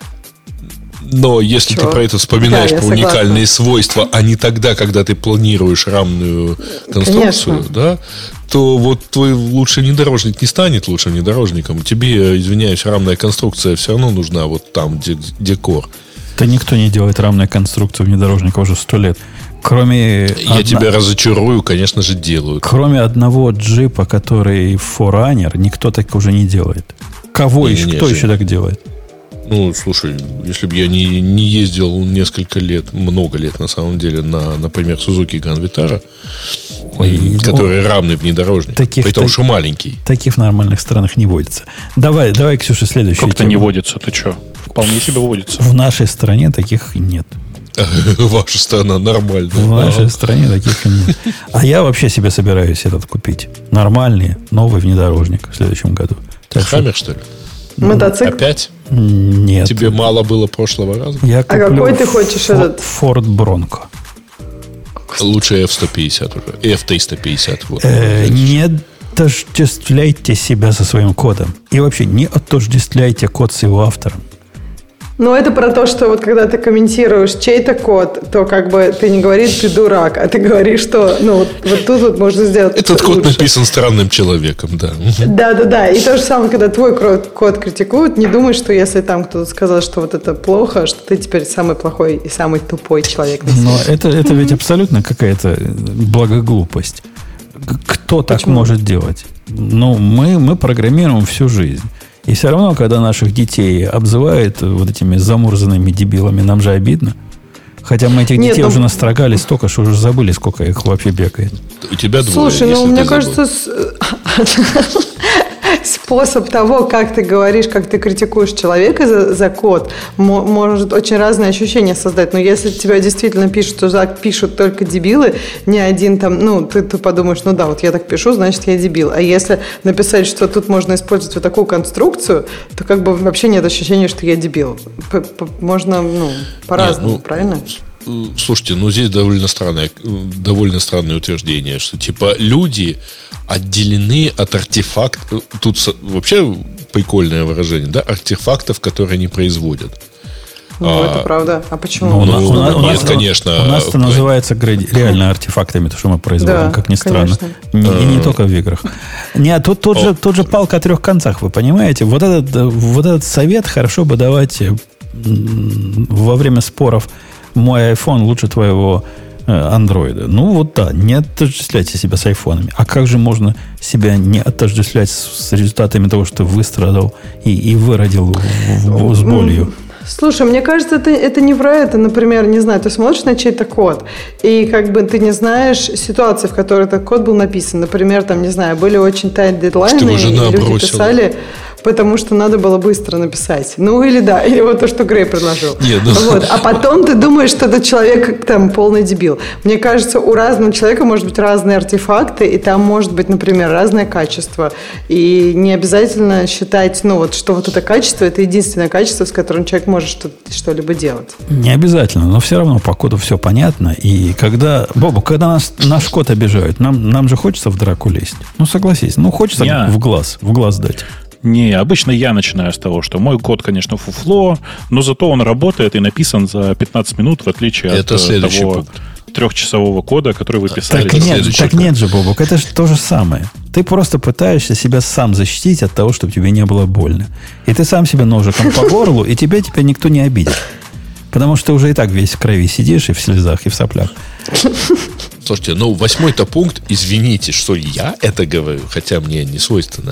Но если Чё? ты про это вспоминаешь, Да, я про уникальные согласна. свойства, а не тогда, когда ты планируешь рамную конструкцию, Конечно. да, то вот твой лучший внедорожник не станет лучшим внедорожником. Тебе, извиняюсь, рамная конструкция все равно нужна вот там, где декор. Да никто не делает рамную конструкцию внедорожника уже сто лет. Кроме, Я одна- тебя разочарую, конечно же, делают. кроме одного джипа, который Forerunner, никто так уже не делает. Кого Не, еще? не, Кто Жень. еще так делает? Ну, слушай, если бы я не, не ездил несколько лет, много лет на самом деле, на, например, Suzuki Grand Vitara, Ой, м, который равный внедорожник, таких- при том, так- что маленький. Таких в нормальных странах не водится. Давай, давай, Ксюша, следующую Как-то тему. не водится, ты что? Вполне себе водится. В нашей стране таких нет. Ваша страна нормальная. В нашей Ага. стране таких нет. А я вообще себе собираюсь этот купить. Нормальный, новый внедорожник в следующем году. Так что Хаммер, что ли? Мотоцикл? Опять? нет. Тебе мало было прошлого раза? Я А куплю какой ты хочешь Фо- этот? Ford Bronco. Лучше эф сто пятьдесят уже. эф триста пятьдесят. Вот. Э, не отождествляйте себя со своим кодом. И вообще не отождествляйте код с его автором. Ну, это про то, что вот когда ты комментируешь чей-то код, то как бы ты не говоришь «ты дурак», а ты говоришь, что ну вот, вот тут вот можно сделать Этот код лучше. написан странным человеком, да. Да-да-да. И то же самое, когда твой код, код критикуют, не думай, что если там кто-то сказал, что вот это плохо, что ты теперь самый плохой и самый тупой человек на свете. Но это, это ведь абсолютно какая-то благоглупость. К- Кто так Почему? может делать? Ну, мы, мы программируем всю жизнь. И все равно, когда наших детей обзывают вот этими замурзанными дебилами, нам же обидно. Хотя мы этих Нет, детей ну- уже настрогали столько, что уже забыли, сколько их вообще бегает. У тебя двое. Слушай, ну если мне ты кажется, забыл. с- способ того, как ты говоришь, как ты критикуешь человека за, за код, мо- может очень разные ощущения создать. Но если тебя действительно пишут, что так пишут только дебилы, не один там, ну, ты, ты подумаешь, ну да, вот я так пишу, значит, я дебил. А если написать, что тут можно использовать вот такую конструкцию, то как бы вообще нет ощущения, что я дебил. П- п- Можно, ну, по-разному, Нет, ну, правильно? Слушайте, ну здесь довольно странное, довольно странное утверждение, что типа люди отделены от артефактов. Тут вообще прикольное выражение, да? Артефактов, которые они производят. Ну, а, это правда. А почему? Ну, у, Ну, нас, у нас- у нет, нас- конечно. У нас это называется гради- реально артефактами, то, что мы производим, Да, как ни странно. конечно. Не, и не только в играх. Нет, тут, тут, же, тут же палка о трех концах, вы понимаете? Вот этот, э, вот этот совет хорошо бы давать э, м, во время споров. Мой iPhone лучше твоего э, андроида. Ну вот да, не отождествляйте себя с айфонами. А как же можно себя не отождествлять с, с результатами того, что ты выстрадал и, и выродил в- в- с болью? Слушай, мне кажется, это, это не про это. Например, не знаю, ты смотришь на чей-то код, и как бы ты не знаешь ситуации, в которой этот код был написан. Например, там, не знаю, были очень тайт дедлайны, Что и жена люди бросила. писали, потому что надо было быстро написать. Ну, или да, или вот то, что Грей предложил. Нет, ну- Вот. А потом ты думаешь, что этот человек там полный дебил. Мне кажется, у разного человека может быть разные артефакты, и там может быть, например, разное качество. И не обязательно считать, ну, вот, что вот это качество, это единственное качество, с которым человек может что- что-либо делать. Не обязательно, но все равно по коду все понятно. И когда, Бобу, когда нас, наш код обижают, нам, нам же хочется в драку лезть. Ну, согласись, ну, хочется Я. в глаз, в глаз дать. Не, обычно я начинаю с того, что мой код, конечно, фуфло, но зато он работает и написан за пятнадцать минут, в отличие Это от э, следующий того пункт. трехчасового кода, который вы писали. Так это нет, следующий так пункт. нет же, Бобок, это же то же самое. Ты просто пытаешься себя сам защитить от того, чтобы тебе не было больно. И ты сам себя ножиком по горлу, и тебя теперь никто не обидит. Потому что ты уже и так весь в крови сидишь, и в слезах, и в соплях. Слушайте, ну восьмой-то пункт, извините, что я это говорю, хотя мне не свойственно,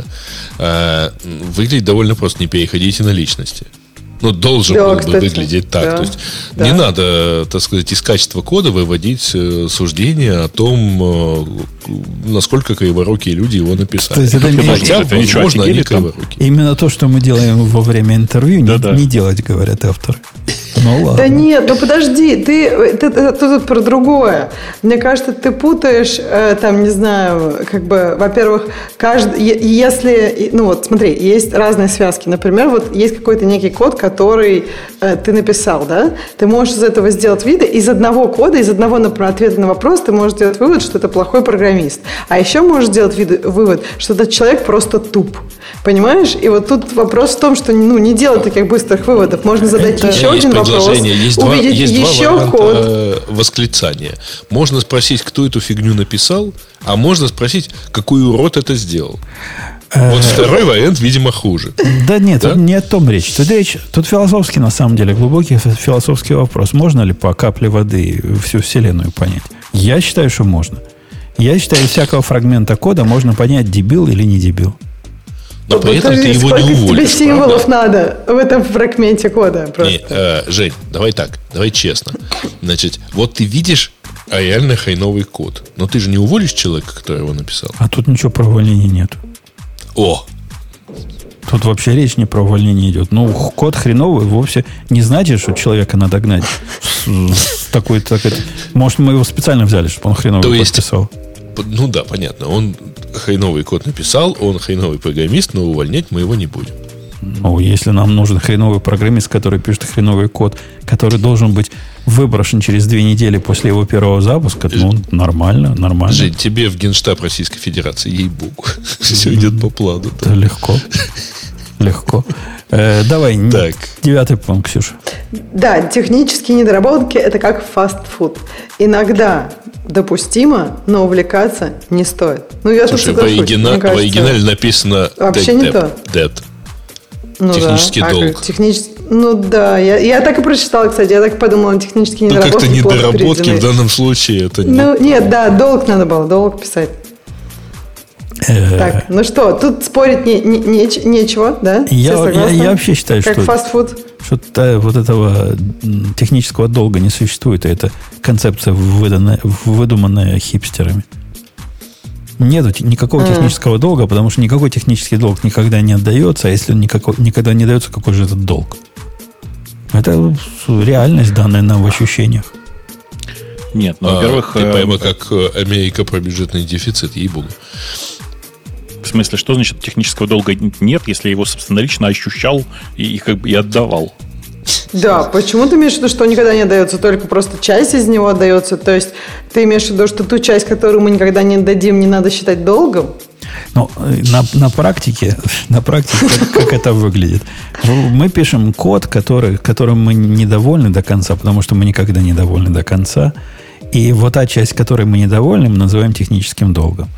э, выглядит довольно просто. Не переходите на личности. Ну, должен Да, был бы кстати, выглядеть так. да, То есть да. не надо, так сказать, из качества кода выводить э, суждение о том, э, насколько криворукие люди его написали. То есть это не- Хотя, это ничего, возможно, они офигели там? криворукие. Именно то, что мы делаем во время интервью, не, Да-да. не делать, говорят авторы. Ну ладно. Да нет, ну подожди, ты, ты, ты- ты тут про другое. Мне кажется, ты путаешь, э, там, не знаю, как бы, во-первых, каждый, е- если, ну вот смотри, есть разные связки. Например, вот есть какой-то некий код, который э, ты написал, да? Ты можешь из этого сделать виды, из одного кода, из одного, например, ответа на вопрос, ты можешь сделать вывод, что это плохой программист. А еще можешь сделать виды- вывод, что этот человек просто туп. Понимаешь? И вот тут вопрос в том, что ну, не делать таких быстрых выводов. Можно задать Это- еще Есть один вопрос, предложение, есть два, увидеть есть два еще варианта код. э, восклицания. Можно спросить, кто эту фигню написал, а можно спросить, какой урод это сделал. Вот второй вариант, видимо, хуже. Да нет, Да? тут не о том речь. Тут речь, тут философский, на самом деле, глубокий фи- философский вопрос. Можно ли по капле воды всю Вселенную понять? Я считаю, что можно. Я считаю, из всякого фрагмента кода можно понять, дебил или не дебил. Но при этом ты Подожди, его сколько не тебе уволишь, символов правда? надо в этом фрагменте кода? Просто. Не, э, Жень, давай так, давай честно. Значит, вот ты видишь реально хреновый код, но ты же не уволишь человека, который его написал. А тут ничего про увольнение нет. О, Тут вообще речь не про увольнение идет. Ну, х- код хреновый вовсе не значит, что человека надо гнать с, с такой, так это- может, мы его специально взяли, чтобы он хреновый То код есть- писал. п- ну да, понятно. Он хреновый код написал, он хреновый программист, но увольнять мы его не будем. Ну, если нам нужен хреновый программист, который пишет хреновый код, который должен быть выброшен через две недели после его первого запуска, ну, нормально, нормально. Жень, тебе в Генштаб Российской Федерации, ей-богу. Все идет по плану. Это легко. Легко. Э, давай, н- Так. девятый пункт, Ксюша. Да, технические недоработки – это как фастфуд. Иногда допустимо, но увлекаться не стоит. Ну, я тут Слушай, в, соглашусь. оригина- Мне в кажется, оригинале написано вообще dead, не dead, то. dead. ну да. технический А, долг. как технический- Ну да, я, я так и прочитала, кстати, я так и подумала, технические Ну, недоработки как-то плохо недоработки переведены. в данном случае это не... Ну, нет, да, долг надо было, долг писать. Так, ну что, тут спорить не, не, не, нечего, да? Я, я, я вообще считаю, как что, фастфуд. что вот этого технического долга не существует, и это концепция, выданная, выдуманная хипстерами. Нету никакого mm. технического долга, потому что никакой технический долг никогда не отдается, а если он никакой, никогда не дается, какой же этот долг? Это реальность, данная нам в ощущениях. Нет, ну, во-первых... А, ты пойми, как Америка про бюджетный дефицит, ей-богу. В смысле, что значит технического долга нет, если я его собственнорично ощущал и, и как бы и отдавал? Да, почему ты имеешь в виду, что никогда не отдается, только просто часть из него отдается? То есть ты имеешь в виду, что ту часть, которую мы никогда не отдадим, не надо считать долгом? Ну, на, на практике, на практике как, как это выглядит? Мы пишем код, который, которым мы недовольны до конца, потому что мы никогда не довольны до конца. И вот та часть, которой мы недовольны, мы называем техническим долгом.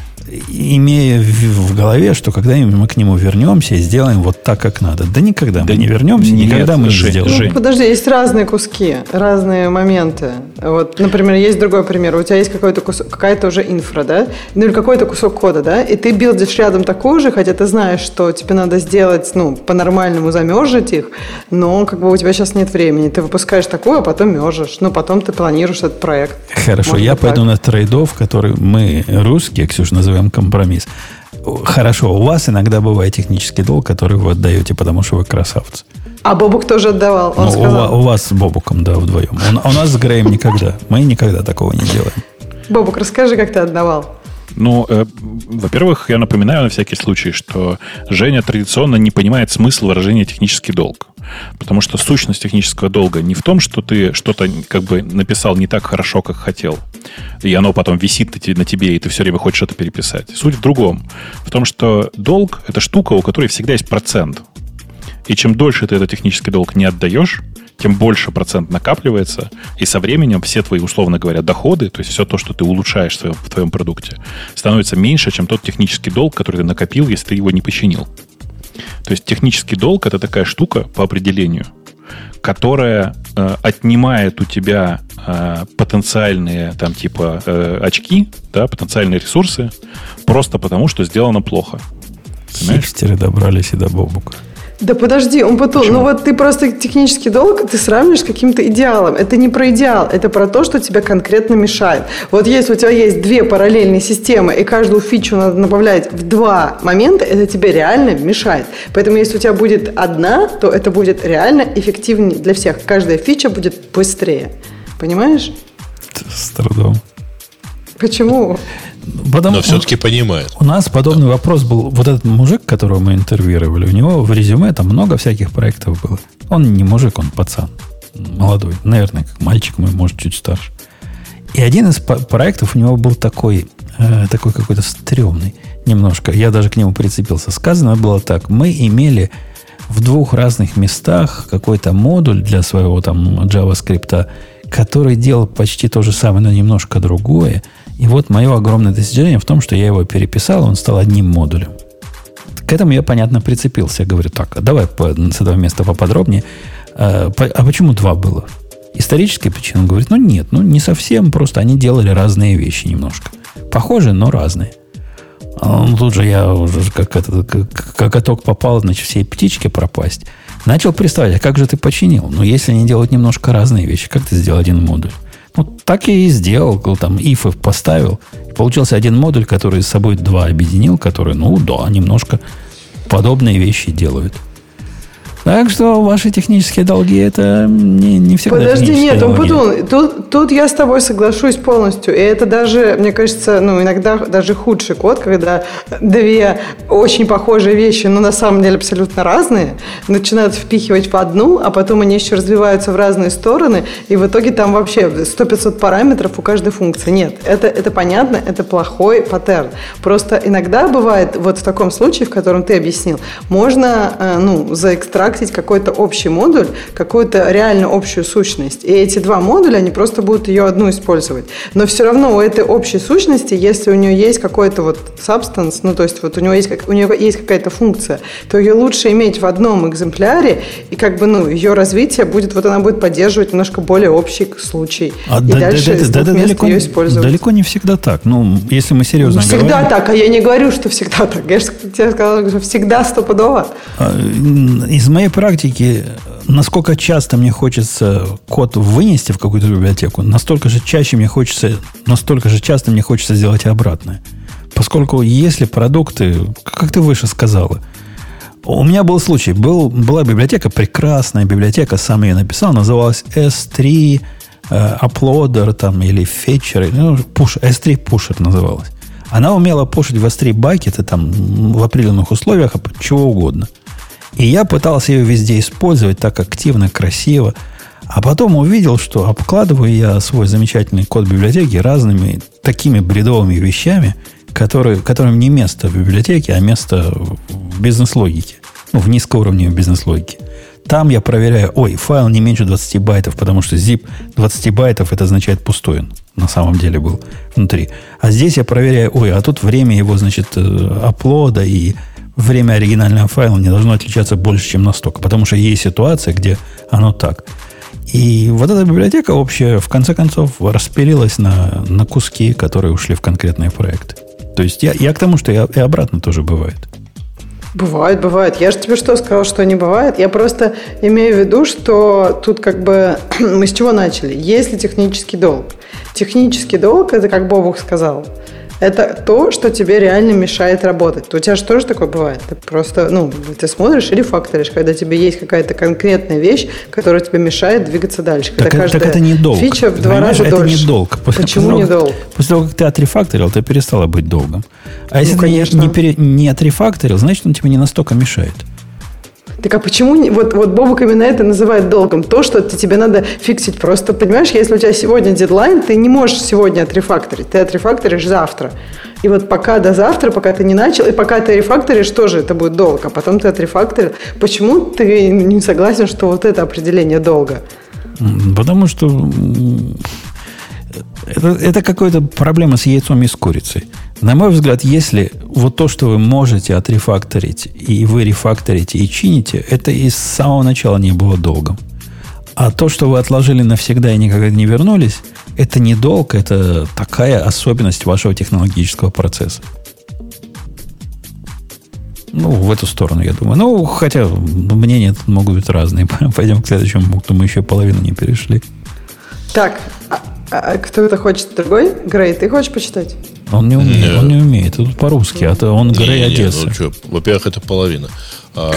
Имея в, в голове, что когда-нибудь мы к нему вернемся и сделаем вот так, как надо. Да никогда да мы не вернемся, нет, никогда мы Жень, не сделаем. Жень. Ну, подожди, есть разные куски, разные моменты. Вот, например, есть другой пример. У тебя есть какой-то кусок, какая-то уже инфра, да? Ну, или какой-то кусок кода, да? И ты билдишь рядом такую же, хотя ты знаешь, что тебе надо сделать, ну, по-нормальному замержить их, но как бы у тебя сейчас нет времени. Ты выпускаешь такую, а потом мержишь. Ну, потом ты планируешь этот проект. Хорошо, Может я быть, пойду так. на трейд-офф, который мы, русские, Ксюша, называем компромисс. Хорошо, у вас иногда бывает технический долг, который вы отдаете, потому что вы красавцы. А Бобук тоже отдавал, он Ну, сказал. у, у вас с Бобуком, да, вдвоем. У, у нас с Греем никогда. Мы никогда такого не делаем. Бобук, расскажи, как ты отдавал. Ну, э, во-первых, я напоминаю на всякий случай, что Женя традиционно не понимает смысл выражения «технический долг». Потому что сущность технического долга не в том, что ты что-то как бы написал не так хорошо, как хотел, и оно потом висит на тебе, и ты все время хочешь это переписать. Суть в другом. В том, что долг – это штука, у которой всегда есть процент. И чем дольше ты этот технический долг не отдаешь, тем больше процент накапливается, и со временем все твои, условно говоря, доходы, то есть все то, что ты улучшаешь в твоем, в твоем продукте, становится меньше, чем тот технический долг, который ты накопил, если ты его не починил. То есть технический долг – это такая штука по определению, которая э, отнимает у тебя э, потенциальные там типа э, очки, да, потенциальные ресурсы, просто потому, что сделано плохо. Понимаешь? Хипстеры добрались и до Бобука. Да подожди, он потом, Почему? ну вот ты просто технический долг ты сравниваешь с каким-то идеалом. Это не про идеал, это про то, что тебе конкретно мешает. Вот если у тебя есть две параллельные системы, и каждую фичу надо добавлять в два момента, это тебе реально мешает. Поэтому если у тебя будет одна, то это будет реально эффективнее для всех. Каждая фича будет быстрее. Понимаешь? С трудом. Почему? Потому, Но все-таки понимает. У нас подобный вопрос был. Вот этот мужик, которого мы интервьюировали, у него в резюме там много всяких проектов было. Он не мужик, он пацан. Молодой. Наверное, как мальчик мой, может, чуть старше. И один из по- проектов у него был такой, э, такой какой-то стрёмный немножко. Я даже к нему прицепился. Сказано было так. Мы имели в двух разных местах какой-то модуль для своего там JavaScript, который делал почти то же самое, но немножко другое. И вот мое огромное достижение в том, что я его переписал, он стал одним модулем. К этому я, понятно, прицепился. Я говорю, так, а давай по, с этого места поподробнее. А, по, а почему два было? Историческая причина. Он говорит, ну нет, ну не совсем, просто они делали разные вещи немножко. Похожие, но разные. А ну, тут же я уже как, это, как, как каток попал, значит, всей птичке пропасть. Начал представлять, а как же ты починил? Ну, если они делают немножко разные вещи, как ты сделал один модуль? Ну, так и сделал, там, ифы поставил. И получился один модуль, который с собой два объединил, который, ну, да, немножко подобные вещи делают. Так что ваши технические долги, это не, не всегда Подожди, нет, он долги. подумал. Тут, тут я с тобой соглашусь полностью. И это даже, мне кажется, ну, иногда даже худший код, когда две очень похожие вещи, но на самом деле абсолютно разные, начинают впихивать в одну, а потом они еще развиваются в разные стороны, и в итоге там вообще сто-пятьсот параметров у каждой функции. Нет, это, это понятно, это плохой паттерн. Просто иногда бывает, вот в таком случае, в котором ты объяснил, можно, ну, за экстракт контрактить какой-то общий модуль, какую-то реально общую сущность. И эти два модуля, они просто будут ее одну использовать. Но все равно у этой общей сущности, если у нее есть какой-то вот substance, ну, то есть вот у, него есть, у нее есть какая-то функция, то ее лучше иметь в одном экземпляре, и как бы, ну, ее развитие будет, вот она будет поддерживать немножко более общий случай. А и да, дальше да, из да, двух да, мест далеко, ее использовать. далеко не всегда так. Ну, если мы серьезно всегда говорим... так, а я не говорю, что всегда так. Я же тебе сказала, что всегда стопудово. Из моей практики, насколько часто мне хочется код вынести в какую-то библиотеку, настолько же чаще мне хочется, настолько же часто мне хочется сделать обратное. Поскольку если продукты, как ты выше сказала, у меня был случай, был, была библиотека, прекрасная библиотека, сам ее написал, называлась эс три э, Uploader там, или Fetcher, ну, push, эс три Pusher называлась. Она умела пушить в эс три бакеты там, в определенных условиях, чего угодно. И я пытался ее везде использовать так активно, красиво. А потом увидел, что обкладываю я свой замечательный код библиотеки разными такими бредовыми вещами, которые, которым не место в библиотеке, а место в бизнес-логике. Ну, в низкоуровневой бизнес-логике. Там я проверяю, ой, файл не меньше двадцати байтов, потому что zip двадцать байтов, это означает пустой он на самом деле был внутри. А здесь я проверяю, ой, а тут время его, значит, аплода и время оригинального файла не должно отличаться больше, чем настолько, потому что есть ситуация, где оно так. И вот эта библиотека общая, в конце концов, распилилась на, на куски, которые ушли в конкретные проекты. То есть я, я к тому, что я, и обратно тоже бывает. Бывает, бывает. Я же тебе что сказал, что не бывает? Я просто имею в виду, что тут как бы мы с чего начали? Есть ли технический долг? Технический долг, это как Бобух сказал, это то, что тебе реально мешает работать. У тебя же тоже такое бывает. Ты просто, ну, ты смотришь и рефакторишь, когда тебе есть какая-то конкретная вещь, которая тебе мешает двигаться дальше. Так, когда так это не долг. Фича в два Понимаешь, раза это дольше. не долг. После, Почему после не того, долг? После того, как ты отрефакторил, ты перестала быть долгом. А если Ну, ты конечно. не, пере, не отрефакторил, значит, он тебе не настолько мешает. Так а почему не- вот, вот Бобук именно это называет долгом? То, что ты, тебе надо фиксить. Просто, понимаешь, если у тебя сегодня дедлайн, ты не можешь сегодня отрефакторить. Ты отрефакторишь завтра. И вот пока до завтра, пока ты не начал, и пока ты рефакторишь, тоже это будет долго. А потом ты отрефакторил. Почему ты не согласен, что вот это определение долга? Потому что м, это, это какая-то проблема с яйцом и с курицей. На мой взгляд, если вот то, что вы можете отрефакторить, и вы рефакторите и чините, это и с самого начала не было долгом. А то, что вы отложили навсегда и никогда не вернулись, это не долг, это такая особенность вашего технологического процесса. Ну, в эту сторону, я думаю. Ну, хотя мнения тут могут быть разные. Пойдем к следующему пункту, мы еще половину не перешли. Так, а, а кто-то хочет другой? Грей, ты хочешь почитать? Он не умеет, Нет. он не умеет. Тут по-русски, а то он Грей Не-не-не, Одесса. ну что, во-первых, это половина. А,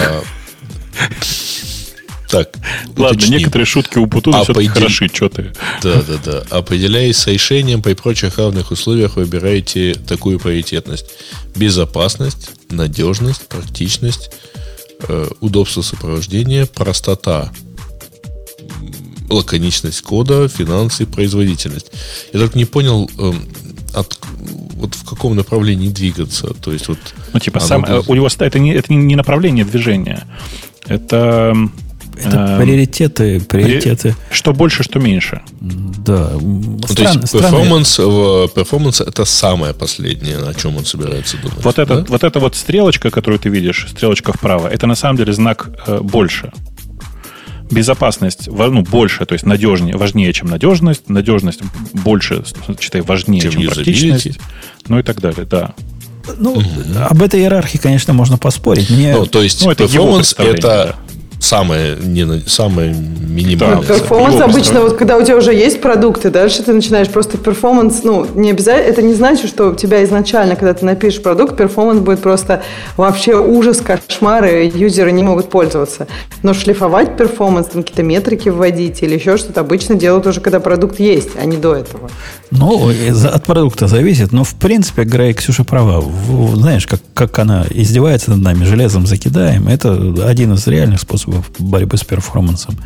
Так, Ладно, уточним. некоторые шутки у Путуна А, все-таки по иде- хороши, что ты. Да, да, да. Определяясь с решением, при прочих равных условиях выбираете такую приоритетность. Безопасность, надежность, практичность, э, удобство сопровождения, простота, м, лаконичность кода, финансы, производительность. Я только не понял, э, от, вот в каком направлении двигаться. То есть вот Ну, типа, оно сам, будет- у него ста- это не, это не- не направление движения. Это, Это эм, приоритеты, приоритеты. что больше, что меньше. Да. Ну, то Стран- есть странные- перформанс, в- перформанс это самое последнее, о чем он собирается думать. Вот, это, да? вот эта вот стрелочка, которую ты видишь, стрелочка вправо, это на самом деле знак э, больше. Безопасность во- ну, больше, то есть надежнее, важнее, чем надежность. Надежность больше, считай, важнее, Чем чем, usability. практичность. Ну и так далее, да. Ну, об этой иерархии, конечно, можно поспорить. Мне Ну, то есть Ну, это его перформанс представление, это самое, не, на- самое минимальное. Да, Перформанс его обычно, представляю. вот когда у тебя уже есть продукты, дальше ты начинаешь просто перформанс, ну, не обязательно, это не значит, что у тебя изначально, когда ты напишешь продукт, перформанс будет просто вообще ужас, кошмар, и юзеры не могут пользоваться. Но шлифовать перформанс, там какие-то метрики вводить или еще что-то обычно делают уже, когда продукт есть, а не до этого. Ну, из- от продукта зависит, но в принципе, Грей, Ксюша права. В- знаешь, как, как она издевается над нами, железом закидаем. Это один из реальных способов борьбы с перформансом.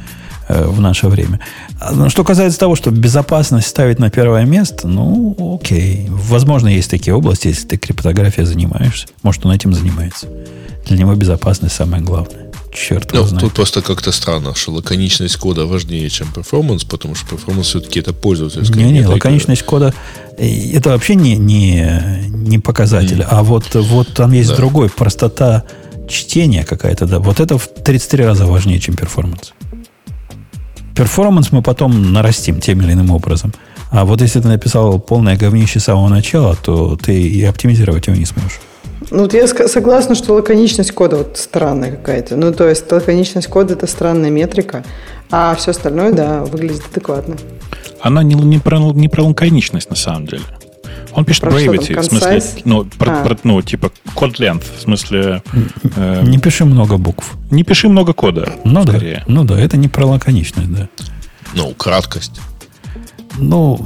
э, в наше время. Но что касается того, что безопасность ставить на первое место, ну, окей. Возможно, есть такие области, если ты криптографией занимаешься. Может, он этим занимается. Для него безопасность самое главное. Черт его ну, знает. Тут просто как-то странно, что лаконичность кода важнее, чем перформанс, потому что перформанс все-таки это пользовательская Не-не, метрика. лаконичность кода это вообще не, не, не показатель. Mm. А вот, вот там есть да. другой, простота чтения какая-то, да. Вот это в тридцать три раза важнее, чем перформанс. Перформанс мы потом нарастим тем или иным образом. А вот если ты написал полное говнище с самого начала, то ты и оптимизировать его не сможешь. Ну, вот я согласна, что лаконичность кода вот странная какая-то. Ну, то есть лаконичность кода – это странная метрика, а все остальное, да, выглядит адекватно. Она не, не, про, не про лаконичность, на самом деле. Он пишет про brevity, в смысле, ну, про, про, ну, типа код length, в смысле... Э, не пиши много букв. Не пиши много кода, ну скорее. Да, ну да, это не про лаконичность, да. Ну, краткость. Ну...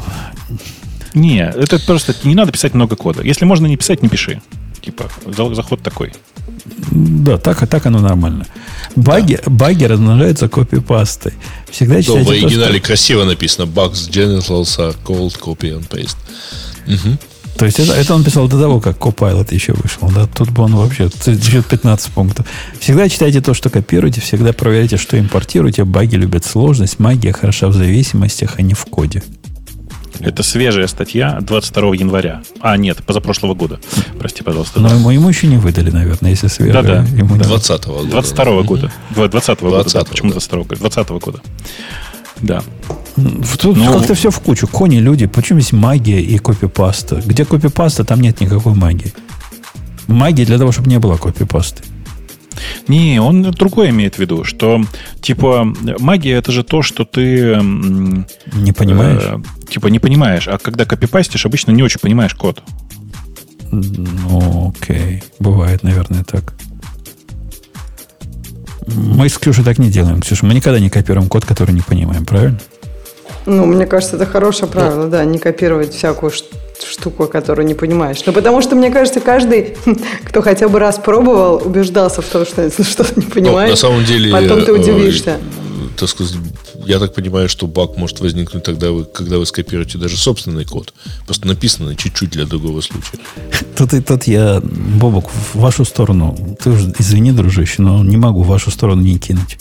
Не, это просто не надо писать много кода. Если можно не писать, не пиши. Типа, заход такой. Да, так, так оно нормально. Баги, да. баги размножаются копипастой. Всегда да, читайте в оригинале то, что... красиво написано Bugs genitals are called copy and paste. Угу. То есть это, это он писал до того, как Copilot еще вышел. Да? Тут бы он вообще пятнадцать пунктов. Всегда читайте то, что копируете. Всегда проверяйте, что импортируете. Баги любят сложность. Магия хороша в зависимостях, а не в коде. Это свежая статья двадцать второго января. А, нет, позапрошлого года. Прости, пожалуйста. Но да. ему, ему еще не выдали, наверное, если свежая. Да-да. Ему двадцатого года. двадцать второго года. двадцатого года. Да, почему да. двадцать второго года? двадцатого года. Да. Тут ну, как-то все в кучу. Кони, люди. Почему есть магия и копипаста? Где копипаста, там нет никакой магии. Магия для того, чтобы не было копипасты. Не, он другое имеет в виду, что типа магия это же то, что ты не понимаешь. Э, типа не понимаешь, а когда копипастишь, обычно не очень понимаешь код. Ну, окей. Бывает, наверное, так. Мы с Ксюшей так не делаем, Ксюша. Мы никогда не копируем код, который не понимаем, правильно? Ну, мне кажется, это хорошее правило, да, не копировать всякую штуку, которую не понимаешь. Ну, потому что, мне кажется, каждый, кто хотя бы раз пробовал, убеждался в том, что что-то не понимаешь. Ну, на самом деле, потом ты удивишься. Э, так сказать, я так понимаю, что баг может возникнуть тогда, когда вы скопируете даже собственный код. Просто написано чуть-чуть для другого случая. Тут и тут я, Бобок, в вашу сторону, ты уже извини, дружище, но не могу в вашу сторону не кинуть.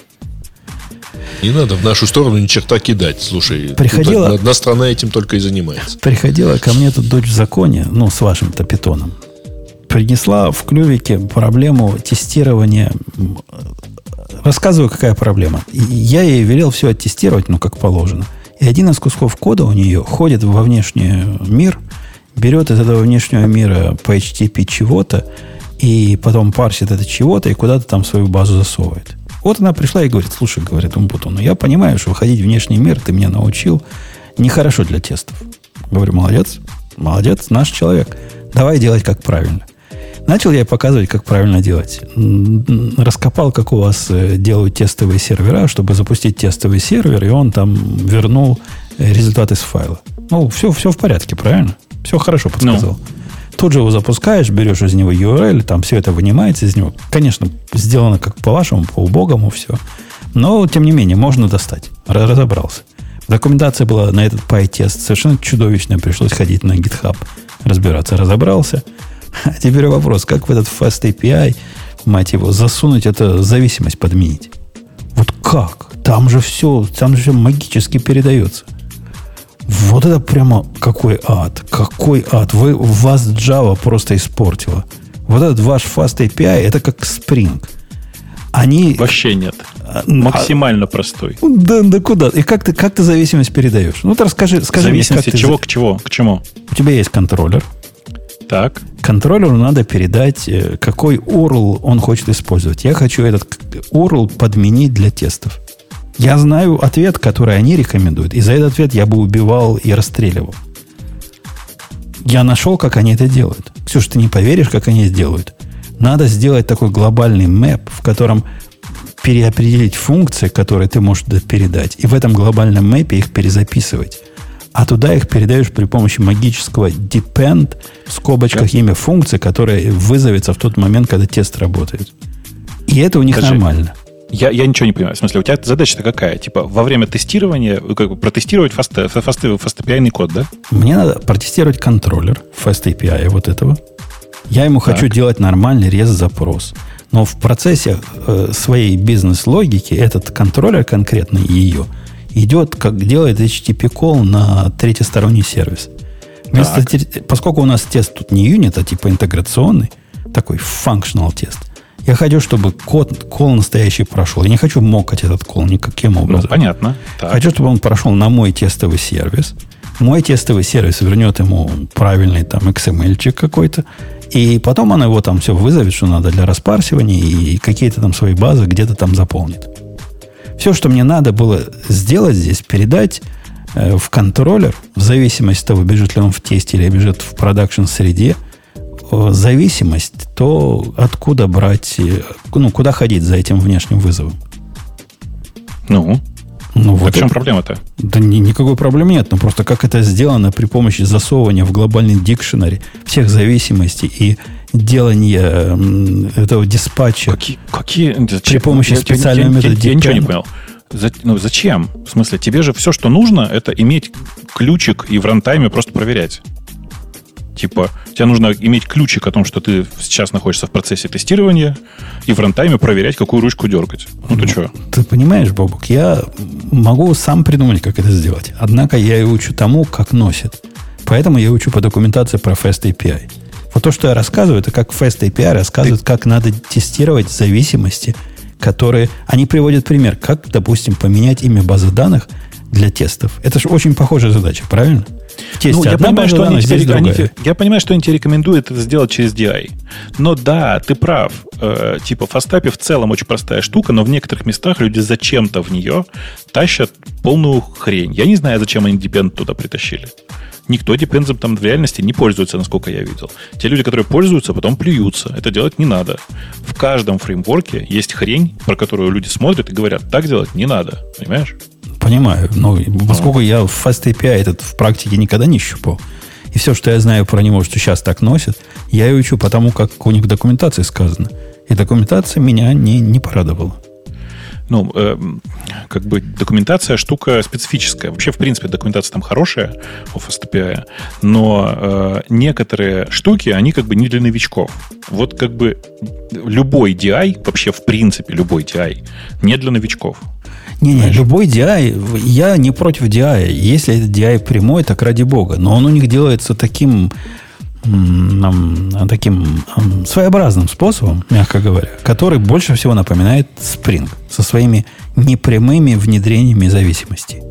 Не надо в нашу сторону ни черта кидать. Слушай, приходила, тут одна страна этим только и занимается. Приходила ко мне тут дочь в законе, ну, с вашим-то питоном. Принесла в клювике проблему тестирования. Рассказываю, какая проблема. И я ей велел все оттестировать, ну, как положено. И один из кусков кода у нее ходит во внешний мир, берет из этого внешнего мира по эйч ти ти пи чего-то, и потом парсит это чего-то, и куда-то там свою базу засовывает. Вот она пришла и говорит: слушай, говорит Умпутун, ну я понимаю, что выходить в внешний мир ты меня научил нехорошо для тестов. Говорю: молодец, молодец, наш человек. Давай делать как правильно. Начал я ей показывать, как правильно делать. Раскопал, как у вас делают тестовые сервера, чтобы запустить тестовый сервер, и он там вернул результат из файла. Ну, все, все в порядке, правильно? Все хорошо подсказал. No. Тут же его запускаешь, берешь из него ю ар эл, там все это вынимается из него. Конечно, сделано как по-вашему, по-убогому все. Но, тем не менее, можно достать. Разобрался. Документация была на этот PyTest совершенно чудовищная. Пришлось ходить на GitHub, разбираться. Разобрался. А теперь вопрос, как в этот FastAPI, мать его, засунуть эту зависимость, подменить? Вот как? Там же все, там же все магически передается. Вот это прямо какой ад. Какой ад. Вы, вас Java просто испортила. Вот этот ваш FastAPI, это как Spring. Они... Вообще нет. Максимально а, простой. Да, да куда? И как ты, как ты зависимость передаешь? Ну, ты расскажи, скажи мне, как от чего к чего? К чему? У тебя есть контроллер. Так. Контроллеру надо передать, какой ю ар эл он хочет использовать. Я хочу этот ю ар эл подменить для тестов. Я знаю ответ, который они рекомендуют. И за этот ответ я бы убивал и расстреливал. Я нашел, как они это делают. Ксюша, ты не поверишь, как они это делают. Надо сделать такой глобальный мэп, в котором переопределить функции, которые ты можешь передать. И в этом глобальном мэпе их перезаписывать. А туда их передаешь при помощи магического depend, в скобочках имя функции, которая вызовется в тот момент, когда тест работает. И это у них Скажи, нормально. Я, я ничего не понимаю. В смысле, у тебя задача-то какая? Типа, во время тестирования как бы, протестировать фаст, фаст, фаст-эй-ный код, да? Мне надо протестировать контроллер FastAPI вот этого. Я ему так. хочу делать нормальный рез-запрос. Но в процессе э, своей бизнес-логики этот контроллер, конкретно ее, идет, как делает эйч ти ти пи-call на третьесторонний сервис. Вместо, поскольку у нас тест тут не юнит, а типа интеграционный, такой functional тест, я хочу, чтобы код, кол настоящий прошел. Я не хочу мокать этот кол никаким образом. Ну, понятно. Так. Хочу, чтобы он прошел на мой тестовый сервис. Мой тестовый сервис вернет ему правильный там икс эм эль-чик какой-то. И потом он его там все вызовет, что надо для распарсивания, и какие-то там свои базы где-то там заполнит. Все, что мне надо было сделать здесь, передать э, в контроллер, в зависимости от того, бежит ли он в тесте или бежит в продакшн-среде, зависимость, то откуда брать, ну, куда ходить за этим внешним вызовом? Ну, ну вот в чем это, проблема-то? Да ни, никакой проблемы нет, но просто как это сделано при помощи засовывания в глобальный дикшенари всех зависимостей и делания этого диспатча какие, какие, при помощи я, специального я, метода. Я, я, я ничего не понял. За, ну, зачем? В смысле, тебе же все, что нужно, это иметь ключик и в рантайме просто проверять. Типа, тебе нужно иметь ключик о том, что ты сейчас находишься в процессе тестирования, и в рантайме проверять, какую ручку дергать. Ну, ты что? Ты понимаешь, Бобук, я могу сам придумать, как это сделать. Однако я и учу тому, как носит. Поэтому я учу по документации про FastAPI. Вот то, что я рассказываю, это как FastAPI рассказывает, ты... как надо тестировать зависимости, которые... Они приводят пример, как, допустим, поменять имя базы данных для тестов. Это же очень похожая задача, правильно? Ну, я, понимаю, что они тебе, они, я понимаю, что они тебе рекомендуют это сделать через ди ай. Но да, ты прав. Э, типа FastAPI в целом очень простая штука, но в некоторых местах люди зачем-то в нее тащат полную хрень. Я не знаю, зачем они Depend туда притащили. Никто Depend там в реальности не пользуется, насколько я видел. Те люди, которые пользуются, потом плюются. Это делать не надо. В каждом фреймворке есть хрень, про которую люди смотрят и говорят, так делать не надо. Понимаешь? Понимаю. Но поскольку а. я в FastAPI этот в практике никогда не щупал, и все, что я знаю про него, что сейчас так носит, я и учу потому, как у них в документации сказано. И документация меня не, не порадовала. Ну, э, как бы документация штука специфическая. Вообще, в принципе, документация там хорошая у FastAPI, но э, некоторые штуки, они как бы не для новичков. Вот как бы любой ди ай, вообще в принципе любой ди ай, не для новичков. Не-не, любой ди ай, я не против ди ай. Если это ди ай прямой, так ради бога. Но он у них делается таким, м, таким м, своеобразным способом, мягко говоря, который больше всего напоминает Spring со своими непрямыми внедрениями зависимостей.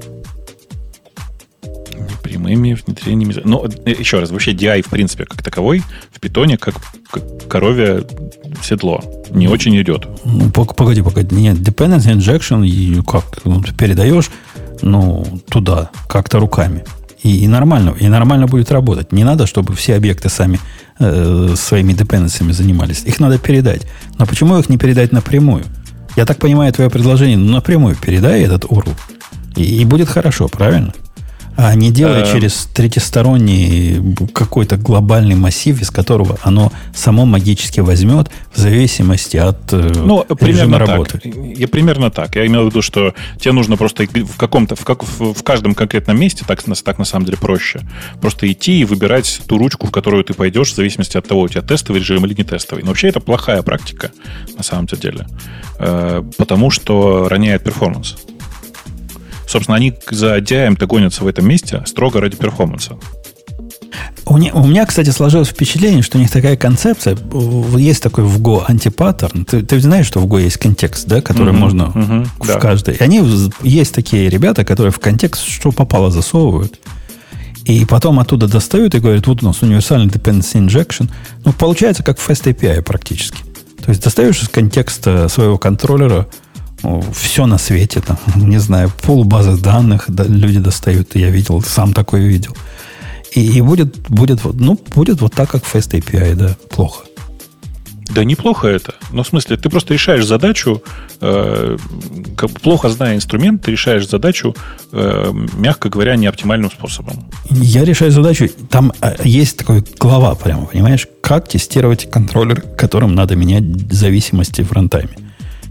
Непрямыми внедрениями... Но, еще раз, вообще ди ай, в принципе, как таковой, в питоне, как, как коровье седло, не ну, очень идет. Ну, погоди, погоди. Нет, dependency injection, и как ну, ты передаешь ну, туда, как-то руками. И, и нормально, и нормально будет работать. Не надо, чтобы все объекты сами э, своими dependency'ми занимались. Их надо передать. Но почему их не передать напрямую? Я так понимаю твое предложение, ну, напрямую передай этот ю ар эл, и, и будет хорошо, правильно? А не делай э-э- через третьесторонний какой-то глобальный массив, из которого оно само магически возьмет в зависимости от ну, режима работы. Так. Я примерно так. Я имел в виду, что тебе нужно просто в каком-то, в, как, в каждом конкретном месте, так, так на самом деле проще, просто идти и выбирать ту ручку, в которую ты пойдешь, в зависимости от того, у тебя тестовый режим или не тестовый. Но вообще это плохая практика на самом деле, потому что роняет перформанс. Собственно, они за ди ай-то гонятся в этом месте строго ради перформанса. У меня, у меня, кстати, сложилось впечатление, что у них такая концепция. Есть такой в Go антипаттерн. Ты, ты знаешь, что в Go есть контекст, да, который uh-huh, можно uh-huh, в да. каждой. И они есть такие ребята, которые в контекст что попало засовывают. И потом оттуда достают и говорят, вот у нас универсальный dependency injection. Ну, получается, как в FastAPI практически. То есть достаешь из контекста своего контроллера все на свете, там, не знаю, полбазы данных да, люди достают, я видел, сам такое видел. И, и будет, будет, ну, будет вот так, как в FastAPI, да, плохо. Да неплохо это. Но в смысле, ты просто решаешь задачу, э, как, плохо зная инструмент, ты решаешь задачу, э, мягко говоря, неоптимальным способом. Я решаю задачу, там э, есть такой глава прямо, понимаешь, как тестировать контроллер, которым надо менять зависимости в рантайме.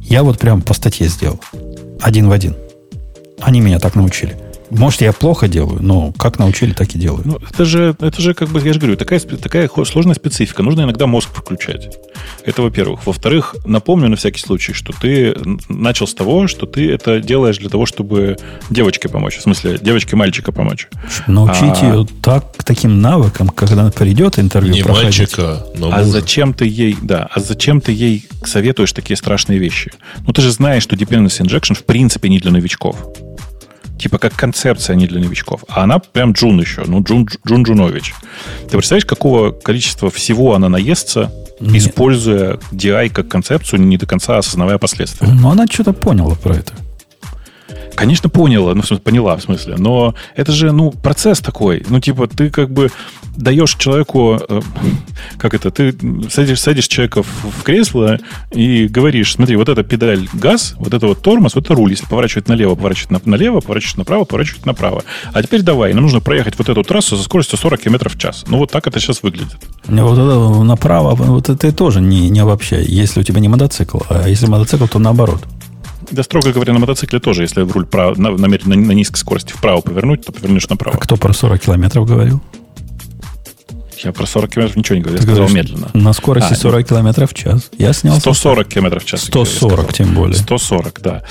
Я вот прям по статье сделал. Один в один. Они меня так научили. Может, я плохо делаю, но как научили, так и делаю. Ну, это же, это же, как бы, я же говорю, такая, такая сложная специфика. Нужно иногда мозг включать. Это, во-первых. Во-вторых, напомню на всякий случай, что ты начал с того, что ты это делаешь для того, чтобы девочке помочь. В смысле, девочке мальчика помочь. Научить а... ее так, таким навыкам, когда она придет интервью Не проходить. мальчика, но А мужа. зачем ты ей, да, а зачем ты ей советуешь такие страшные вещи? Ну, ты же знаешь, что dependency injection в принципе не для новичков. Типа как концепция, а не для новичков. А она прям джун еще. Ну, джун, джун Джунович. Ты представляешь, какого количества всего она наестся, Нет. используя ди ай как концепцию, не до конца осознавая последствия? Ну, она что-то поняла про это. Конечно, поняла, ну, в смысле, поняла, в смысле. Но это же, ну, процесс такой. Ну, типа, ты как бы даешь человеку... Э, как это? Ты садишь, садишь человека в, в кресло и говоришь, смотри, вот это педаль газ, вот это вот тормоз, вот это руль. Если поворачивать налево, поворачивать на, налево, поворачивать направо, поворачивать направо. А теперь давай, нам нужно проехать вот эту трассу со скоростью сорок километров в час. Ну, вот так это сейчас выглядит. Вот это направо, вот это тоже не, не обобщай. Если у тебя не мотоцикл, а если мотоцикл, то наоборот. Да, строго говоря, на мотоцикле тоже, если руль прав... на, намерен на, на низкой скорости вправо повернуть, то повернешь направо. А кто про сорок километров говорил? Я про сорок километров ничего не говорю, Ты я сказал говоришь, медленно. На скорости а, сорок километров в час. Я снял сто сорок километров в час. сто сорок, тем более. сто сорок, да.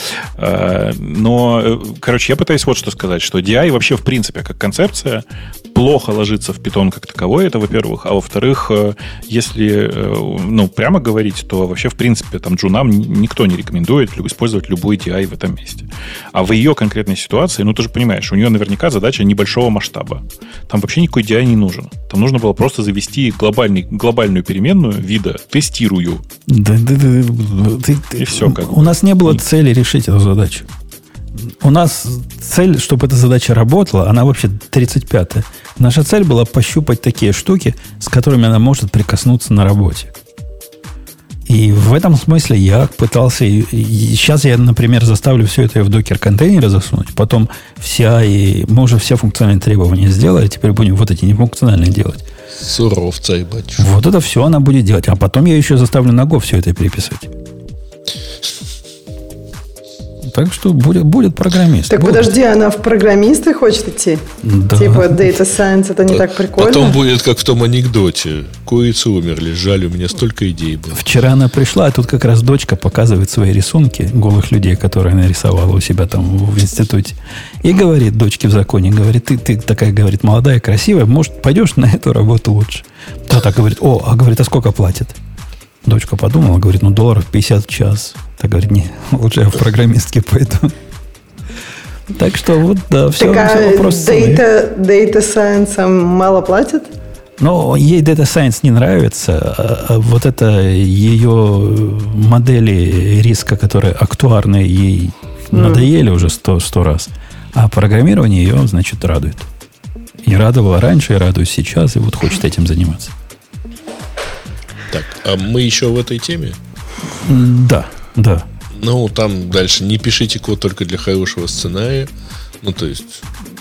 Но, короче, я пытаюсь вот что сказать, что ди ай вообще, в принципе, как концепция, плохо ложится в Python как таковой, это, во-первых. А во-вторых, если, ну, прямо говорить, то вообще, в принципе, там джунам никто не рекомендует использовать любой ди ай в этом месте. А в ее конкретной ситуации, ну, ты же понимаешь, у нее наверняка задача небольшого масштаба. Там вообще никакой ди ай не нужен. Там нужно было просто завести глобальный, глобальную переменную вида «тестирую». Да, да, да, ты, ты, и все. Как у нас не было цели решить эту задачу. У нас цель, чтобы эта задача работала, она вообще тридцать пятая. Наша цель была пощупать такие штуки, с которыми она может прикоснуться на работе. И в этом смысле я пытался... И, и сейчас я, например, заставлю все это в докер-контейнеры засунуть. Потом вся и мы уже все функциональные требования сделали. Теперь будем вот эти нефункциональные делать. Суров, царь батюшка. Вот это все она будет делать. А потом я еще заставлю на Go все это переписать. Так что будет, будет программист. Так будет. Подожди, она в программисты хочет идти? Да. Типа Data Science, это не так прикольно? Потом будет, как в том анекдоте. Курицы умерли, жаль, у меня столько идей было. Вчера она пришла, а тут как раз дочка показывает свои рисунки голых людей, которые нарисовала у себя там в институте. И говорит дочке в законе, говорит, ты, ты такая, говорит, молодая, красивая, может, пойдешь на эту работу лучше? Та так говорит, о, а говорит, а сколько платят? Дочка подумала, говорит, ну, долларов пятьдесят в час. Так говорит, не, лучше я в программистке пойду. Так что вот, да, все, так, все а вопросы. Data, data Science мало платят? Но ей Data Science не нравится. А, а вот это ее модели риска, которые актуарные, ей mm. надоели уже сто, сто раз. А программирование ее, значит, радует. И радовало раньше, и радует сейчас, и вот хочет этим заниматься. Так, а мы еще в этой теме? Да, да. Ну, там дальше не пишите код только для хорошего сценария. Ну, то есть...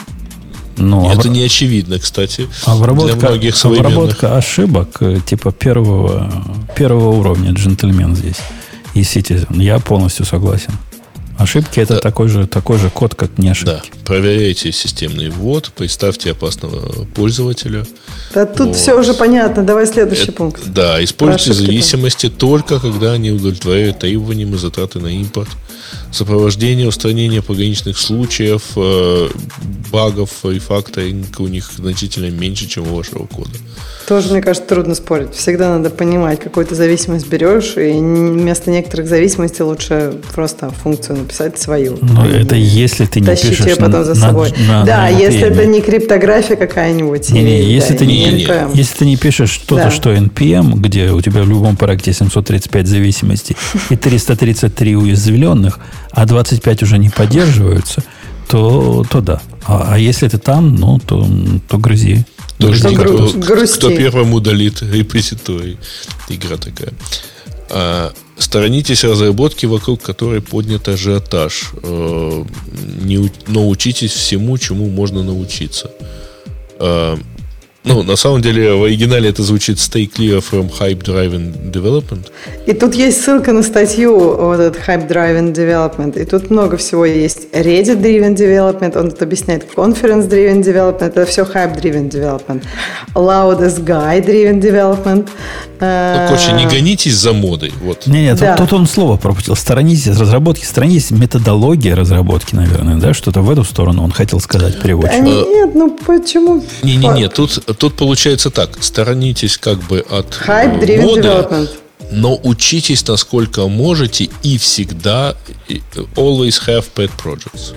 Ну, это обра... не очевидно, кстати, обработка, для многих современных. Обработка ошибок типа первого, первого уровня джентльмен здесь и Citizen. Я полностью согласен. Ошибки это да. такой, же, такой же код, как не ошибки. Да. Проверяйте системный ввод, представьте опасного пользователя. Да тут вот. Все уже понятно. Давай следующий это, пункт. Да, используйте зависимости там. Только когда они удовлетворяют требованиям и затраты на импорт. Сопровождение, устранение пограничных случаев, э, багов, рефакторинг у них значительно меньше, чем у вашего кода. Тоже, мне кажется, трудно спорить. Всегда надо понимать, какую ты зависимость берешь, и вместо некоторых зависимостей лучше просто функцию написать свою. Но это если ты не пишешь ее потом за собой. На, на, да, на если это не криптография какая-нибудь. Не, не, или, если, да, ты не, не если ты не пишешь что-то, да. что эн пи эм, где у тебя в любом проекте семьсот тридцать пять зависимостей и триста тридцать три уязвленных, а двадцать пять уже не поддерживаются, то, то да. А, а если ты там, ну, то, то грызи. То грызи гру- грусти. Кто первым удалит репозиторий. Игра такая. А, сторонитесь разработки, вокруг которой поднят ажиотаж. А, не, но учитесь всему, чему можно научиться. А, Ну, на самом деле, в оригинале это звучит Stay clear from hype-driven development. И тут есть ссылка на статью, вот этот hype-driven development. И тут много всего есть. Reddit-driven development, он тут объясняет. Conference-driven development, это все hype-driven development. Loudest guy-driven development. Ну, короче, не гонитесь за модой. Вот. Нет, нет, Да. тут он слово пропустил. Сторонитесь разработки, сторонитесь методологии разработки, наверное, да? Что-то в эту сторону он хотел сказать переводчик. Да нет, ну почему? Не-не-не, тут, тут получается так. Сторонитесь как бы от э, Hype-driven моды, development. но учитесь, насколько можете, и всегда и always have pet projects.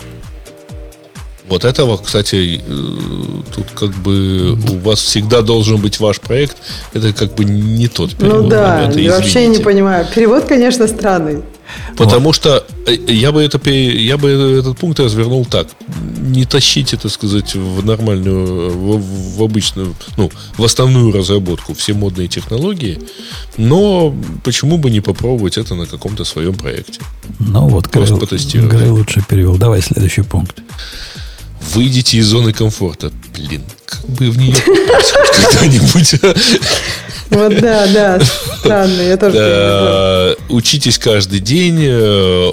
Вот этого, кстати, э, тут как бы у вас всегда должен быть ваш проект. Это как бы не тот перевод. Ну да, ребята, я вообще извините. не понимаю. Перевод, конечно, странный. Потому что э, я бы, это, пере- я бы этот пункт развернул так. Не тащите, так сказать, в нормальную, в, в обычную, ну, в основную разработку все модные технологии, но почему бы не попробовать это на каком-то своем проекте? Ну вот, Просто Грей, потестировать. Грей лучше перевел. Давай следующий пункт. Выйдите из зоны комфорта. Блин, как бы в нее попасть хоть когда-нибудь. Вот да, да, странно, я тоже Да, учитесь каждый день. э,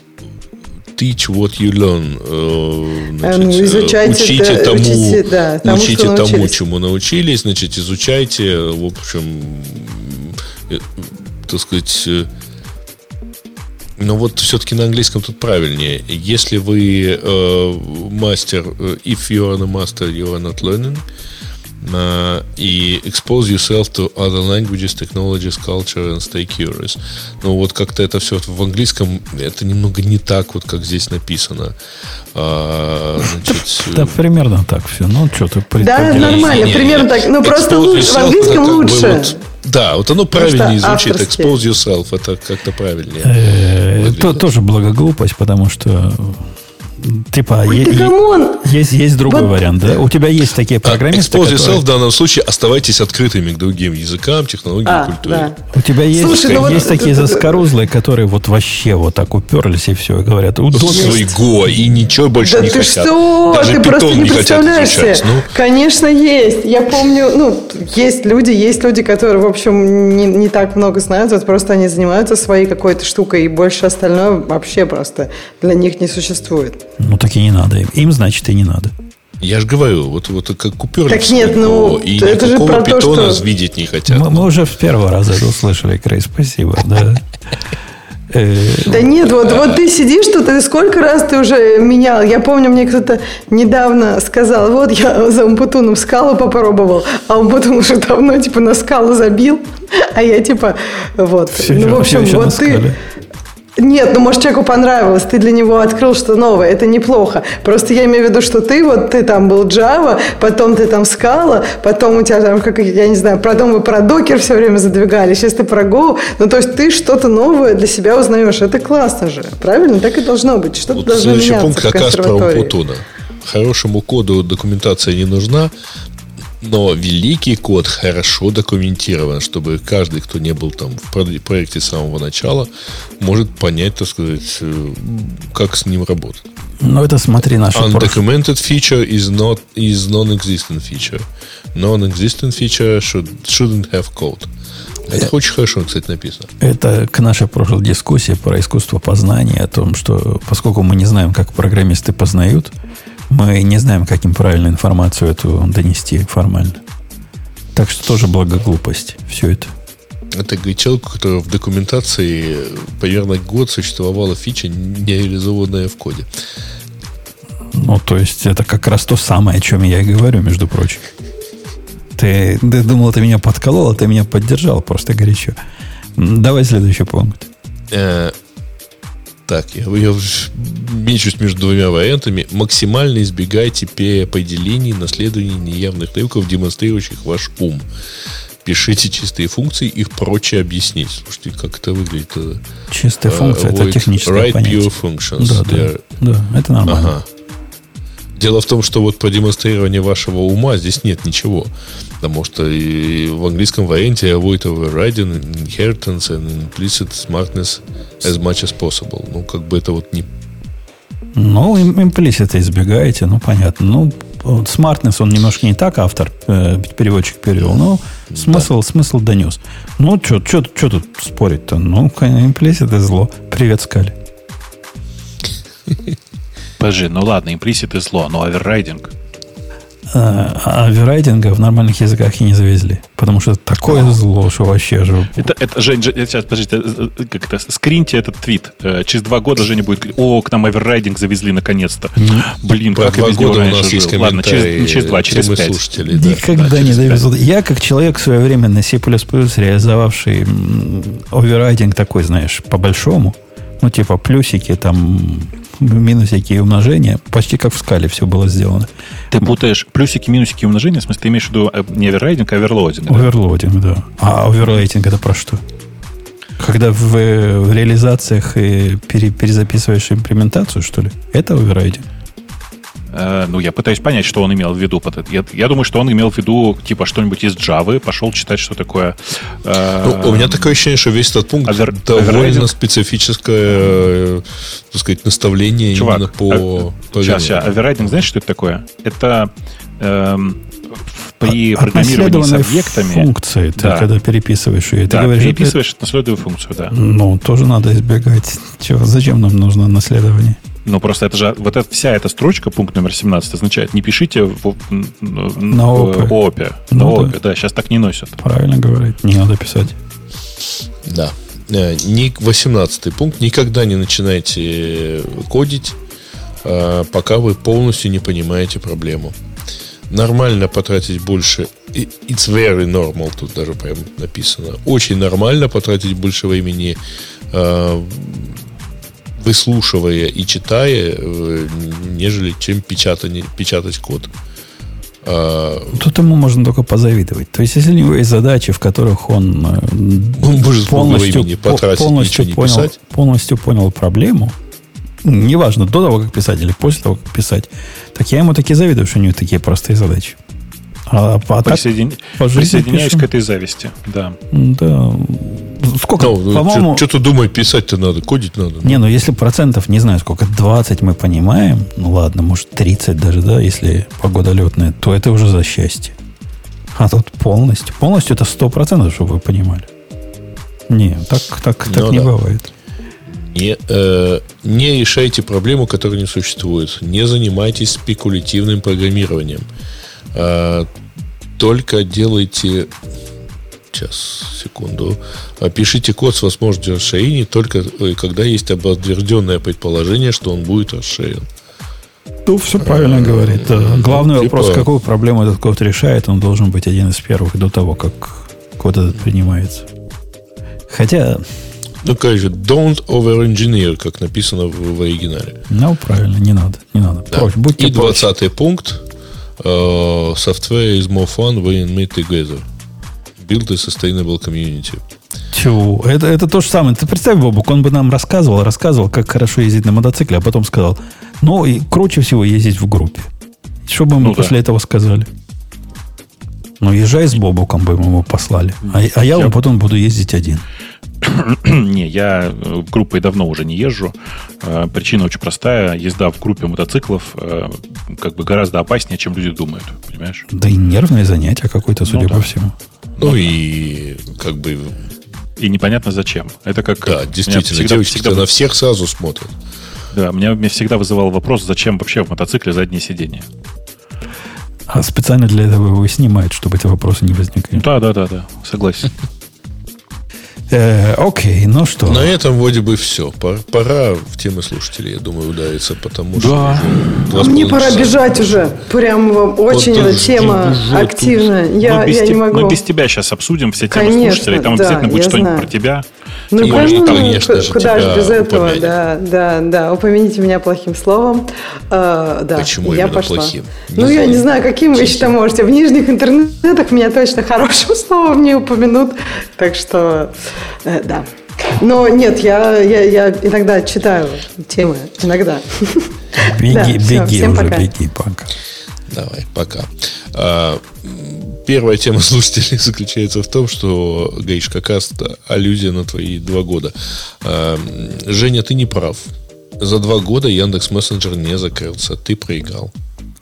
Teach what you learn. э, значит, Ну, изучайте учите это, тому, учите, да, тому, учите что тому, научились. чему научились. Значит, изучайте, в общем, э, так сказать. э, Но вот все-таки на английском тут правильнее. Если вы э, мастер, э, if you are a master, you are not learning. Uh, и expose yourself to other languages, technologies, culture and stay curious. Ну вот как-то это все в английском это немного не так, вот как здесь написано. А, значит, Да, примерно так все. Ну, что ты Да, предподелаешь? нормально, не-не-не. примерно так. Ну, просто Expose лучше, в yourself, английском это как бы лучше. вот- да, вот оно правильнее что звучит. авторские. Expose yourself, это как-то правильнее. Э, выглядит. то- Тоже благоглупость, потому что типа Ой, е- ты е- камон! есть, есть другой Вот- вариант, да? У тебя есть такие А программисты, Expose yourself которые... в данном случае оставайтесь открытыми к другим языкам, технологиям, А, культуре. да. У тебя есть, Слушай, ну вот есть такие это- заскорузлые, которые вот вообще вот так уперлись и все, и говорят, Тут удобно. свой Go, и ничего больше Да не ты хотят. что? Даже Ты Python просто не хотят представляешь себе. изучать. Ну, Конечно, есть. Я помню, ну, есть люди, есть люди, которые, в общем, не, не так много знают, вот просто они занимаются своей какой-то штукой, и больше остальное вообще просто для них не существует. Ну, так и не надо им. Им, значит, и не надо. я же говорю, вот, вот как уперлись Так нет, в ну, Go, и это же никакого про то, питона что- видеть не хотят. Мы, мы уже с первого раза это услышали, Крей, спасибо. Да. Э, Да нет, вот, вот ты сидишь тут, и сколько раз ты уже менял. Я помню, мне кто-то недавно сказал, вот я за Умпутуном скалу попробовал, а Умпутун уже давно типа на скалу забил, а я типа вот. Всё ну, еще- в общем, всё еще на вот ты... скале. Нет, ну, может, человеку понравилось, ты для него открыл что новое, это неплохо. Просто я имею в виду, что ты вот, ты там был Java, потом ты там Scala, потом у тебя там, как, я не знаю, потом вы про докер все время задвигали, сейчас ты про Go. Ну, то есть ты что-то новое для себя узнаешь, это классно же, правильно? Так и должно быть, что-то Вот должно следующий меняться пункт в как раз про консерватории. Умпутуна. Хорошему коду документация не нужна, но великий код хорошо документирован, чтобы каждый, кто не был там в про- проекте с самого начала, может понять, так сказать, э, как с ним работать. Ну, это смотри нашу прошлую. Undocumented feature is not is non-existent feature. Non-existent feature should, shouldn't have code. Это очень хорошо, кстати, написано. Это к нашей прошлой дискуссии про искусство познания, о том, что поскольку мы не знаем, как программисты познают, мы не знаем, как им правильно информацию эту донести формально. Так что тоже благоглупость. Все это. Это говорит человек, у которого в документации примерно год существовала фича, не реализованная в коде. Ну, то есть, это как раз то самое, о чем я и говорю, между прочим. Ты, ты думал, ты меня подколол, а ты меня поддержал просто горячо. М, Давай следующий пункт. Э, Так, я, я мечусь между двумя вариантами. Максимально избегайте переопределений, наследований неявных трюков, демонстрирующих ваш ум. Пишите чистые функции, их проще объяснить. Слушайте, как это выглядит? э, Чистая э, функция это avoid техническое write понятие. pure functions. Да, да, They're- да, это нормально. Ага. Дело в том, что вот про демонстрирование вашего ума здесь нет ничего. Потому что и в английском варианте avoid overriding, inheritance and implicit smartness as much as possible. Ну, как бы это вот не... Ну, им- имплиситы избегаете, ну, понятно. Ну, вот Smartness, он немножко не так автор, э, переводчик перевел, но смысл, да. смысл донес. Ну, что тут спорить-то? Ну, имплисит это зло. Привет, Скали. Подожди, ну ладно, имплисит и зло, но оверрайдинг. А оверрайдинга в нормальных языках и не завезли. Потому что такое зло, что вообще же... Это, это, Жень, сейчас, подождите, как это, скриньте этот твит. Через два года Женя будет, о, к нам оверрайдинг завезли наконец-то. Блин, про как я без него раньше жил. Ладно, через, через два, через пять. Да. Никогда да, не довезут. Я, как человек в свое время на C++ реализовавший оверрайдинг такой, знаешь, по-большому, ну, типа плюсики, там... минусики и умножения, почти как в скале все было сделано. Ты путаешь плюсики, минусики и умножения, в смысле, ты имеешь в виду не оверрайдинг, а оверлоудинг? Да? Оверлоудинг, да. А оверлоудинг это про что? Когда в, в реализациях пере, перезаписываешь имплементацию, что ли? Это оверрайдинг? Э, ну, я пытаюсь понять, что он имел в виду. Я, я думаю, что он имел в виду, типа, что-нибудь из Java, пошел читать, что такое... Э, ну, у меня такое ощущение, что весь этот пункт овер, довольно специфическое, так сказать, наставление. Чувак, именно по... А, сейчас, сейчас. Оверрайдинг, знаешь, что это такое? Это... Эм, при программировании с объектами... функции, ты да. когда переписываешь ее. Да, ты говоришь, переписываешь это... наследовую функцию, да. Ну, тоже надо избегать. Чего? Зачем нам нужно наследование? Ну, просто это же... Вот эта, вся эта строчка, пункт номер семнадцать, означает, не пишите в, в, на в ООПе. Ну, на ООПе, да. да, сейчас так не носят. Правильно говорит, не надо писать. Да. восемнадцатый пункт. Никогда не начинайте кодить, пока вы полностью не понимаете проблему. Нормально потратить больше... It's very normal, тут даже прям написано. Очень нормально потратить больше времени, выслушивая и читая, нежели чем печатать, печатать код. Тут ему можно только позавидовать. То есть, если у него есть задачи, в которых он, он может полностью, потратить, полностью, понял, полностью понял проблему, неважно, до того, как писать, или после того, как писать, так я ему таки завидую, что у него такие простые задачи. А, а Присоедин... так, Присоединяюсь пишем. К этой зависти, да. Да. Сколько, ну, по-моему... Что-то думать, писать-то надо, кодить надо. Не, ну если процентов, не знаю сколько, двадцать мы понимаем, ну ладно, может тридцать даже, да, если погода летная, то это уже за счастье. А тут полностью. Полностью это сто процентов, чтобы вы понимали. Не, так, так, так ну, не да. бывает. Не, э, не решайте проблему, которая не существует. Не занимайтесь спекулятивным программированием. Э, только делайте... Сейчас, секунду. Пишите код с возможностью расширения только когда есть подтвержденное предположение, что он будет расширен. Ну, все правильно говорит. Главный типа... вопрос, какую проблему этот код решает, он должен быть один из первых до того, как код этот принимается. Хотя... Ну, конечно, don't over-engineer, как написано в, в оригинале. Ну, правильно, не надо. Не надо. Да. Прочь, будьте И двадцатый пункт. Uh, software is more fun when made together. Build a sustainable community. Чего? Это, это то же самое. Ты представь, Бобук, он бы нам рассказывал, рассказывал, как хорошо ездить на мотоцикле, а потом сказал, ну, и круче всего ездить в группе. Что бы мы ну, после да. этого сказали? Ну, езжай с Бобуком, бы мы его послали. А, а я, я потом буду ездить один. Не, я группой давно уже не езжу. Причина очень простая. Езда в группе мотоциклов как бы гораздо опаснее, чем люди думают. Понимаешь? Да и нервное занятие какое-то, судя ну, по да. всему. Ну, ну и как бы... И непонятно зачем. Это как... Да, действительно, девочки всегда... на всех сразу смотрят. Да, меня, меня всегда вызывал вопрос, зачем вообще в мотоцикле заднее сиденье. А специально для этого его снимают, чтобы эти вопросы не возникли. Да, да, да, да, согласен. Э, окей, ну что? На этом вроде бы все. Пора в темы слушателей, я думаю, удариться, потому да. что... А мне пора бежать уже. Прям очень вот эта тема активная. Я, я не могу. Мы без тебя сейчас обсудим все темы Конечно, слушателей. Там да, обязательно будет что-нибудь знаю. Про тебя. Ну, можно, конечно же, куда же без этого? Упомянем. Да, да, да. Упомяните меня плохим словом. А, да, Почему я именно пошла. плохим? Не ну, знаю. Я не знаю, каким вы еще можете. В нижних интернетах меня точно хорошим словом не упомянут. Так что, э, да. Но нет, я, я, я иногда читаю темы. Иногда. Беги, да, беги все, уже, пока. беги, пока. Давай, пока. А, первая тема слушателей заключается в том, что, Гриш, как раз аллюзия на твои два года. А, Женя, ты не прав. За два года Яндекс.Мессенджер не закрылся. Ты проиграл.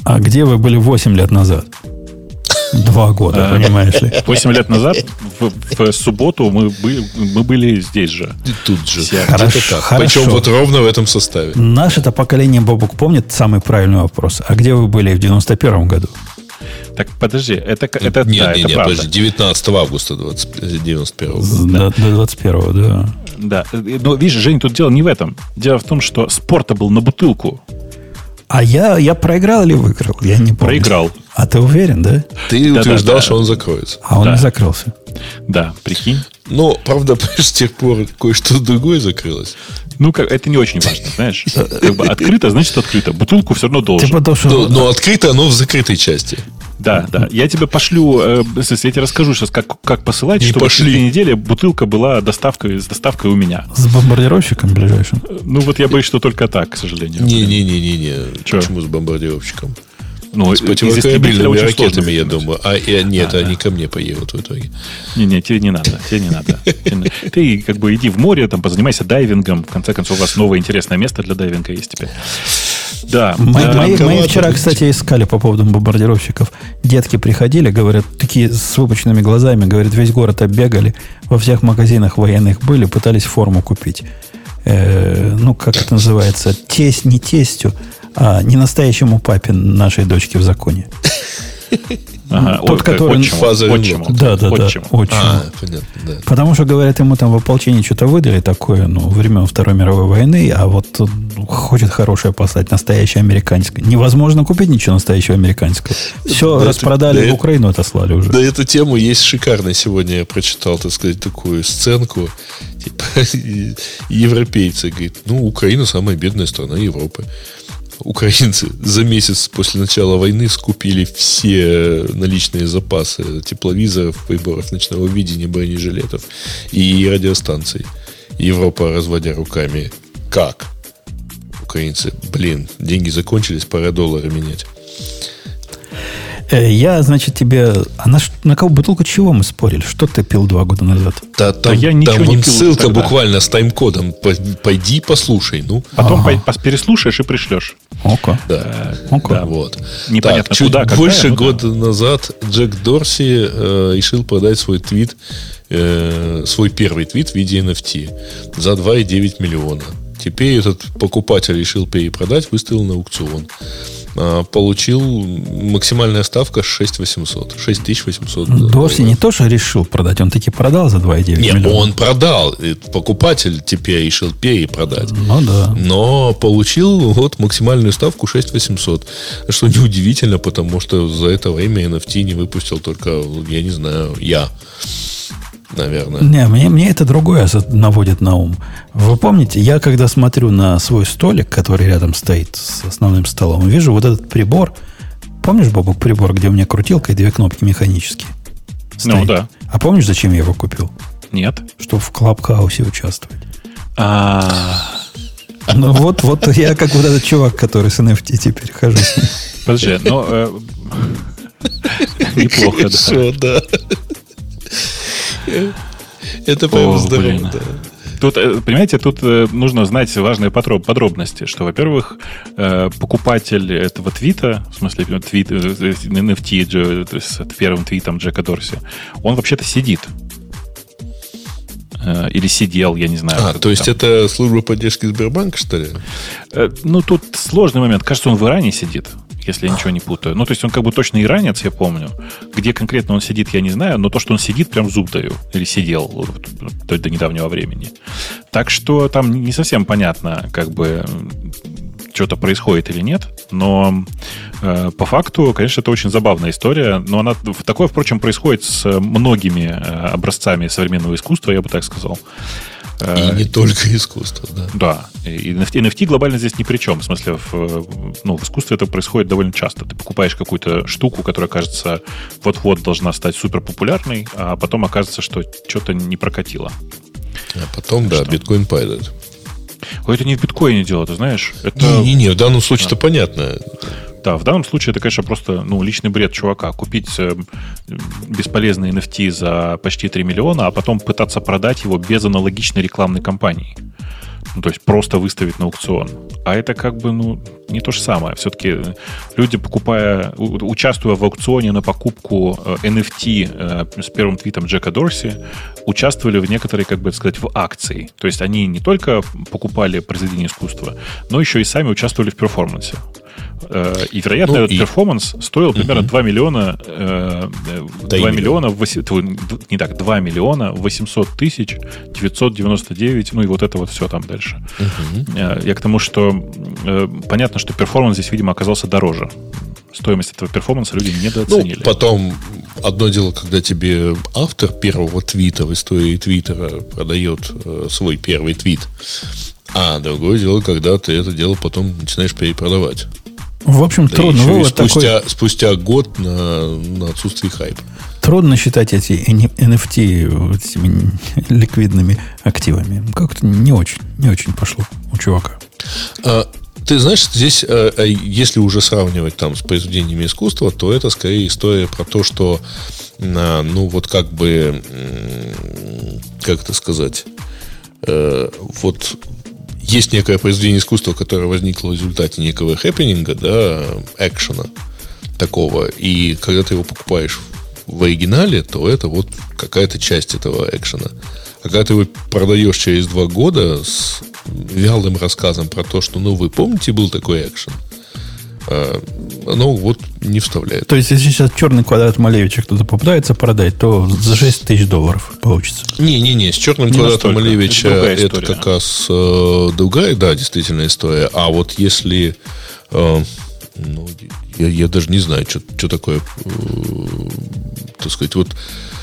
А где вы были восемь лет назад? Два года, понимаешь ли? Восемь лет назад в, в субботу мы, были, мы были здесь же. И тут же. Хорошо, так. хорошо. Причем вот ровно в этом составе. Наше-то поколение, Бобук, помнит самый правильный вопрос. А где вы были в девяносто первом году? Так, подожди, это, это, Нет, да, нет, это нет, правда. подожди, девятнадцатого августа девяносто первого года. До, до двадцать первого, да. Да, но видишь, Жень, тут дело не в этом. Дело в том, что спорта был на бутылку. А я, я проиграл или выиграл? Я не помню. Проиграл. А ты уверен, да? Ты Да, утверждал, да, что да. он закроется. А он Да. не закрылся. Да, прикинь. Но, правда, с тех пор кое-что другое закрылось. Ну, как, это не очень важно, знаешь. Как бы открыто, значит открыто. Бутылку все равно должен. Типа то, что... Но, но открыто оно в закрытой части. Да, да. Я тебе пошлю, э, я тебе расскажу сейчас, как, как посылать, Не чтобы пошли. через две недели бутылка была доставкой, с доставкой у меня. С бомбардировщиком ближайшим. Ну, вот я боюсь, что только так, к сожалению. Не-не-не-не-не. Чё? Почему с бомбардировщиком? Ну, С из истребителя противокорабельными очень ракетами, сложно я выкинуть. думаю. А и, нет, А, они да. ко мне поедут в итоге. Не-не, тебе не надо, тебе не надо. Тебе не- Ты как бы иди в море, там, позанимайся дайвингом. В конце концов, у вас новое интересное место для дайвинга есть теперь. Да. Мы, э, мы- мы банковато, вчера, видите. кстати, искали по поводу бомбардировщиков. Детки приходили, говорят, такие с выпученными глазами, говорят, весь город оббегали, во всех магазинах военных были, пытались форму купить. Э, ну, как это называется? Тесть не тестю, а не настоящему папе нашей дочки в законе. ага, тот, ой, как который- отчиму, Фазовый отчиму, блок. Да, да, да. отчиму. Очень. А, понятно, да. Потому что, говорят, ему там в ополчении что-то выдали такое, ну, времен Второй мировой войны, а вот ну, хочет хорошее послать, настоящее американское. Невозможно купить ничего настоящего американского. Все Да, распродали, это- в Украину отослали уже. Да, эту тему есть шикарно. Сегодня я прочитал, так сказать, такую сценку. Типа, европейцы говорят, ну, Украина самая бедная страна Европы. Украинцы за месяц после начала войны скупили все наличные запасы тепловизоров, приборов ночного видения, бронежилетов и радиостанций. Европа, разводя руками, как? Украинцы, блин, деньги закончились, пора доллары менять. Э, Я, значит, тебе... А на, ш- на кого бутылку чего мы спорили? Что ты пил два года назад? Да, там, я ничего там не вон пил ссылка тогда. буквально с тайм-кодом. По- Пойди послушай. Ну, Потом Ага. по- переслушаешь и пришлешь. Око. да. Око. да. Вот. Непонятно так, чуть куда, когда, больше ну да. года назад Джек Дорси э, решил продать свой твит, э, свой первый твит в виде эн эф ти за два и девять миллиона. Теперь этот покупатель решил перепродать, выставил на аукцион. А, получил максимальная ставка шесть тысяч восемьсот. шесть тысяч восемьсот Дорси не то, что решил продать, он таки продал за два и девять Нет, миллиона. он продал. И покупатель теперь решил перепродать. Ну да. Но получил вот максимальную ставку шесть тысяч восемьсот. Что неудивительно, потому что за это время эн эф ти не выпустил только, я не знаю, я. Наверное. Не, мне, мне это другое за- наводит на ум. Вы помните, я когда смотрю на свой столик, который рядом стоит с основным столом, вижу вот этот прибор. Помнишь, Бобок, прибор, где у меня крутилка и две кнопки механические? Ну, Стоит. да. А помнишь, зачем я его купил? Нет. Чтобы в Клабхаусе участвовать. А, Ну вот, вот я как вот этот чувак, который с эн эф ти теперь хожу. с ним. подожди, ну... э, Неплохо, да. Хорошо, да. Это прям О, здорово, блин. да. Тут, э, понимаете, тут э, нужно знать важные подроб- подробности, что, во-первых, э, покупатель этого твита, в смысле твит, э, э, эн эф ти Дж- то есть с первым твитом Джека Дорси, он вообще-то сидит. Э, Или сидел, я не знаю. А, как то есть там. это служба поддержки Сбербанка, что ли? Э, Ну, тут сложный момент. Кажется, он в Иране сидит, если я ничего не путаю. Ну, то есть он как бы точно иранец, я помню. Где конкретно он сидит, я не знаю, но то, что он сидит, прям зуб даю. Или сидел вот, до, до недавнего времени. Так что там не совсем понятно, как бы, что-то происходит или нет. Но э, по факту, конечно, это очень забавная история. Но она такое, впрочем, происходит с многими э, образцами современного искусства, я бы так сказал. И не только искусство, да. Да, и эн эф ти, эн эф ти глобально здесь ни при чем. В смысле, в, ну, в искусстве это происходит довольно часто. Ты покупаешь какую-то штуку, которая, кажется, вот-вот должна стать суперпопулярной, а потом окажется, что что-то не прокатило. А потом, да, Что? биткоин падает. Ой, это не в биткоине дело, ты знаешь? Это, Не-не-не, в данном случае-то понятно. да, в данном случае это, конечно, просто ну, личный бред чувака. Купить э, бесполезный эн эф ти за почти три миллиона, а потом пытаться продать его без аналогичной рекламной кампании. Ну, то есть просто выставить на аукцион. А это как бы, ну, не то же самое. Все-таки люди, покупая, участвуя в аукционе на покупку эн эф ти с первым твитом Джека Дорси, участвовали в некоторой, как бы сказать, в акции. То есть они не только покупали произведение искусства, но еще и сами участвовали в перформансе. И, вероятно, ну, этот и... перформанс стоил примерно угу. два миллиона, два миллиона, не так, два миллиона восемьсот тысяч девятьсот девяносто девять, ну и вот это вот все там дальше. Угу. Я к тому, что понятно, что перформанс здесь, видимо, оказался дороже. Стоимость этого перформанса люди недооценили. Ну, потом одно дело, когда тебе автор первого твита в истории Твиттера продает свой первый твит, а другое дело, когда ты это дело потом начинаешь перепродавать. В общем, да трудно вывод спустя, такой... спустя год на, на отсутствие хайпа. Трудно считать эти эн эф ти этими ликвидными активами. Как-то не очень, не очень пошло у чувака. А, ты знаешь, здесь, а, если уже сравнивать там с произведениями искусства, то это скорее история про то, что, а, ну вот как бы, как это сказать, а, вот... Есть некое произведение искусства, которое возникло в результате некого хэппенинга, да, экшена такого. И когда ты его покупаешь в оригинале, то это вот какая-то часть этого экшена. А когда ты его продаешь через два года с вялым рассказом про то, что, ну, вы помните, был такой экшен, оно вот не вставляет. То есть, если сейчас черный квадрат Малевича кто-то попытается продать, то за шесть тысяч долларов получится. Не-не-не, с черным не квадратом настолько. Малевича это, это как раз э, другая, да, действительно история. А вот если э, ну, я, я даже не знаю, что, что такое, э, так сказать, вот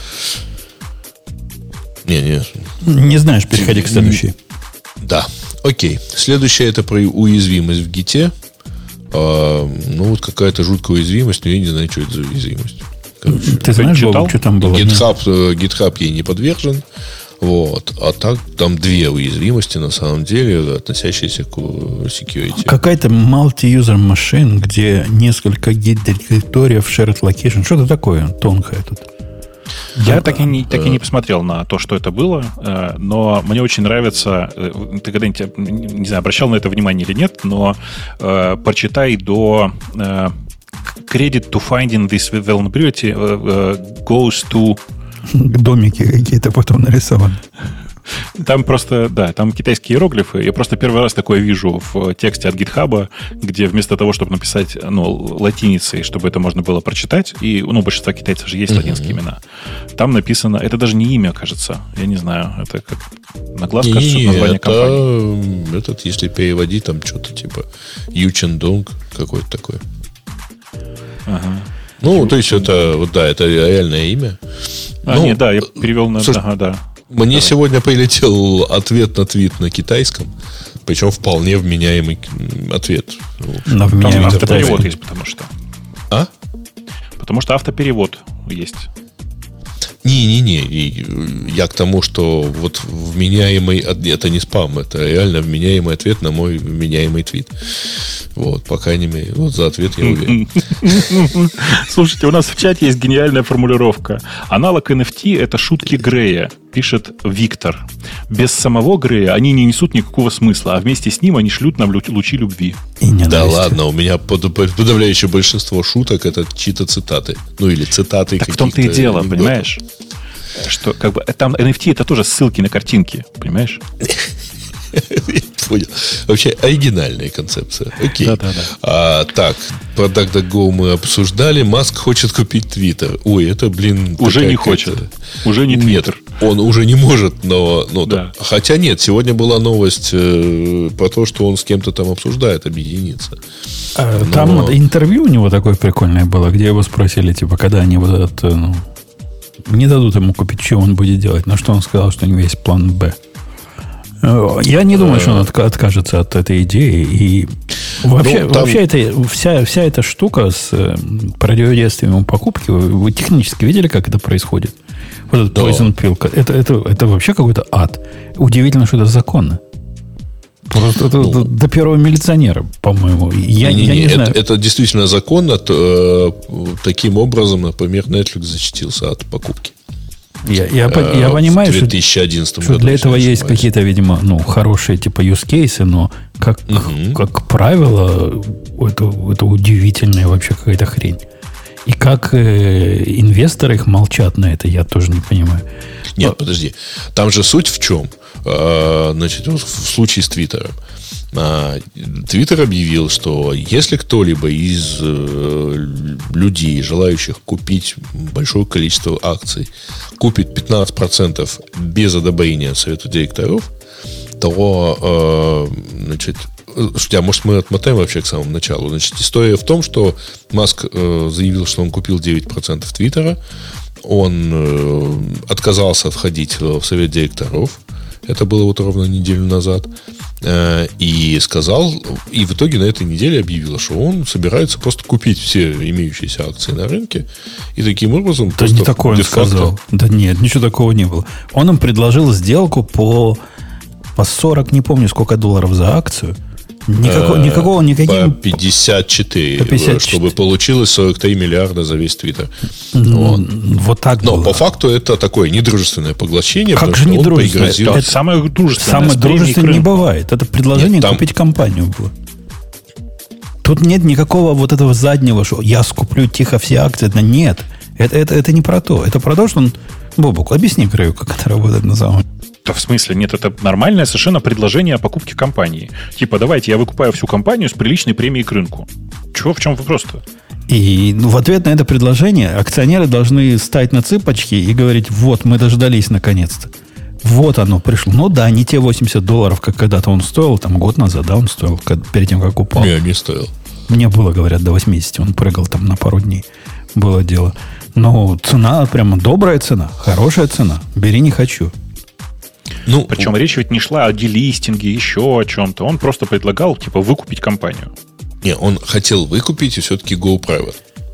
не-не. Не знаешь, переходи к следующей. Да, окей. Следующая это про уязвимость в гите. А, ну, вот какая-то жуткая уязвимость, но я не знаю, что это за уязвимость. Короче, ты знаешь, Боб, что там было? GitHub, GitHub ей не подвержен. Вот. А так там две уязвимости, на самом деле, относящиеся к security. Какая-то multi-user machine, где несколько гид-директориев, shared location. Что-то такое тонкое тут. Я да, так, и не, так и не посмотрел на то, что это было, но мне очень нравится, ты когда-нибудь, не знаю, обращал на это внимание или нет, но э, прочитай до э, credit to finding this vulnerability э, goes to... Домики какие-то потом нарисованы. Там просто, да, там китайские иероглифы. Я просто первый раз такое вижу в тексте от GitHub, где вместо того, чтобы написать, ну, латиницей, чтобы это можно было прочитать, и, ну, у большинства китайцев же есть uh-huh. латинские имена, там написано, это даже не имя, кажется, я не знаю, это как на глаз не, кажется, название это, компании. Этот, если переводить, там что-то типа Ючендонг какое-то такое. Ага. Ну, то есть это, вот да, это реальное имя. А, ну, нет, да, я перевел на... Слушай, ага, да. Мне да. сегодня прилетел ответ на твит на китайском, причем вполне вменяемый ответ. На вменяемый автоперевод есть, потому что. А? Потому что автоперевод есть. Не-не-не, я к тому, что вот вменяемый, это не спам, это реально вменяемый ответ на мой вменяемый твит. Вот, по крайней мере, вот за ответ я уверен. Слушайте, у нас в чате есть гениальная формулировка. Аналог эн эф ти — это шутки Грея, пишет Виктор. Без самого Грея они не несут никакого смысла, а вместе с ним они шлют нам лучи любви. Да ладно, у меня подавляющее большинство шуток — это чьи-то цитаты. Ну или цитаты каких-то. Так в том-то и дело, понимаешь? Что как бы там эн эф ти — это тоже ссылки на картинки, понимаешь? Понял. Вообще оригинальная концепция. Окей. Да, да, да. А, так, про DuckDuckGo мы обсуждали. Маск хочет купить Твиттер. Ой, это, блин... Уже не хочет. Уже не Твиттер. Он уже не может, но... но да. Хотя нет, сегодня была новость э, про то, что он с кем-то там обсуждает объединиться. А, но... Там интервью у него такое прикольное было, где его спросили, типа, когда они вот этот... Ну, не дадут ему купить, что он будет делать. На что он сказал, что у него есть план «Б». Я не думаю, что он откажется от этой идеи. И вообще, ну, там... вообще это, вся, вся эта штука с противодействием покупки, вы технически видели, как это происходит? Вот этот да. Poison Pill, это, это, это вообще какой-то ад. Удивительно, что это законно. Просто это, ну, это до первого милиционера, по-моему. Я не, я не, не знаю. Это, это действительно законно. То, э, таким образом, например, Netflix защитился от покупки. Я, я, э, я понимаю, в две тысячи одиннадцатом что году. Для этого есть какие-то, видимо, ну, хорошие типа use cases, но как, угу. как правило, это, это удивительная вообще какая-то хрень. И как э, инвесторы их молчат на это, я тоже не понимаю. Нет, а, подожди. Там же суть в чем? А, значит, в случае с Твиттером. Твиттер объявил, что если кто-либо из э, людей, желающих купить большое количество акций, купит пятнадцать процентов без одобрения совета директоров, то, э, значит, а может мы отмотаем вообще к самому началу. Значит, история в том, что Маск э, заявил, что он купил девять процентов Твиттера, он э, отказался входить в совет директоров. Это было вот ровно неделю назад. И сказал, и в итоге на этой неделе объявил, что он собирается просто купить все имеющиеся акции на рынке. И таким образом... Да не такое он сказал. Да нет, ничего такого не было. Он им предложил сделку по, по сорок, не помню сколько долларов за акцию. Никакого, никакого, никаким... По пятьдесят четыре, по пятьдесят четыре, чтобы получилось сорок три миллиарда за весь Твиттер. Ну, вот. вот так Но было. по факту это такое недружественное поглощение. Как же недружественное? Пригрозил... Это самое дружественное. Самое дружественное не бывает. Это предложение Нет, там... купить компанию было. Тут нет никакого вот этого заднего, что я скуплю тихо все акции. Да нет. Это, это, это не про то. Это про то, что он... Бобок, объясни Грею, как это работает на самом деле. Да в смысле? Нет, это нормальное совершенно предложение о покупке компании. Типа, давайте, я выкупаю всю компанию с приличной премией к рынку. Чего, в чем вопрос-то? И ну, в ответ на это предложение акционеры должны стать на цыпочки и говорить, вот, мы дождались наконец-то. Вот оно пришло. Ну да, не те восемьдесят долларов, как когда-то он стоил, там год назад, да, он стоил, перед тем, как упал. Не, не стоил. Мне было, говорят, до восьмидесяти, он прыгал там на пару дней. Было дело. Но цена, прямо добрая цена, хорошая цена. Бери, не хочу. Ну, причем речь ведь не шла о делистинге, еще о чем-то. Он просто предлагал, типа, выкупить компанию. Не, он хотел выкупить и все-таки go private.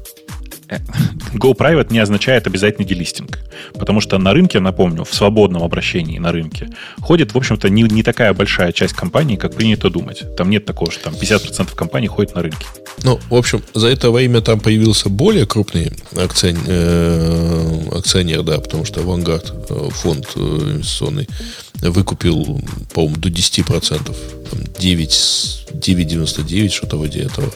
Go private не означает обязательно делистинг. Потому что на рынке, напомню, в свободном обращении на рынке ходит, в общем-то, не, не такая большая часть компаний, как принято думать. Там нет такого, что там пятьдесят процентов компаний ходит на рынке. Ну, в общем, за это время там появился более крупный акционер, э, акционер, да, потому что Vanguard, фонд инвестиционный, выкупил, по-моему, до десяти процентов, там девять целых девяносто девять, что-то вроде этого,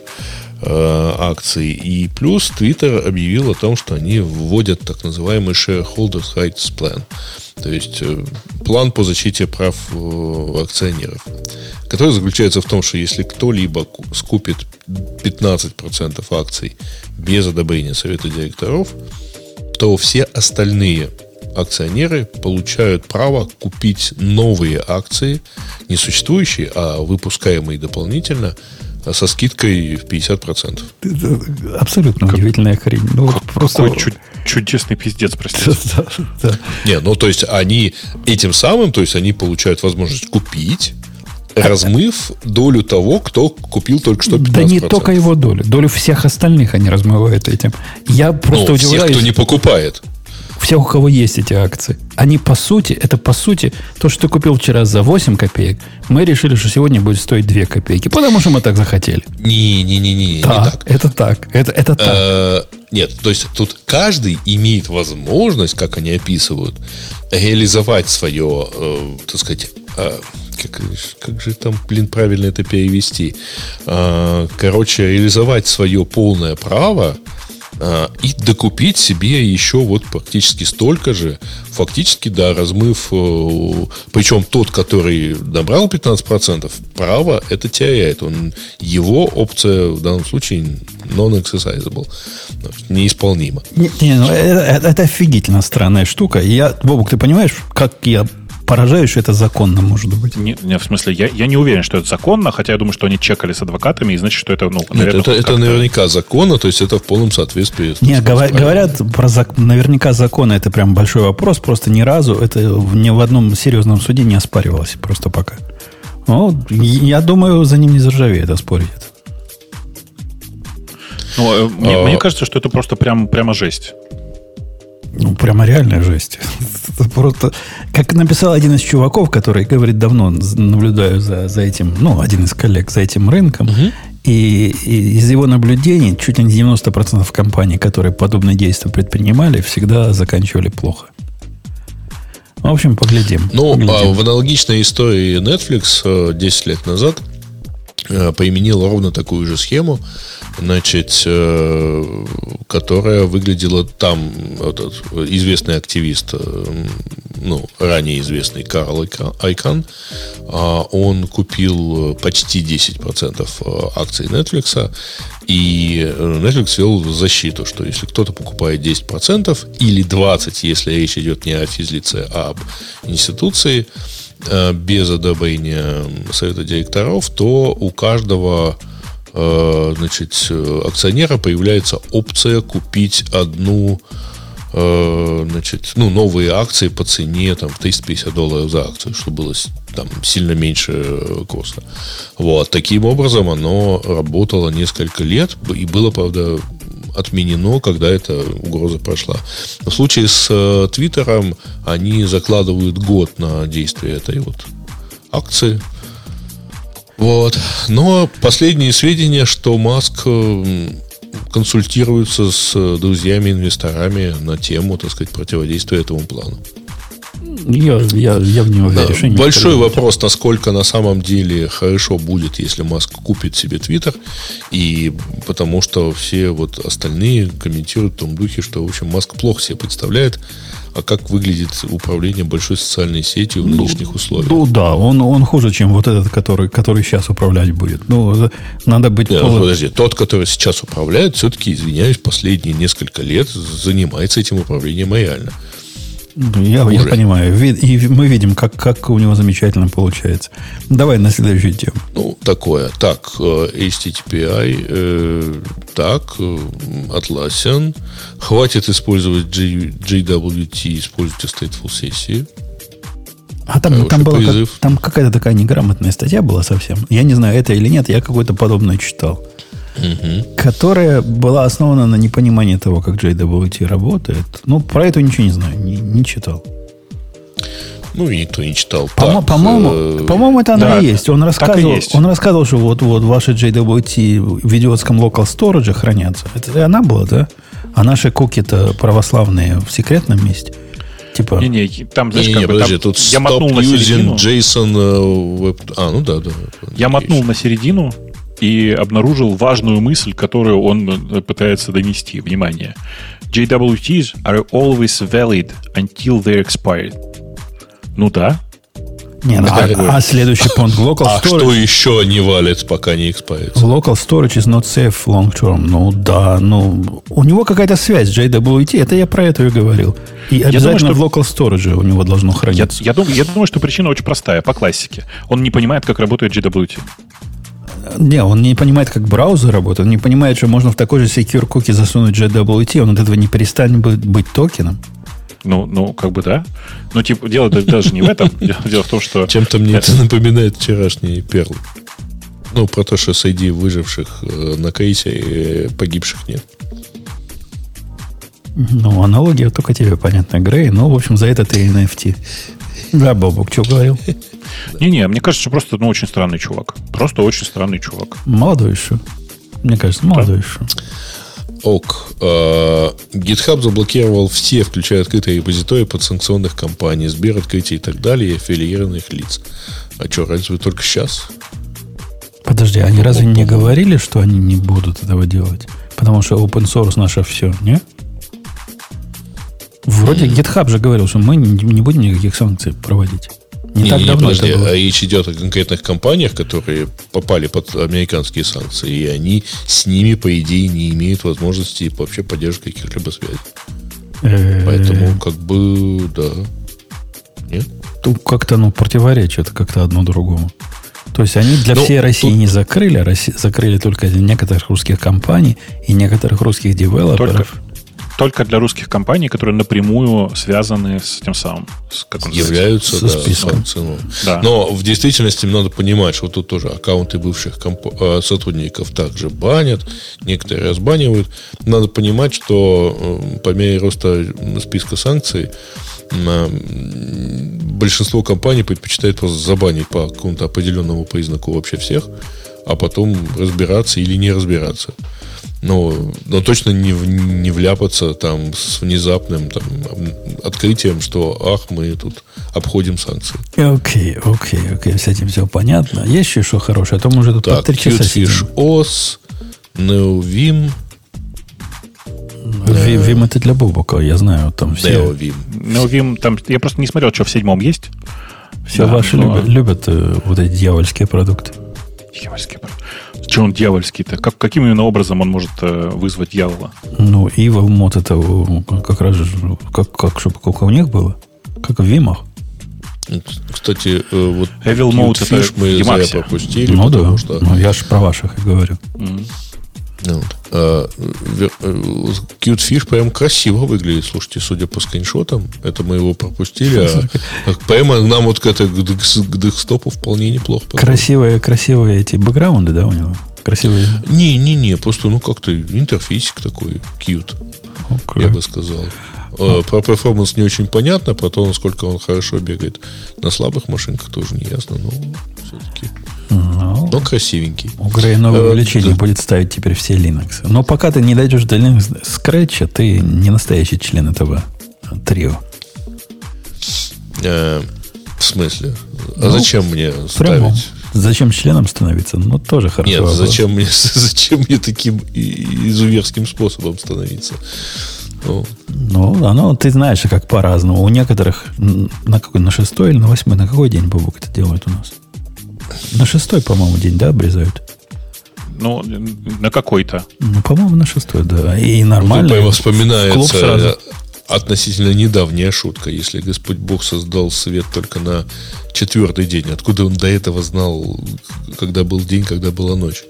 э, акций. И плюс Twitter объявил о том, что они вводят так называемый Shareholders Rights Plan, то есть э, план по защите прав э, акционеров, который заключается в том, что если кто-либо скупит пятнадцать процентов акций без одобрения совета директоров, то все остальные акционеры получают право купить новые акции, не существующие, а выпускаемые дополнительно, со скидкой в пятьдесят процентов. Абсолютно как, удивительная хрень. Ну, как, просто... Какой чуд, чудесный пиздец, простите. Да, да. Не, ну то есть они этим самым, то есть они получают возможность купить, размыв долю того, кто купил только что пятнадцать процентов. Да не только его долю. Долю всех остальных они размывают этим. Я просто ну, удивляюсь. Всех, кто не покупает. Всех, у кого есть эти акции. Они по сути, это по сути, то, что ты купил вчера за восемь копеек, мы решили, что сегодня будет стоить две копейки, потому что мы так захотели. Не-не-не-не, да, не так. Это так. Это, это так. Э-э- нет, то есть тут каждый имеет возможность, как они описывают, реализовать свое, э, так сказать, э, как, как же там, блин, правильно это перевести? Э, короче, реализовать свое полное право и докупить себе еще вот практически столько же, фактически, да, размыв, причем тот, который набрал пятнадцать процентов, право это теряет. Он, его опция в данном случае non-exercisable, неисполнима. Не, не, ну, это, это офигительно странная штука. Я, Бобук, ты понимаешь, как я поражаюсь, что это законно может быть? Не, не в смысле, я, я не уверен, что это законно, хотя я думаю, что они чекали с адвокатами, и значит, что это, ну, наверное... Нет, это, это наверняка законно, то есть это в полном соответствии с... Нет, говор, говорят про зак, наверняка законно, это прям большой вопрос, просто ни разу это ни в одном серьезном суде не оспаривалось, просто пока. Ну, я думаю, за ним не заржавеет оспорить это. Ну, мне, а... мне кажется, что это просто прям, прямо жесть. Ну, прямо реальная жесть. Это просто, как написал один из чуваков, который, говорит, давно наблюдаю за, за этим, ну, один из коллег за этим рынком, угу. и, и из его наблюдений чуть ли не девяносто процентов компаний, которые подобные действия предпринимали, всегда заканчивали плохо. В общем, поглядим. Ну, поглядим. А в аналогичной истории Netflix десять лет назад применил ровно такую же схему, значит, которая выглядела там, этот известный активист, ну, ранее известный Карл Айкан, он купил почти десять процентов акций Netflix, и Netflix вел защиту, что если кто-то покупает десять процентов или двадцать процентов, если речь идет не о физлице, а об институции, без одобрения совета директоров, то у каждого, значит, акционера появляется опция купить одну, значит, ну, новые акции по цене там, в триста пятьдесят долларов за акцию, что было там сильно меньше курса. Вот. Таким образом оно работало несколько лет и было, правда, отменено, когда эта угроза прошла. В случае с Твиттером они закладывают год на действие этой вот акции. Вот. Но последние сведения, что Маск консультируется с друзьями-инвесторами на тему, так сказать, противодействия этому плану. Я, я, я в него верю. Да. Большой вопрос, насколько на самом деле хорошо будет, если Маск купит себе Твиттер, и потому что все вот остальные комментируют в том духе, что, в общем, Маск плохо себе представляет, а как выглядит управление большой социальной сетью в ну, нынешних условиях. Ну да, он, он хуже, чем вот этот, который, который сейчас управлять будет. Ну, надо быть... Нет, пол... подожди, тот, который сейчас управляет, все-таки, извиняюсь, последние несколько лет занимается этим управлением реально. Я, я понимаю. И мы видим, как, как у него замечательно получается. Давай на следующую тему. Ну, такое. Так, эйч ти ти пи ай. Э, так, Atlassian. Хватит использовать джей дабл ю ти, используйте stateful сессии. А там, там, была как, там какая-то такая неграмотная статья была совсем. Я не знаю, это или нет, я какое-то подобное читал. Угу. Которая была основана на непонимании того, как джей дабл ю ти работает. Ну, про это ничего не знаю, не, не читал. Ну, и никто не читал. По- по-моему, э- по-моему, это она да, и есть. Он рассказывал, есть. Он рассказывал, что вот, вот ваши джей дабл ю ти в идиотском local storage хранятся. Это и она была, да? А наши куки-то православные в секретном месте. Типа... Не-не, там, знаешь, не, как не, бы, подожди, там, тут я мотнул на середину. JSON, Web... А, ну да, да. Я мотнул на середину и обнаружил важную мысль, которую он пытается донести. Внимание. джей дабл ю тис are always valid until they're expired. Ну да. Не, ну, а, а следующий пункт. Local а storage. Что еще не валит, пока не экспайрится? Local storage is not safe long term. Ну да, ну у него какая-то связь с джей дабл ю ти. Это я про это и говорил. И обязательно думаю, что... в local storage у него должно храниться. Я, я, думаю, я думаю, что причина очень простая, по классике. Он не понимает, как работает джей дабл ю ти. Не, он не понимает, как браузер работает. Он не понимает, что можно в такой же secure cookie засунуть джей дабл ю ти. Он от этого не перестанет быть, быть токеном. Ну, ну, как бы да. Но типа дело даже не в этом. Дело в том, что... Чем-то мне это напоминает вчерашний перл. Ну, про то, что среди выживших на кейсе погибших нет. Ну, аналогия только тебе понятна, Грей. Ну, в общем, за это ты эн эф ти. Да, Бобук, что говорил? Не-не, мне кажется, что просто ну, очень странный чувак. Просто очень странный чувак. Молодой еще. Мне кажется, молодой еще. Ок. GitHub заблокировал все, включая открытые репозитории подсанкционных компаний, Сбер, открытие и так далее, и аффилированных лиц. А что, разве только сейчас? Подожди, они разве не говорили, что они не будут этого делать? Потому что open source наше все, не? Вроде GitHub же говорил, что мы не будем никаких санкций проводить. Не, не так не, давно подожди, это было. А речь идет о конкретных компаниях, которые попали под американские санкции, и они с ними, по идее, не имеют возможности вообще поддержки каких-либо связей. Поэтому, как бы, да. Нет? Тут как-то, ну, противоречит как-то одно другому. То есть они для ну, всей России тут... не закрыли, Россия, закрыли только для некоторых русских компаний и некоторых русских девелоперов. Только... Только для русских компаний, которые напрямую связаны с тем самым. С, как он являются со да, списком. Да. Но в действительности надо понимать, что тут тоже аккаунты бывших комп- сотрудников также банят, некоторые разбанивают. Надо понимать, что по мере роста списка санкций большинство компаний предпочитает просто забанить по какому-то определенному признаку вообще всех, а потом разбираться или не разбираться. Но, но точно не, не вляпаться там с внезапным там, открытием, что ах, мы тут обходим санкции. Окей, окей, окей, с этим все понятно. Есть еще что хорошее, а то мы уже тут так, по три часа сидим. Qtfish о эс, NeoVim. Vim это для Бобука, я знаю, там все. NeoVim. NeoVim, там, я просто не смотрел, что в седьмом есть. Все да, ваши но... любят, любят э, вот эти дьявольские продукты. Дьявольский продукт. Что он дьявольский-то? Как, каким именно образом он может э, вызвать дьявола? Ну, Evil Mode это как раз как, как, чтобы как у них было, как в Вимах. Кстати, вот Evil Mode Qtfish мы зря пропустили, ну потому да. что... Ну, я же про ваших и говорю. Mm-hmm. Вот. А, Qtfish прям красиво выглядит. Слушайте, судя по скриншотам, это мы его пропустили, а прямо нам вот к, этой, к десктопу вполне неплохо. Красивые, красивые эти бэкграунды, да, у него? Красивые. Не-не-не, просто ну как-то интерфейсик такой cute, okay. я бы сказал. А, про перформанс не очень понятно, про то, насколько он хорошо бегает на слабых машинках, тоже не ясно, но все-таки... Ну, но красивенький. У Грея новое а, увлечение да. будет ставить теперь все Linux. Но пока ты не дойдешь до Linux Scratch, ты не настоящий член этого трио. А, в смысле? А ну, зачем мне прямо. ставить? Зачем членом становиться? Ну, тоже хорошо. Нет, зачем мне, зачем мне таким изуверским способом становиться? Ну, ну, оно, ты знаешь, как по-разному. У некоторых на какой, на шестой или на восьмой, на какой день, Бобук, это делают у нас? На шестой, по-моему, день, да, обрезают? Ну, на какой-то. Ну, по-моему, на шестой, да. И нормально. Ну, вспоминается относительно недавняя шутка. Если Господь Бог создал свет только на четвертый день, откуда он до этого знал, когда был день, когда была ночь?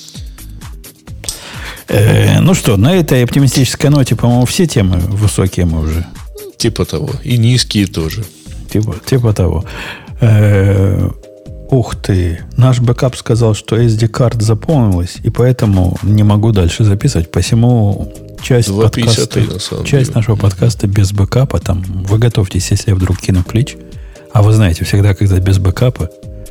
Э, ну что, на этой оптимистической ноте, по-моему, все темы высокие мы уже. Типа того. И низкие тоже. Типа, типа того. Э, ух ты. Наш бэкап сказал, что эс ди-карт заполнилась, и поэтому не могу дальше записывать. Посему часть, подкаста, часть деле. нашего подкаста без бэкапа. Там, вы готовьтесь, если я вдруг кину клич. А вы знаете, всегда, когда без бэкапа,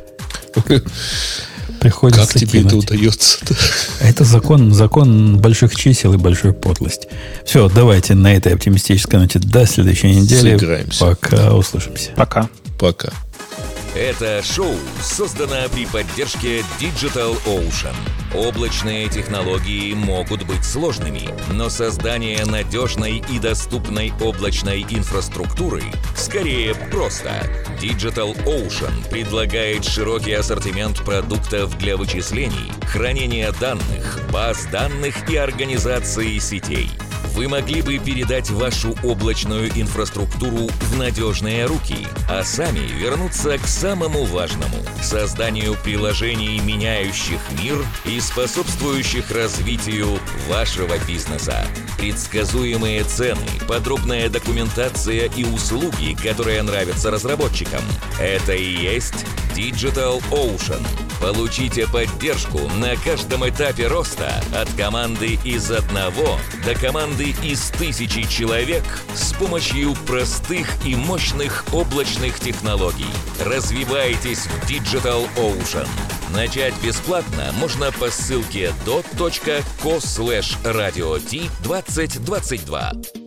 приходится Как тебе кинуть. это удается? Это закон, закон больших чисел и большой подлости. Все, давайте на этой оптимистической ноте до следующей недели. Сыграемся. Пока, услышимся. Пока. Пока. Это шоу создано при поддержке Digital Ocean. Облачные технологии могут быть сложными, но создание надежной и доступной облачной инфраструктуры скорее просто. Digital Ocean предлагает широкий ассортимент продуктов для вычислений, хранения данных, баз данных и организации сетей. Вы могли бы передать вашу облачную инфраструктуру в надежные руки, а сами вернуться к самому важному – созданию приложений, меняющих мир и способствующих развитию вашего бизнеса. Предсказуемые цены, подробная документация и услуги, которые нравятся разработчикам – это и есть Digital Ocean. Получите поддержку на каждом этапе роста от команды из одного до команды из тысячи человек с помощью простых и мощных облачных технологий. Развивайтесь в Digital Ocean. Начать бесплатно можно по ссылке dot точка co слэш radio t двадцать двадцать два.